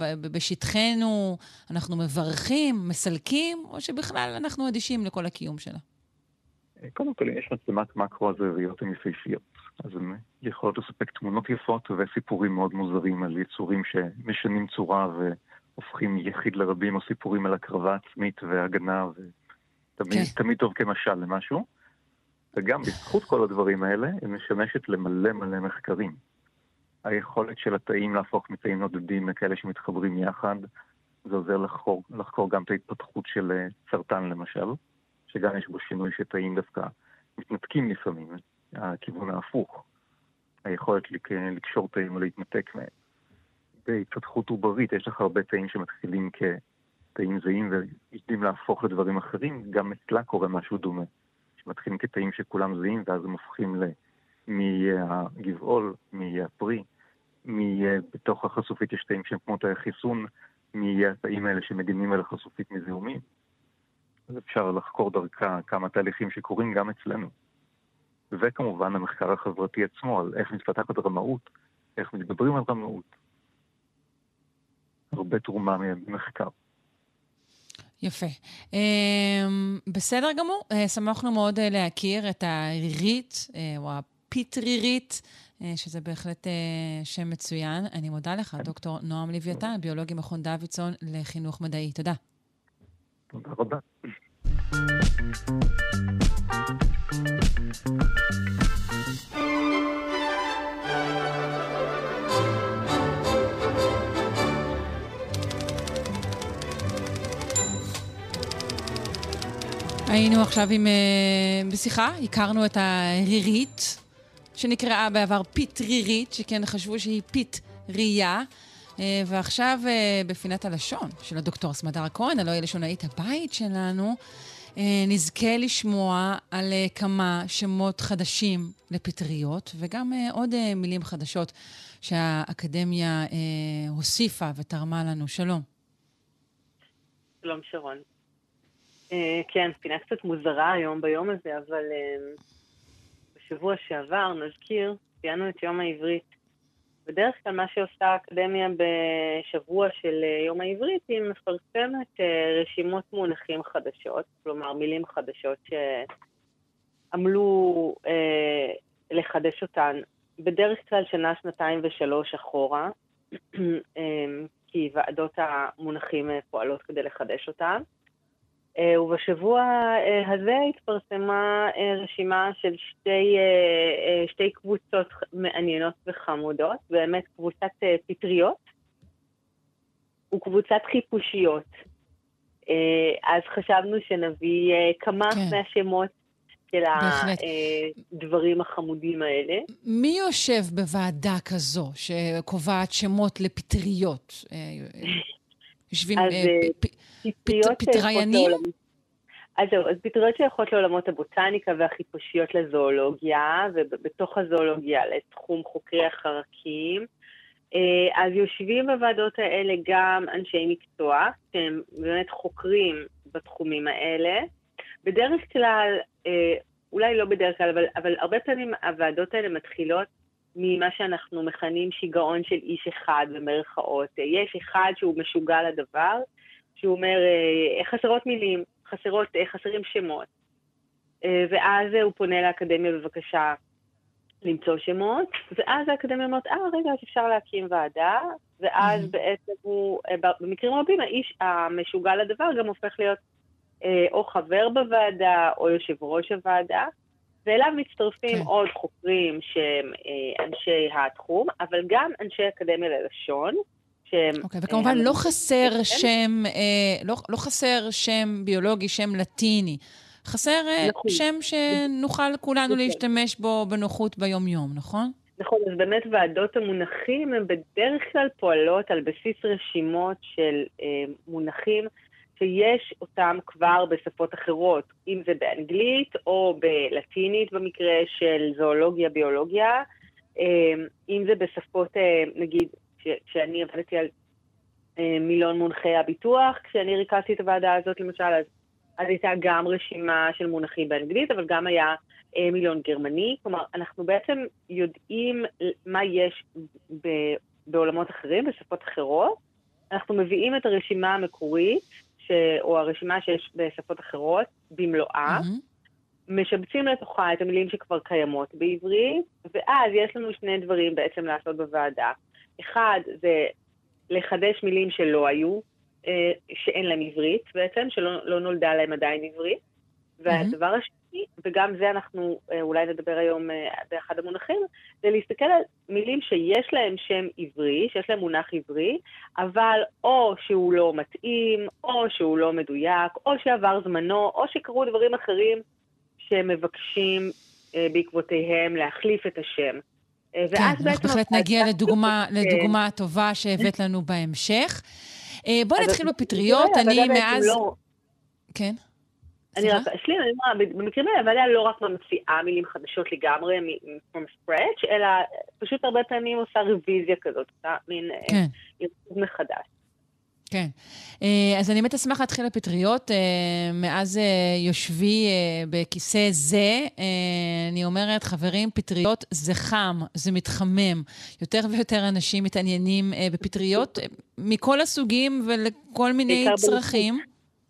בשטחנו, אנחנו מברכים, מסלקים, או שבכלל אנחנו אדישים לכל הקיום שלה? קודם כל, יש מצלמת מקרו, אז הריריות הן יפהפיות. אז הן יכולות לספק תמונות יפות וסיפורים מאוד מוזרים על יצורים שמשנים צורה והופכים יחיד לרבים, או סיפורים על הקרבה עצמית והגנה, ותמיד okay. תמיד טוב כמשל למשהו. וגם בזכות כל הדברים האלה, היא משמשת למלא מלא מחקרים. היכולת של התאים להפוך מתאים נודדים לכאלה שמתחברים יחד, זה עוזר לחקור, לחקור גם את ההתפתחות של סרטן למשל, שגם יש בו שינוי שתאים דווקא מתנתקים לפעמים. הכיוון ההפוך, היכולת לקשור תאים או להתנתק מהם. בהתפתחות עוברית יש לך הרבה תאים שמתחילים כתאים זהים ויודעים להפוך לדברים אחרים, גם אצלה קורה משהו דומה, שמתחילים כתאים שכולם זהים ואז הם הופכים למי יהיה הגבעול, מי יהיה הפרי, מי יהיה בתוך החשופית יש תאים שהם כמו תאי חיסון, מי יהיה התאים האלה שמגנים על החשופית מזיהומים. אז אפשר לחקור דרכה כמה תהליכים שקורים גם אצלנו. וכמובן המחקר החברתי עצמו, על איך מתפתחת רמאות, איך מתגברים על רמאות. הרבה תרומה ממחקר. יפה. בסדר גמור, שמחנו מאוד להכיר את הרירית, או הפטרירית, שזה בהחלט שם מצוין. אני מודה לך, דוקטור נועם לויתן, ביולוגי מכון דוידסון לחינוך מדעי. תודה. תודה רבה. היינו עכשיו עם, uh, בשיחה, הכרנו את הרירית, שנקראה בעבר פטרירית, שכן חשבו שהיא פטריה, uh, ועכשיו uh, בפינת הלשון של הדוקטור סמדר הכהן, הלוא היא לשונאית הבית שלנו, uh, נזכה לשמוע על uh, כמה שמות חדשים לפטריות, וגם uh, עוד uh, מילים חדשות שהאקדמיה uh, הוסיפה ותרמה לנו. שלום. שלום שרון. Uh, כן, פינה קצת מוזרה היום ביום הזה, אבל uh, בשבוע שעבר נזכיר, ציינו את יום העברית. בדרך כלל מה שעושה האקדמיה בשבוע של uh, יום העברית, היא מפרסמת uh, רשימות מונחים חדשות, כלומר מילים חדשות שעמלו uh, לחדש אותן, בדרך כלל שנה, שנתיים ושלוש אחורה, uh, כי ועדות המונחים uh, פועלות כדי לחדש אותן. Uh, ובשבוע uh, הזה התפרסמה uh, רשימה של שתי, uh, uh, שתי קבוצות מעניינות וחמודות, באמת קבוצת uh, פטריות וקבוצת חיפושיות. Uh, אז חשבנו שנביא uh, כמה כן. מהשמות של בהחלט. הדברים החמודים האלה. מי יושב בוועדה כזו שקובעת שמות לפטריות? יושבים פטריינים? אז זהו, אז פטריות שייכות לעולמות הבוטניקה והחיפושיות לזואולוגיה, ובתוך הזואולוגיה לתחום חוקרי החרקים. אז יושבים בוועדות האלה גם אנשי מקצוע, שהם באמת חוקרים בתחומים האלה. בדרך כלל, אולי לא בדרך כלל, אבל, אבל הרבה פעמים הוועדות האלה מתחילות ממה שאנחנו מכנים שיגעון של איש אחד במרכאות. יש אחד שהוא משוגע לדבר, שהוא אומר, חסרות מילים, חסרות, חסרים שמות. ואז הוא פונה לאקדמיה בבקשה למצוא שמות, ואז האקדמיה אומרת, אה, רגע, אפשר להקים ועדה, ואז mm-hmm. בעצם הוא, במקרים רבים, האיש המשוגע לדבר גם הופך להיות או חבר בוועדה, או יושב ראש הוועדה, ואליו מצטרפים okay. עוד חוקרים שהם אנשי התחום, אבל גם אנשי אקדמיה ללשון, אוקיי, וכמובן לא חסר שם, לא, לא חסר שם ביולוגי, שם לטיני. חסר נכון. שם שנוכל כולנו נכון. להשתמש בו בנוחות ביום-יום, נכון? נכון, אז באמת ועדות המונחים הן בדרך כלל פועלות על בסיס רשימות של אה, מונחים שיש אותם כבר בשפות אחרות, אם זה באנגלית או בלטינית במקרה של זואולוגיה, ביולוגיה, אה, אם זה בשפות, אה, נגיד, כשאני עבדתי על אה, מילון מונחי הביטוח, כשאני ריקסתי את הוועדה הזאת למשל, אז, אז הייתה גם רשימה של מונחים באנגלית, אבל גם היה אה, מילון גרמני, כלומר, אנחנו בעצם יודעים מה יש ב, בעולמות אחרים, בשפות אחרות, אנחנו מביאים את הרשימה המקורית, ש, או הרשימה שיש בשפות אחרות, במלואה, mm-hmm. משבצים לתוכה את המילים שכבר קיימות בעברית, ואז יש לנו שני דברים בעצם לעשות בוועדה. אחד, זה לחדש מילים שלא היו, שאין להם עברית בעצם, שלא לא נולדה להם עדיין עברית. והדבר mm-hmm. השני, וגם זה אנחנו אולי נדבר היום באחד המונחים, זה להסתכל על מילים שיש להם שם עברי, שיש להם מונח עברי, אבל או שהוא לא מתאים, או שהוא לא מדויק, או שעבר זמנו, או שקרו דברים אחרים שמבקשים בעקבותיהם להחליף את השם. כן, אנחנו בהחלט נגיע לדוגמה, לדוגמה טובה שהבאת לנו בהמשך. בואי נתחיל בפטריות, אני מאז... כן? אני רק אשלים, אני אומר, במקרים האלה, הוועדה לא רק ממציאה מילים חדשות לגמרי from scratch, אלא פשוט הרבה פעמים עושה רוויזיה כזאת, מין עירוב מחדש. כן. אז אני באמת אשמח להתחיל לפטריות. מאז יושבי בכיסא זה, אני אומרת, חברים, פטריות זה חם, זה מתחמם. יותר ויותר אנשים מתעניינים בפטריות מכל הסוגים ולכל מיני צרכים.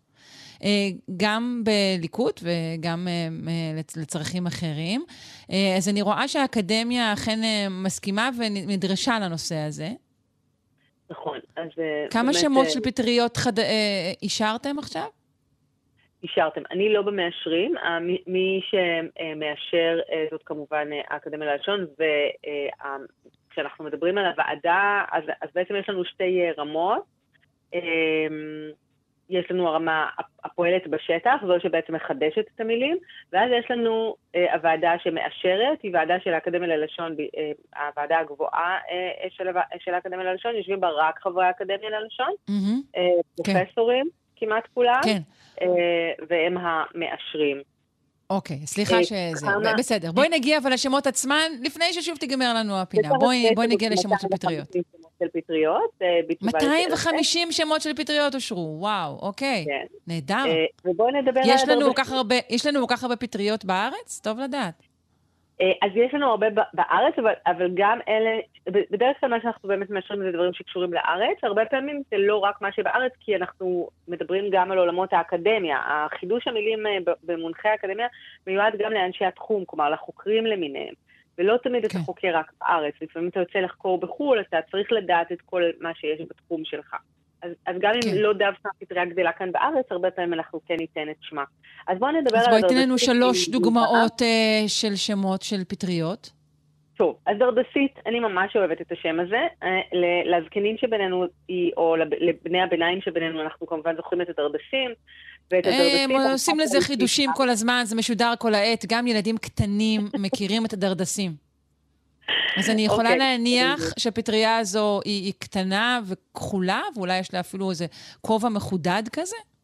גם בליקוט וגם לצרכים אחרים. אז אני רואה שהאקדמיה אכן מסכימה ונדרשה לנושא הזה. נכון, אז... כמה שמות של פטריות אישרתם עכשיו? אישרתם. אני לא במאשרים. מי שמאשר זאת כמובן האקדמיה ללשון, וכשאנחנו מדברים על הוועדה, אז בעצם יש לנו שתי רמות. יש לנו הרמה הפועלת בשטח, זו שבעצם מחדשת את המילים, ואז יש לנו אה, הוועדה שמאשרת, היא ועדה של האקדמיה ללשון, אה, הוועדה הגבוהה אה, של, של האקדמיה ללשון, יושבים בה רק חברי האקדמיה ללשון, mm-hmm. אה, פרופסורים כן. כמעט כולם, כן. אה, והם המאשרים. אוקיי, סליחה שזה, בסדר. בואי נגיע אבל לשמות עצמן, לפני ששוב תיגמר לנו הפינה. בואי, בואי נגיע לשמות של פטריות. של פטריות. מאתיים וחמישים שמות של פטריות אושרו, וואו, אוקיי. נהדר. ובואו נדבר על... יש לנו כל כך הרבה פטריות בארץ? טוב לדעת. אז יש לנו הרבה בארץ, אבל גם אלה, בדרך כלל מה שאנחנו באמת מאשרים זה דברים שקשורים לארץ, הרבה פעמים זה לא רק מה שבארץ, כי אנחנו מדברים גם על עולמות האקדמיה. החידוש המילים במונחי האקדמיה מיועד גם לאנשי התחום, כלומר לחוקרים למיניהם, ולא תמיד אתה חוקר רק בארץ, לפעמים אתה יוצא לחקור בחו"ל, אתה צריך לדעת את כל מה שיש בתחום שלך. אז, אז גם אם לא דווקא הפטריה גדלה כאן בארץ, הרבה פעמים אנחנו כן ניתן את שמה. אז בואו נדבר על... אז בואי תן לנו שלוש דוגמאות של שמות של פטריות. טוב, אז דרדסית, אני ממש אוהבת את השם הזה. לזקנים שבינינו, או לבני הביניים שבינינו, אנחנו כמובן זוכרים את הדרדסים, ואת הדרדסים... הם עושים לזה חידושים כל הזמן, זה משודר כל העת, גם ילדים קטנים מכירים את הדרדסים. אז אני יכולה okay. להניח שהפטריה הזו היא, היא קטנה וכחולה, ואולי יש לה אפילו איזה כובע מחודד כזה?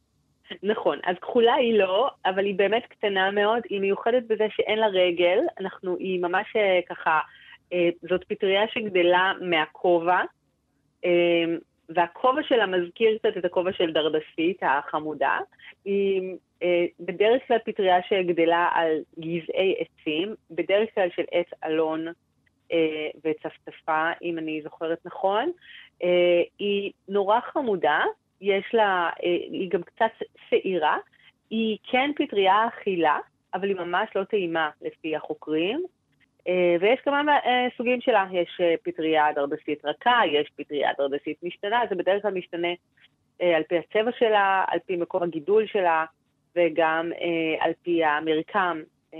נכון, אז כחולה היא לא, אבל היא באמת קטנה מאוד, היא מיוחדת בזה שאין לה רגל, אנחנו, היא ממש ככה, זאת פטריה שגדלה מהכובע, והכובע שלה מזכיר קצת את הכובע של דרדסית, החמודה. היא בדרך כלל פטריה שגדלה על גזעי עצים, בדרך כלל של עץ אלון וצפצפה, אם אני זוכרת נכון. היא נורא חמודה, יש לה, היא גם קצת שעירה, היא כן פטריה אכילה, אבל היא ממש לא טעימה לפי החוקרים. ויש כמה סוגים שלה, יש פטריה דרדסית רכה, יש פטריה דרדסית משתנה, זה בדרך כלל משתנה על פי הצבע שלה, על פי מקום הגידול שלה, וגם על פי המרקם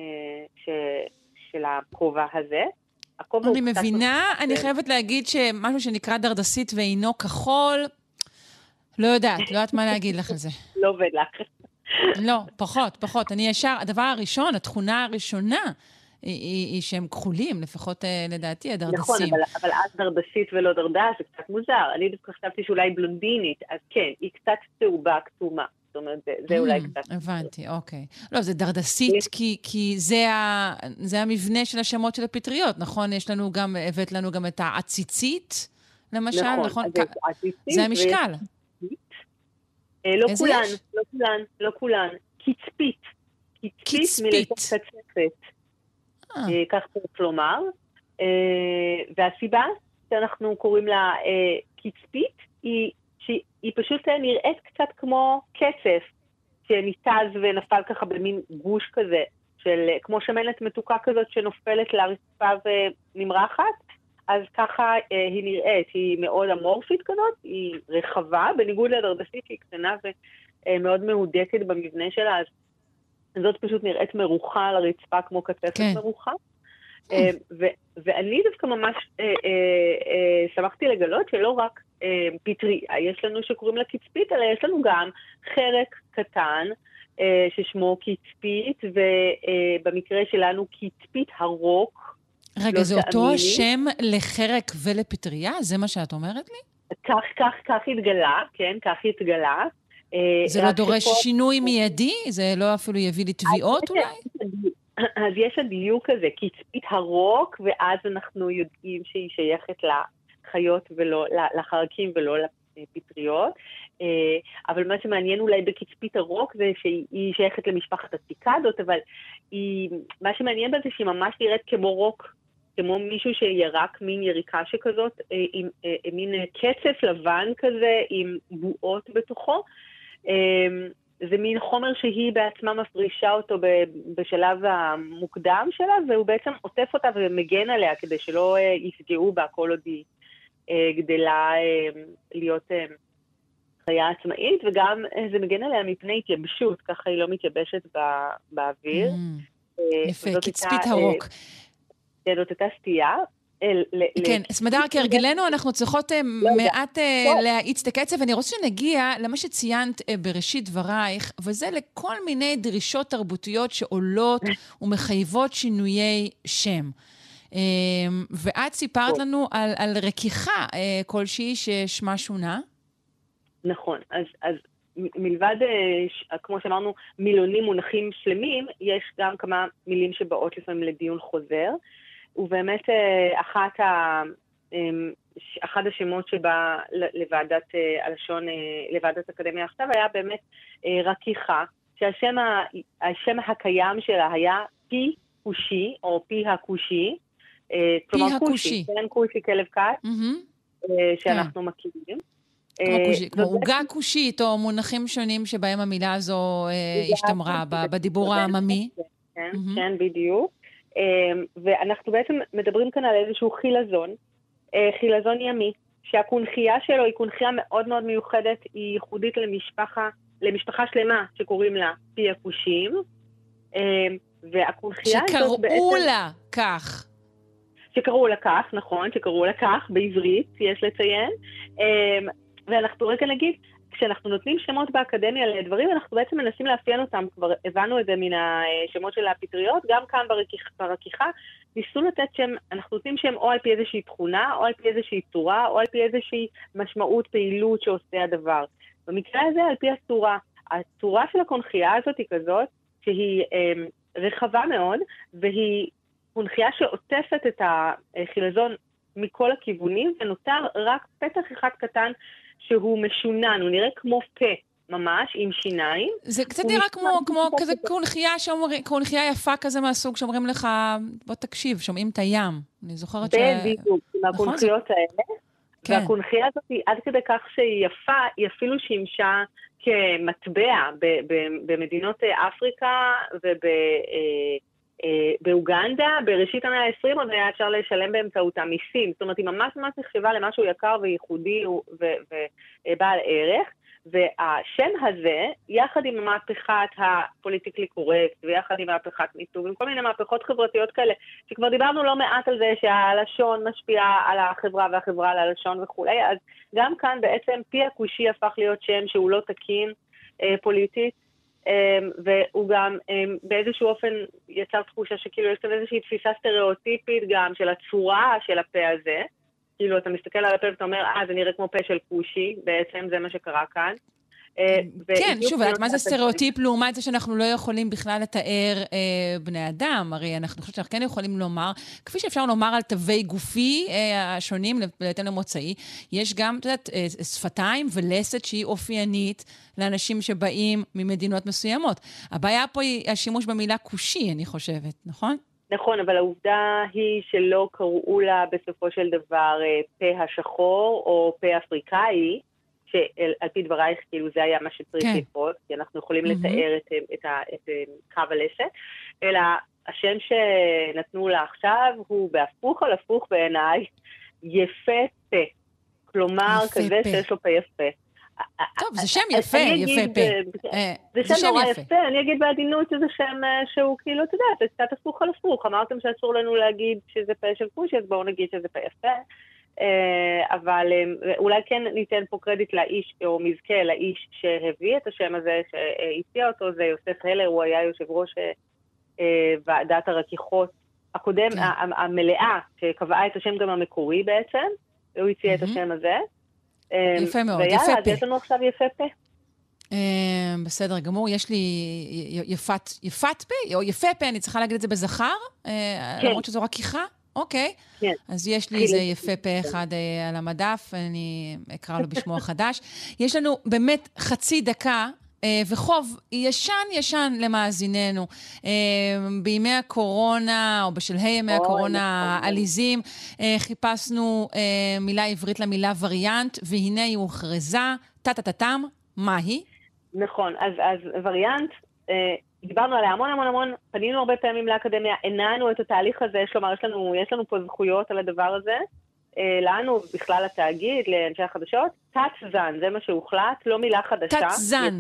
של הכובע הזה. אני מבינה, אני חייבת להגיד שמשהו שנקרא דרדסית ואינו כחול, לא יודעת, לא יודעת מה להגיד לך על זה. לא עובד לך. לא, פחות, פחות. אני ישר, הדבר הראשון, התכונה הראשונה, היא, היא שהם כחולים, לפחות לדעתי, הדרדסים. נכון, אבל, אבל אז דרדסית ולא דרדס, זה קצת מוזר. אני דווקא חשבתי שאולי בלונדינית, אז כן, היא קצת צהובה, כתומה. זאת אומרת, זה, זה אולי קצת... הבנתי, אוקיי. לא, זה דרדסית, כי, כי זה, ה, זה המבנה של השמות של הפטריות, נכון? יש לנו גם, הבאת לנו גם את העציצית, למשל, נכון? נכון, זה המשקל. לא כולן, לא כולן, לא כולן. קצפית. קצפית. מלשון קצפת. כך צריך לומר. והסיבה שאנחנו קוראים לה קצפית, היא שהיא פשוט נראית קצת כמו קצף, שניתז ונפל ככה במין גוש כזה, של כמו שמנת מתוקה כזאת שנופלת לרצפה ונמרחת, אז ככה היא נראית, היא מאוד אמורפית כזאת, היא רחבה, בניגוד לדרדסית שהיא קטנה ומאוד מהודקת במבנה שלה, אז זאת פשוט נראית מרוחה על הרצפה כמו קצפת כן. מרוחה. ו- ואני דווקא ממש אה, אה, אה, שמחתי לגלות שלא רק אה, פטריה, יש לנו שקוראים לה קצפית, אלא יש לנו גם חרק קטן, אה, ששמו קצפית, ובמקרה אה, שלנו קצפית הרוק. רגע, לא זה תאמיני. אותו השם לחרק ולפטריה? זה מה שאת אומרת לי? כך, כך, כך התגלה, כן, כך התגלה. זה לא דורש שפה... שינוי מיידי? זה לא אפילו יביא לי תביעות אולי? אז יש הדיוק הזה, קצפית הרוק, ואז אנחנו יודעים שהיא שייכת לחיות ולא, לחרקים ולא לפטריות. אבל מה שמעניין אולי בקצפית הרוק זה שהיא שייכת למשפחת הציקדות, אבל היא, מה שמעניין בזה שהיא ממש נראית כמו רוק, כמו מישהו שירק מין יריקה שכזאת, עם, עם מין קצף לבן כזה, עם בועות בתוכו. זה מין חומר שהיא בעצמה מפרישה אותו בשלב המוקדם שלה, והוא בעצם עוטף אותה ומגן עליה כדי שלא יפגעו בה כל עוד היא גדלה להיות חיה עצמאית, וגם זה מגן עליה מפני התייבשות, ככה היא לא מתייבשת באוויר. יפה, קצפית הרוק. זאת הייתה סטייה. כן, סמדר, כהרגלנו אנחנו צריכות מעט להאיץ את הקצב, ואני רוצה שנגיע למה שציינת בראשית דברייך, וזה לכל מיני דרישות תרבותיות שעולות ומחייבות שינויי שם. ואת סיפרת לנו על, על רכיכה כלשהי ששמה שונה? נכון, אז, אז מלבד, כמו שאמרנו, מילונים מונחים שלמים, יש גם כמה מילים שבאות לפעמים לדיון חוזר, ובאמת אחת ה, אחד השמות שבא לוועדת הלשון, לוועדת אקדמיה עכשיו, היה באמת רכיכה, שהשם השם הקיים שלה היה פי קושי, או פי הקושי, כלומר קושי, כן, קושי כלב קט, שאנחנו מכירים. כמו עוגה קושית, או מונחים שונים שבהם המילה הזו השתמרה בדיבור העממי. כן, בדיוק. ואנחנו בעצם מדברים כאן על איזשהו חילזון, חילזון ימי, שהקונחייה שלו היא קונחייה מאוד מאוד מיוחדת, היא ייחודית למשפחה, למשפחה שלמה שקוראים לה פי הקושים, והקונחייה הזאת בעצם... שקראו לה כך. שקראו לה כך, נכון, שקראו לה כך, בעברית, יש לציין, ואנחנו רכן נגיד, כשאנחנו נותנים שמות באקדמיה לדברים, אנחנו בעצם מנסים לאפיין אותם, כבר הבנו את זה מן השמות של הפטריות, גם כאן ברקיח, ברקיחה, ניסו לתת שם, אנחנו נותנים שם או על פי איזושהי תכונה, או על פי איזושהי צורה, או על פי איזושהי משמעות, פעילות שעושה הדבר. במקרה הזה, על פי הצורה, הצורה של הקונחייה הזאת היא כזאת, שהיא רחבה מאוד, והיא קונחייה שעוטפת את החילזון מכל הכיוונים, ונותר רק פתח אחד קטן שהוא משונן, הוא נראה כמו פה ממש, עם שיניים. זה קצת נראה כמו, כמו כזה קונחייה, שאומר, קונחייה יפה כזה מהסוג שאומרים לך, בוא תקשיב, שומעים את הים. אני זוכרת ש... בדיוק, עם הקונחיות האלה. כן. והקונחייה הזאת היא עד כדי כך שהיא יפה, היא אפילו שימשה כמטבע ב- ב- במדינות אפריקה ובאוגנדה, בראשית המאה ה-עשרים עוד היה אפשר לשלם באמצעותה מיסים, זאת אומרת היא ממש ממש נחשבה למשהו יקר וייחודי ובעל ערך, והשם הזה, יחד עם מהפכת הפוליטיקלי קורקט, ויחד עם מהפכת מיתוג, עם כל מיני מהפכות חברתיות כאלה, שכבר דיברנו לא מעט על זה שהלשון משפיעה על החברה והחברה על הלשון וכו', אז גם כאן בעצם פי הכושי הפך להיות שם שהוא לא תקין אה, פוליטית, אה, והוא גם אה, באיזשהו אופן יצר תחושה שכאילו יש כאן איזושהי תפיסה סטריאוטיפית גם של הצורה של הפה הזה, כאילו, אתה מסתכל על הפה ואתה אומר, אה, זה נראה כמו פה של קושי, בעצם זה מה שקרה כאן. כן, שוב, מה זה סטריאוטיפ לעומת זה שאנחנו לא יכולים בכלל לתאר בני אדם? הרי אנחנו חושבת שאנחנו כן יכולים לומר, כפי שאפשר לומר על תווי גופי השונים, בהתאם למוצאי, יש גם, את יודעת, שפתיים ולסת שהיא אופיינית לאנשים שבאים ממדינות מסוימות. הבעיה פה היא השימוש במילה קושי, אני חושבת, נכון? נכון, אבל העובדה היא שלא קראו לה בסופו של דבר פה השחור או פה אפריקאי, שעל פי דברייך כאילו זה היה מה שצריך כן. לקרות, כי אנחנו יכולים mm-hmm. לתאר את, את, את, את קו הלסת, אלא השם שנתנו לה עכשיו הוא בהפוך על הפוך בעיניי, יפה פה. כלומר, יפה כזה פה. שיש לו פה יפה. טוב, זה שם יפה, יפה פה. זה שם נורא יפה, אני אגיד בעדינות שזה שם שהוא כאילו, אתה יודע, זה קצת הפוך על הפוך, אמרתם שאסור לנו להגיד שזה פה של קושי, אז בואו נגיד שזה פה יפה, אבל אולי כן ניתן פה קרדיט לאיש, או מזכה לאיש שהביא את השם הזה, שהציע אותו, זה יוסף הלר, הוא היה יושב ראש ועדת הרכיחות הקודם, המלאה, שקבעה את השם גם המקורי בעצם, הוא הציע את השם הזה, יפה מאוד, יפה פה. ויאללה, אז יש לנו עכשיו יפה פה. בסדר גמור, יש לי יפת, יפת פה, או יפה פה, אני צריכה להגיד את זה בזכר, למרות שזו רק איכה, אוקיי. אז יש לי איזה יפה פה אחד על המדף, אני אקרא לו בשמו החדש. יש לנו באמת חצי דקה, וחוב ישן ישן למאזיננו, בימי הקורונה, או בשלהי ימי הקורונה העליזים, חיפשנו מילה עברית למילה וריאנט, והנה היא הוכרזה, טה-טה-טם, מה היא? נכון, אז, אז וריאנט, דיברנו עליה המון המון המון, פנינו הרבה פעמים לאקדמיה, עיננו את התהליך הזה, כלומר, יש לנו, יש לנו פה זכויות על הדבר הזה, לנו, בכלל התאגיד, לאנשי החדשות, תת-זן, זה מה שהוחלט, לא מילה חדשה. תת-זן.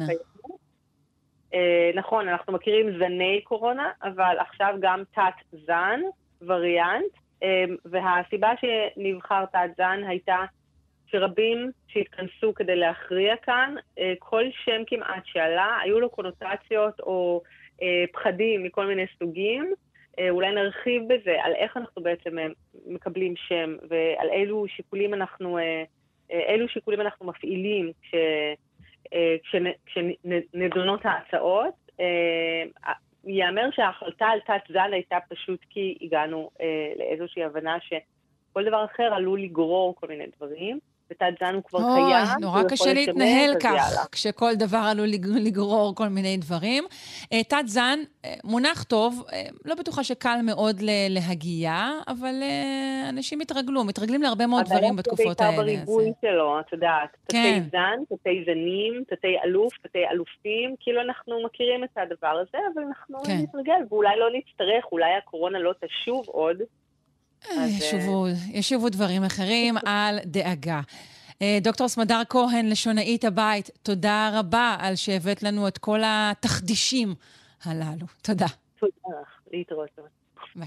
נכון, אנחנו מכירים זני קורונה, אבל עכשיו גם תת-זן, וריאנט, והסיבה שנבחר תת-זן הייתה שרבים שהתכנסו כדי להכריע כאן, כל שם כמעט שעלה, היו לו קונוטציות או פחדים מכל מיני סוגים, אולי נרחיב בזה, על איך אנחנו בעצם מקבלים שם, ועל אילו שיקולים אנחנו, אילו שיקולים אנחנו מפעילים כש, כשנדונות ההצעות. יאמר שההחלטה על תת-זן הייתה פשוט כי הגענו לאיזושהי הבנה שכל דבר אחר עלול לגרור כל מיני דברים, ותת-זן הוא כבר קיים. אוי, נורא קשה להתנהל כך, כשכל דבר עלול לגרור כל מיני דברים. תת-זן, מונח טוב, לא בטוחה שקל מאוד להגיע, אבל אנשים מתרגלו, מתרגלים להרבה מאוד דברים בתקופות האלה. אבל זה בעיקר בריבוי שלו, את יודעת, תתי-זן, תתי-זנים, תתי-אלוף, תתי-אלופים, כאילו אנחנו מכירים את הדבר הזה, אבל אנחנו נתרגל, ואולי לא נצטרך, אולי הקורונה לא תשוב עוד, ישובו, ישובו דברים אחרים על דאגה. דוקטור סמדר כהן, לשונאית הבית, תודה רבה על שהבאת לנו את כל התחדישים הללו. תודה. תודה לך, להתראות. ביי.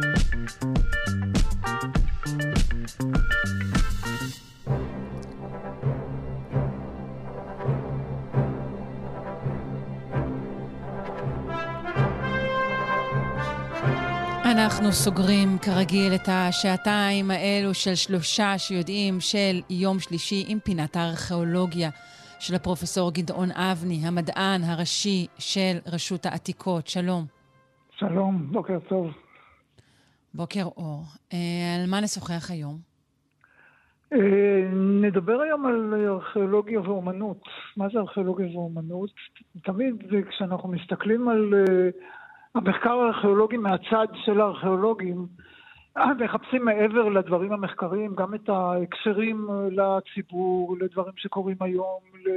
אנחנו סוגרים כרגיל את השעתיים האלו של שלושה שיודעים של יום שלישי עם פינת הארכיאולוגיה של הפרופסור גדעון אבני, המדען הראשי של רשות העתיקות. שלום. שלום, בוקר טוב. בוקר אור. על מה נשוחח היום? נדבר היום על ארכיאולוגיה ואומנות. מה זה ארכיאולוגיה ואומנות? תמיד כשאנחנו מסתכלים על המחקר הארכיאולוגי מהצד של הארכיאולוגים, מחפשים מעבר לדברים המחקריים, גם את ההקשרים לציבור, לדברים שקורים היום,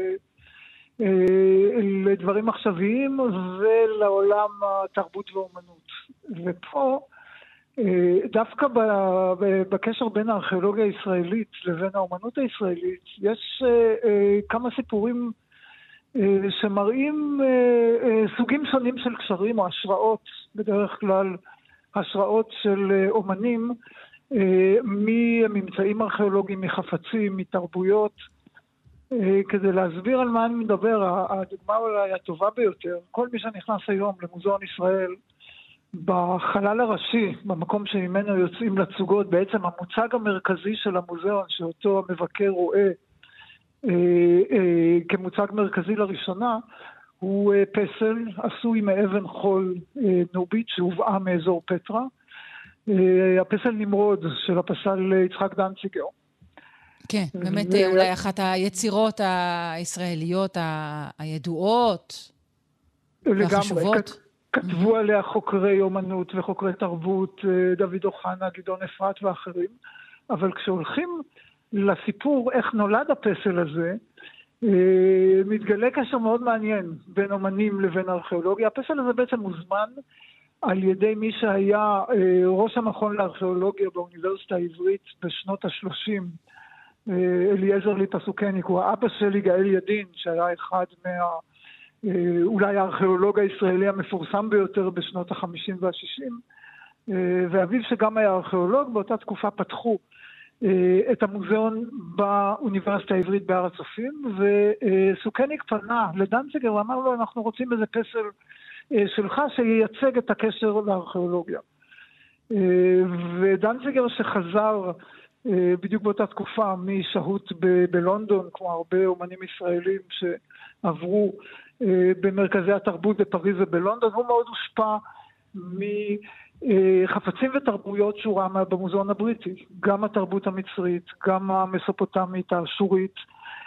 לדברים עכשוויים ולעולם התרבות ואומנות. ופה, דווקא בקשר בין הארכיאולוגיה הישראלית לבין האומנות הישראלית, יש כמה סיפורים שמראים סוגים שונים של קשרים או השראות, בדרך כלל השראות של אומנים מממצאים ארכיאולוגיים, מחפצים, מתרבויות. כדי להסביר על מה אני מדבר, הדוגמה אולי הטובה ביותר, כל מי שנכנס היום למוזיאון ישראל, בחלל הראשי, במקום שממנו יוצאים לצוגות, בעצם המוצג המרכזי של המוזיאון, שאותו המבקר רואה אה, אה, כמוצג מרכזי לראשונה, הוא אה, פסל עשוי מאבן חול אה, נובית שהובאה מאזור פטרה, אה, הפסל נמרוד של הפסל יצחק דנציגר. כן, באמת ו... אולי אחת היצירות הישראליות הידועות והחשובות. כתבו עליה חוקרי אומנות וחוקרי תרבות, דוד אוחנה, גדעון אפרת ואחרים, אבל כשהולכים לסיפור איך נולד הפסל הזה, מתגלה קשר מאוד מעניין בין אומנים לבין ארכיאולוגיה. הפסל הזה בעצם מוזמן על ידי מי שהיה ראש המכון לארכיאולוגיה באוניברסיטה העברית בשנות ה-שלושים, אליעזר ליפא סוקניק, הוא האבא של יגאל ידין, שהיה אחד מה... אולי הארכיאולוג הישראלי המפורסם ביותר בשנות ה-חמישים וה-שישים, ואביו שגם היה ארכיאולוג, באותה תקופה פתחו את המוזיאון באוניברסיטה העברית בהר הצופים, וסוקניק פנה לדנציגר ואמר לו, אנחנו רוצים איזה פסל שלך שייצג את הקשר לארכיאולוגיה. ודנציגר שחזר בדיוק באותה תקופה משהות ב- בלונדון, כמו הרבה אומנים ישראלים שעברו במרכזי התרבות בפריז ובלונדון, הוא מאוד הושפע מחפצים ותרבויות שהוא ראה במוזיאון הבריטי, גם התרבות המצרית, גם המסופוטמית, האשורית,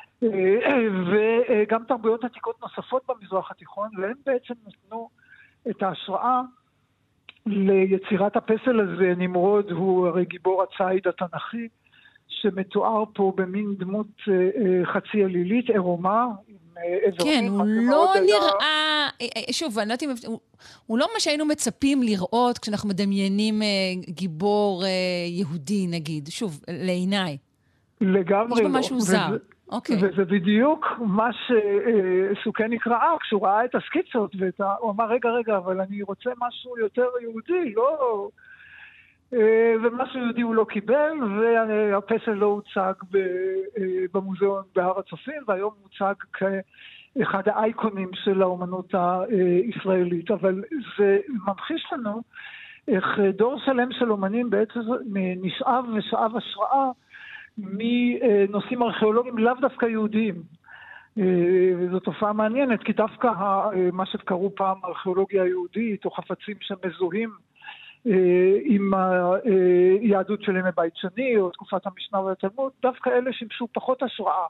וגם תרבויות עתיקות נוספות במזרח התיכון, והם בעצם נתנו את ההשראה ליצירת הפסל הזה. נמרוד הוא הרי גיבור הציד התנ"כי, שמתואר פה במין דמות חצי אלילית, עירומה, כן, הוא לא נראה, שוב, אני לא יודעת אם, הוא לא מה שהיינו מצפים לראות כשאנחנו מדמיינים גיבור יהודי, נגיד, שוב, לעיניי. לגמרי לא. יש בו משהו זר. וזה בדיוק מה שסוקניק ראה, כשהוא ראה את הסקיצות, הוא אמר, רגע, רגע, אבל אני רוצה משהו יותר יהודי, לא... ומשהו יהודי הוא לא קיבל, והפסל לא הוצג במוזיאון בהר הצופים, והיום הוצג כאחד האייקונים של האומנות הישראלית. אבל זה ממחיש לנו איך דור שלם של אומנים בעצם נשאב ושאב השראה מנושאים ארכיאולוגיים לאו דווקא יהודיים. וזו תופעה מעניינת, כי דווקא מה שקראו פעם ארכיאולוגיה היהודית, או חפצים שמזוהים עם היהדות של ימי בית שני או תקופת המשנה והתלמוד, דווקא אלה שימשו פחות השראה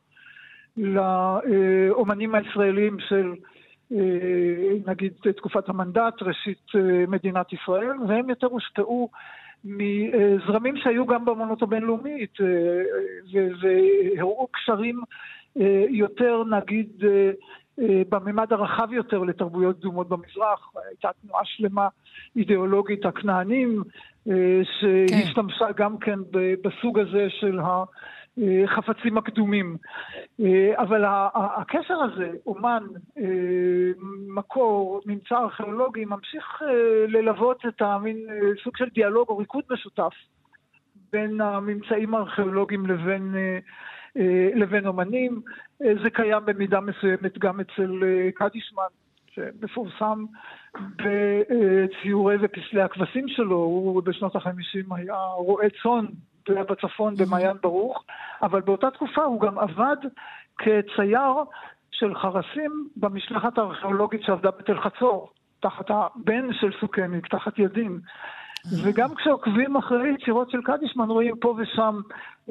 לאומנים הישראלים של נגיד תקופת המנדט, ראשית מדינת ישראל, והם יותר הושפעו מזרמים שהיו גם באמנות הבינלאומית והראו קשרים יותר נגיד בממד הרחב יותר לתרבויות דומות במזרח. הייתה תנועה שלמה אידיאולוגית הכנענים שהשתמשה גם כן בסוג הזה של החפצים הקדומים. אבל הקשר הזה, אומן, מקור, ממצא ארכיאולוגי, ממשיך ללוות את המין סוג של דיאלוג או ריקוד משותף בין הממצאים הארכיאולוגיים לבין לבין אומנים. זה קיים במידה מסוימת גם אצל קדישמן, שמפורסם בציורי ופסלי הכבשים שלו. הוא בשנות ה-חמישים היה רועה צאן בצפון במעיין ברוך, אבל באותה תקופה הוא גם עבד כצייר של חרסים במשלחת הארכיאולוגית שעבדה בתל חצור, תחת הבן של סוכניק, תחת ידין. וגם כשעוקבים אחרי יצירות של קדישמן, רואים פה ושם, אה,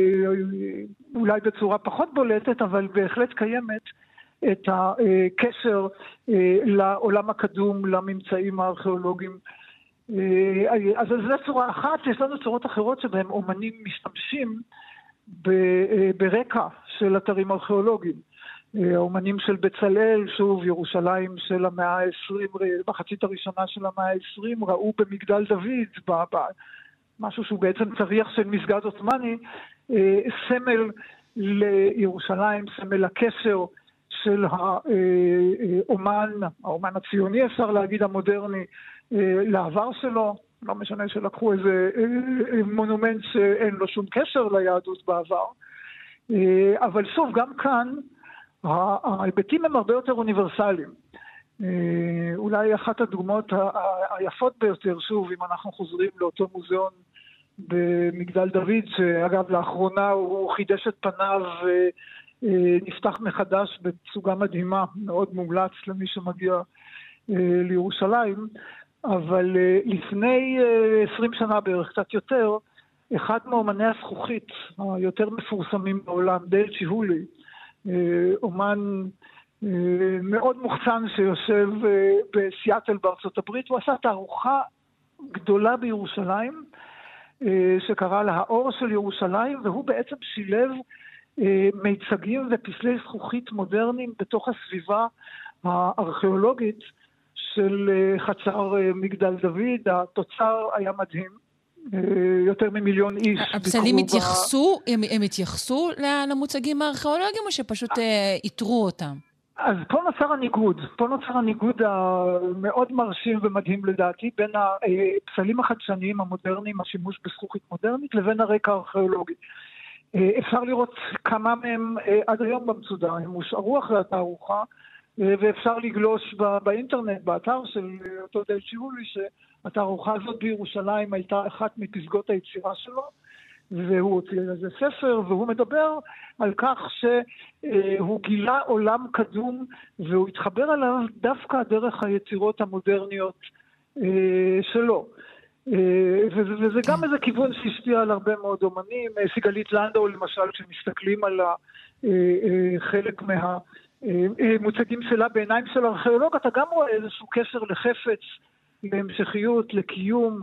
אולי בצורה פחות בולטת, אבל בהחלט קיימת, את הקשר אה, לעולם הקדום, לממצאים הארכיאולוגיים. אה, אז זו צורה אחת, יש לנו צורות אחרות שבהן אומנים משתמשים ב, אה, ברקע של אתרים ארכיאולוגיים. האומנים של בצלאל, שוב, ירושלים של המאה ה-עשרים, בחצית הראשונה של המאה ה-עשרים, ראו במגדל דוד, משהו שהוא בעצם צריח של מסגד עות'מאני, סמל לירושלים, סמל הקשר של האומן, האומן הציוני, אפשר להגיד המודרני, לעבר שלו. לא משנה שלקחו איזה מונומנט שאין לו שום קשר ליהדות בעבר. אבל שוב, גם כאן, ההיבטים הם הרבה יותר אוניברסליים. אולי אחת הדוגמאות היפות ביותר, שוב, אם אנחנו חוזרים לאותו מוזיאון במגדל דוד, שאגב לאחרונה הוא חידש את פניו ונפתח מחדש בצוגה מדהימה, מאוד מומלץ למי שמגיע לירושלים, אבל לפני עשרים שנה בערך, קצת יותר, אחד מאומני הזכוכית היותר מפורסמים בעולם, דייל צ'יהולי, אומן מאוד מוחצן שיושב בסיאטל בארצות הברית, הוא עשה תערוכה גדולה בירושלים, שקרא לה האור של ירושלים, והוא בעצם שילב מיצגים ופסלי זכוכית מודרניים בתוך הסביבה הארכיאולוגית של חצר מגדל דוד. התוצר היה מדהים. יותר ממיליון איש. הפסלים התייחסו, הם, הם התייחסו למוצגים הארכיאולוגיים או שפשוט יתרו אותם? אז פה נוצר הניגוד, פה נוצר הניגוד המאוד מרשים ומדהים לדעתי, בין הפסלים החדשניים המודרניים, השימוש בזכוכית מודרנית, לבין הרקע הארכיאולוגי. אפשר לראות כמה מהם עד היום במצודה, הם הושארו אחרי התערוכה, ואפשר לגלוש באינטרנט, באתר של אותו דייל צ'יהולי, שהתערוכה הזאת בירושלים הייתה אחת מפסגות היצירה שלו, והוא הוציא איזה ספר, והוא מדבר על כך שהוא גילה עולם קדום, והוא התחבר עליו דווקא דרך היצירות המודרניות שלו. וזה גם איזה כיוון שהשפיע על הרבה מאוד אומנים. סיגלית לנדאו למשל, כשמסתכלים על חלק מה... מוצגים שלה בעיניים של ארכיאולוג, אתה גם רואה איזשהו קשר לחפץ, להמשכיות, לקיום.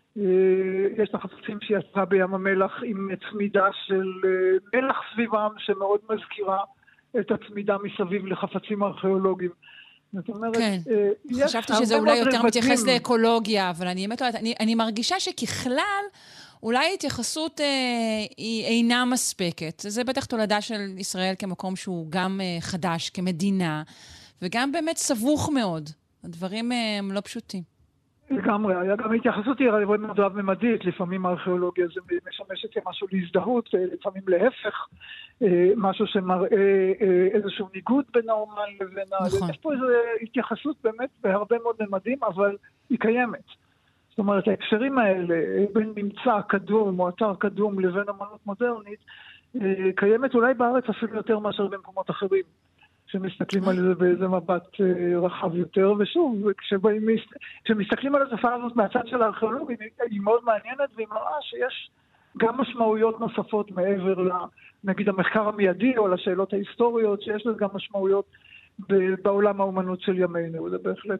יש את החפצים שיצרה בים המלח עם צמידה של מלח סביבם, שמאוד מזכירה את הצמידה מסביב לחפצים ארכיאולוגיים. זאת אומרת, כן, חשבתי שזה אולי יותר מתייחס לאקולוגיה, אבל אני באמת לא יודעת, אני מרגישה שככלל, אולי התייחסות אה, היא אינה מספקת. זה בטח תולדה של ישראל כמקום שהוא גם אה, חדש, כמדינה, וגם באמת סבוך מאוד. הדברים אה, הם לא פשוטים. לגמרי, היה גם התייחסות היא רב-ממדית, לפעמים הארכיאולוגיה זה משמשת כמשהו להזדהות, לפעמים להפך, אה, משהו שמראה אה, איזשהו ניגוד בין האומן לבין... נכון. יש פה איזו התייחסות באמת בהרבה מאוד ממדים, אבל היא קיימת. זאת אומרת, ההקשרים האלה, בין ממצא קדום או אתר קדום לבין אמנות מודרנית, קיימת אולי בארץ אפילו יותר מאשר במקומות אחרים, שמסתכלים על זה באיזה מבט רחב יותר. ושוב, כשמסתכלים על התופעה הזאת מהצד של הארכיאולוגים, היא מאוד מעניינת, והיא מראה שיש גם משמעויות נוספות מעבר נגיד המחקר המיידי או לשאלות ההיסטוריות, שיש לזה גם משמעויות בעולם האומנות של ימינו. זה בהחלט...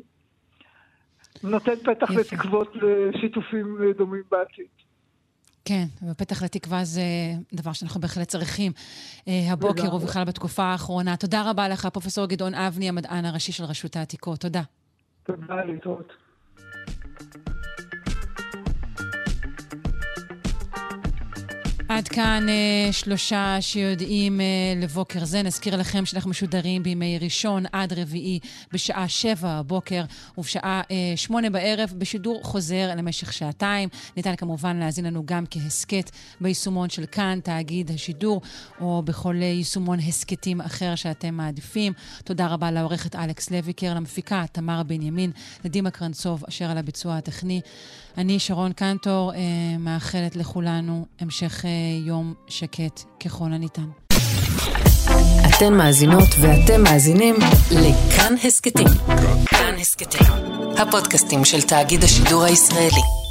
נותן פתח יפה. לתקוות לשיתופים דומים בעתיד. כן, ופתח לתקווה זה דבר שאנחנו בהחלט צריכים. הבוקר ובכלל בתקופה האחרונה. תודה רבה לך, פרופסור גדעון אבני, המדען הראשי של רשות העתיקות. תודה. תודה, להתראות. עד כאן שלושה שיודעים לבוקר זה. נזכיר לכם שאנחנו משודרים בימי ראשון עד רביעי בשעה שבע בבוקר ובשעה שמונה בערב בשידור חוזר למשך שעתיים. ניתן כמובן להזין לנו גם כהסקט ביישומון של כאן, תאגיד השידור, או בכל יישומון הסקטים אחר שאתם מעדיפים. תודה רבה לעורכת אלכס לויקר, למפיקה תמר בנימין, לדימה קרנצוב אשר על הביצוע הטכני. אני שרון קנטור, מאחלת לכולנו המשך יום שקט ככל הניתן. אתן מאזינות ואתם מאזינים לכאן הסקטים. כאן הסקטים, הפודקאסטים של תאגיד השידור הישראלי.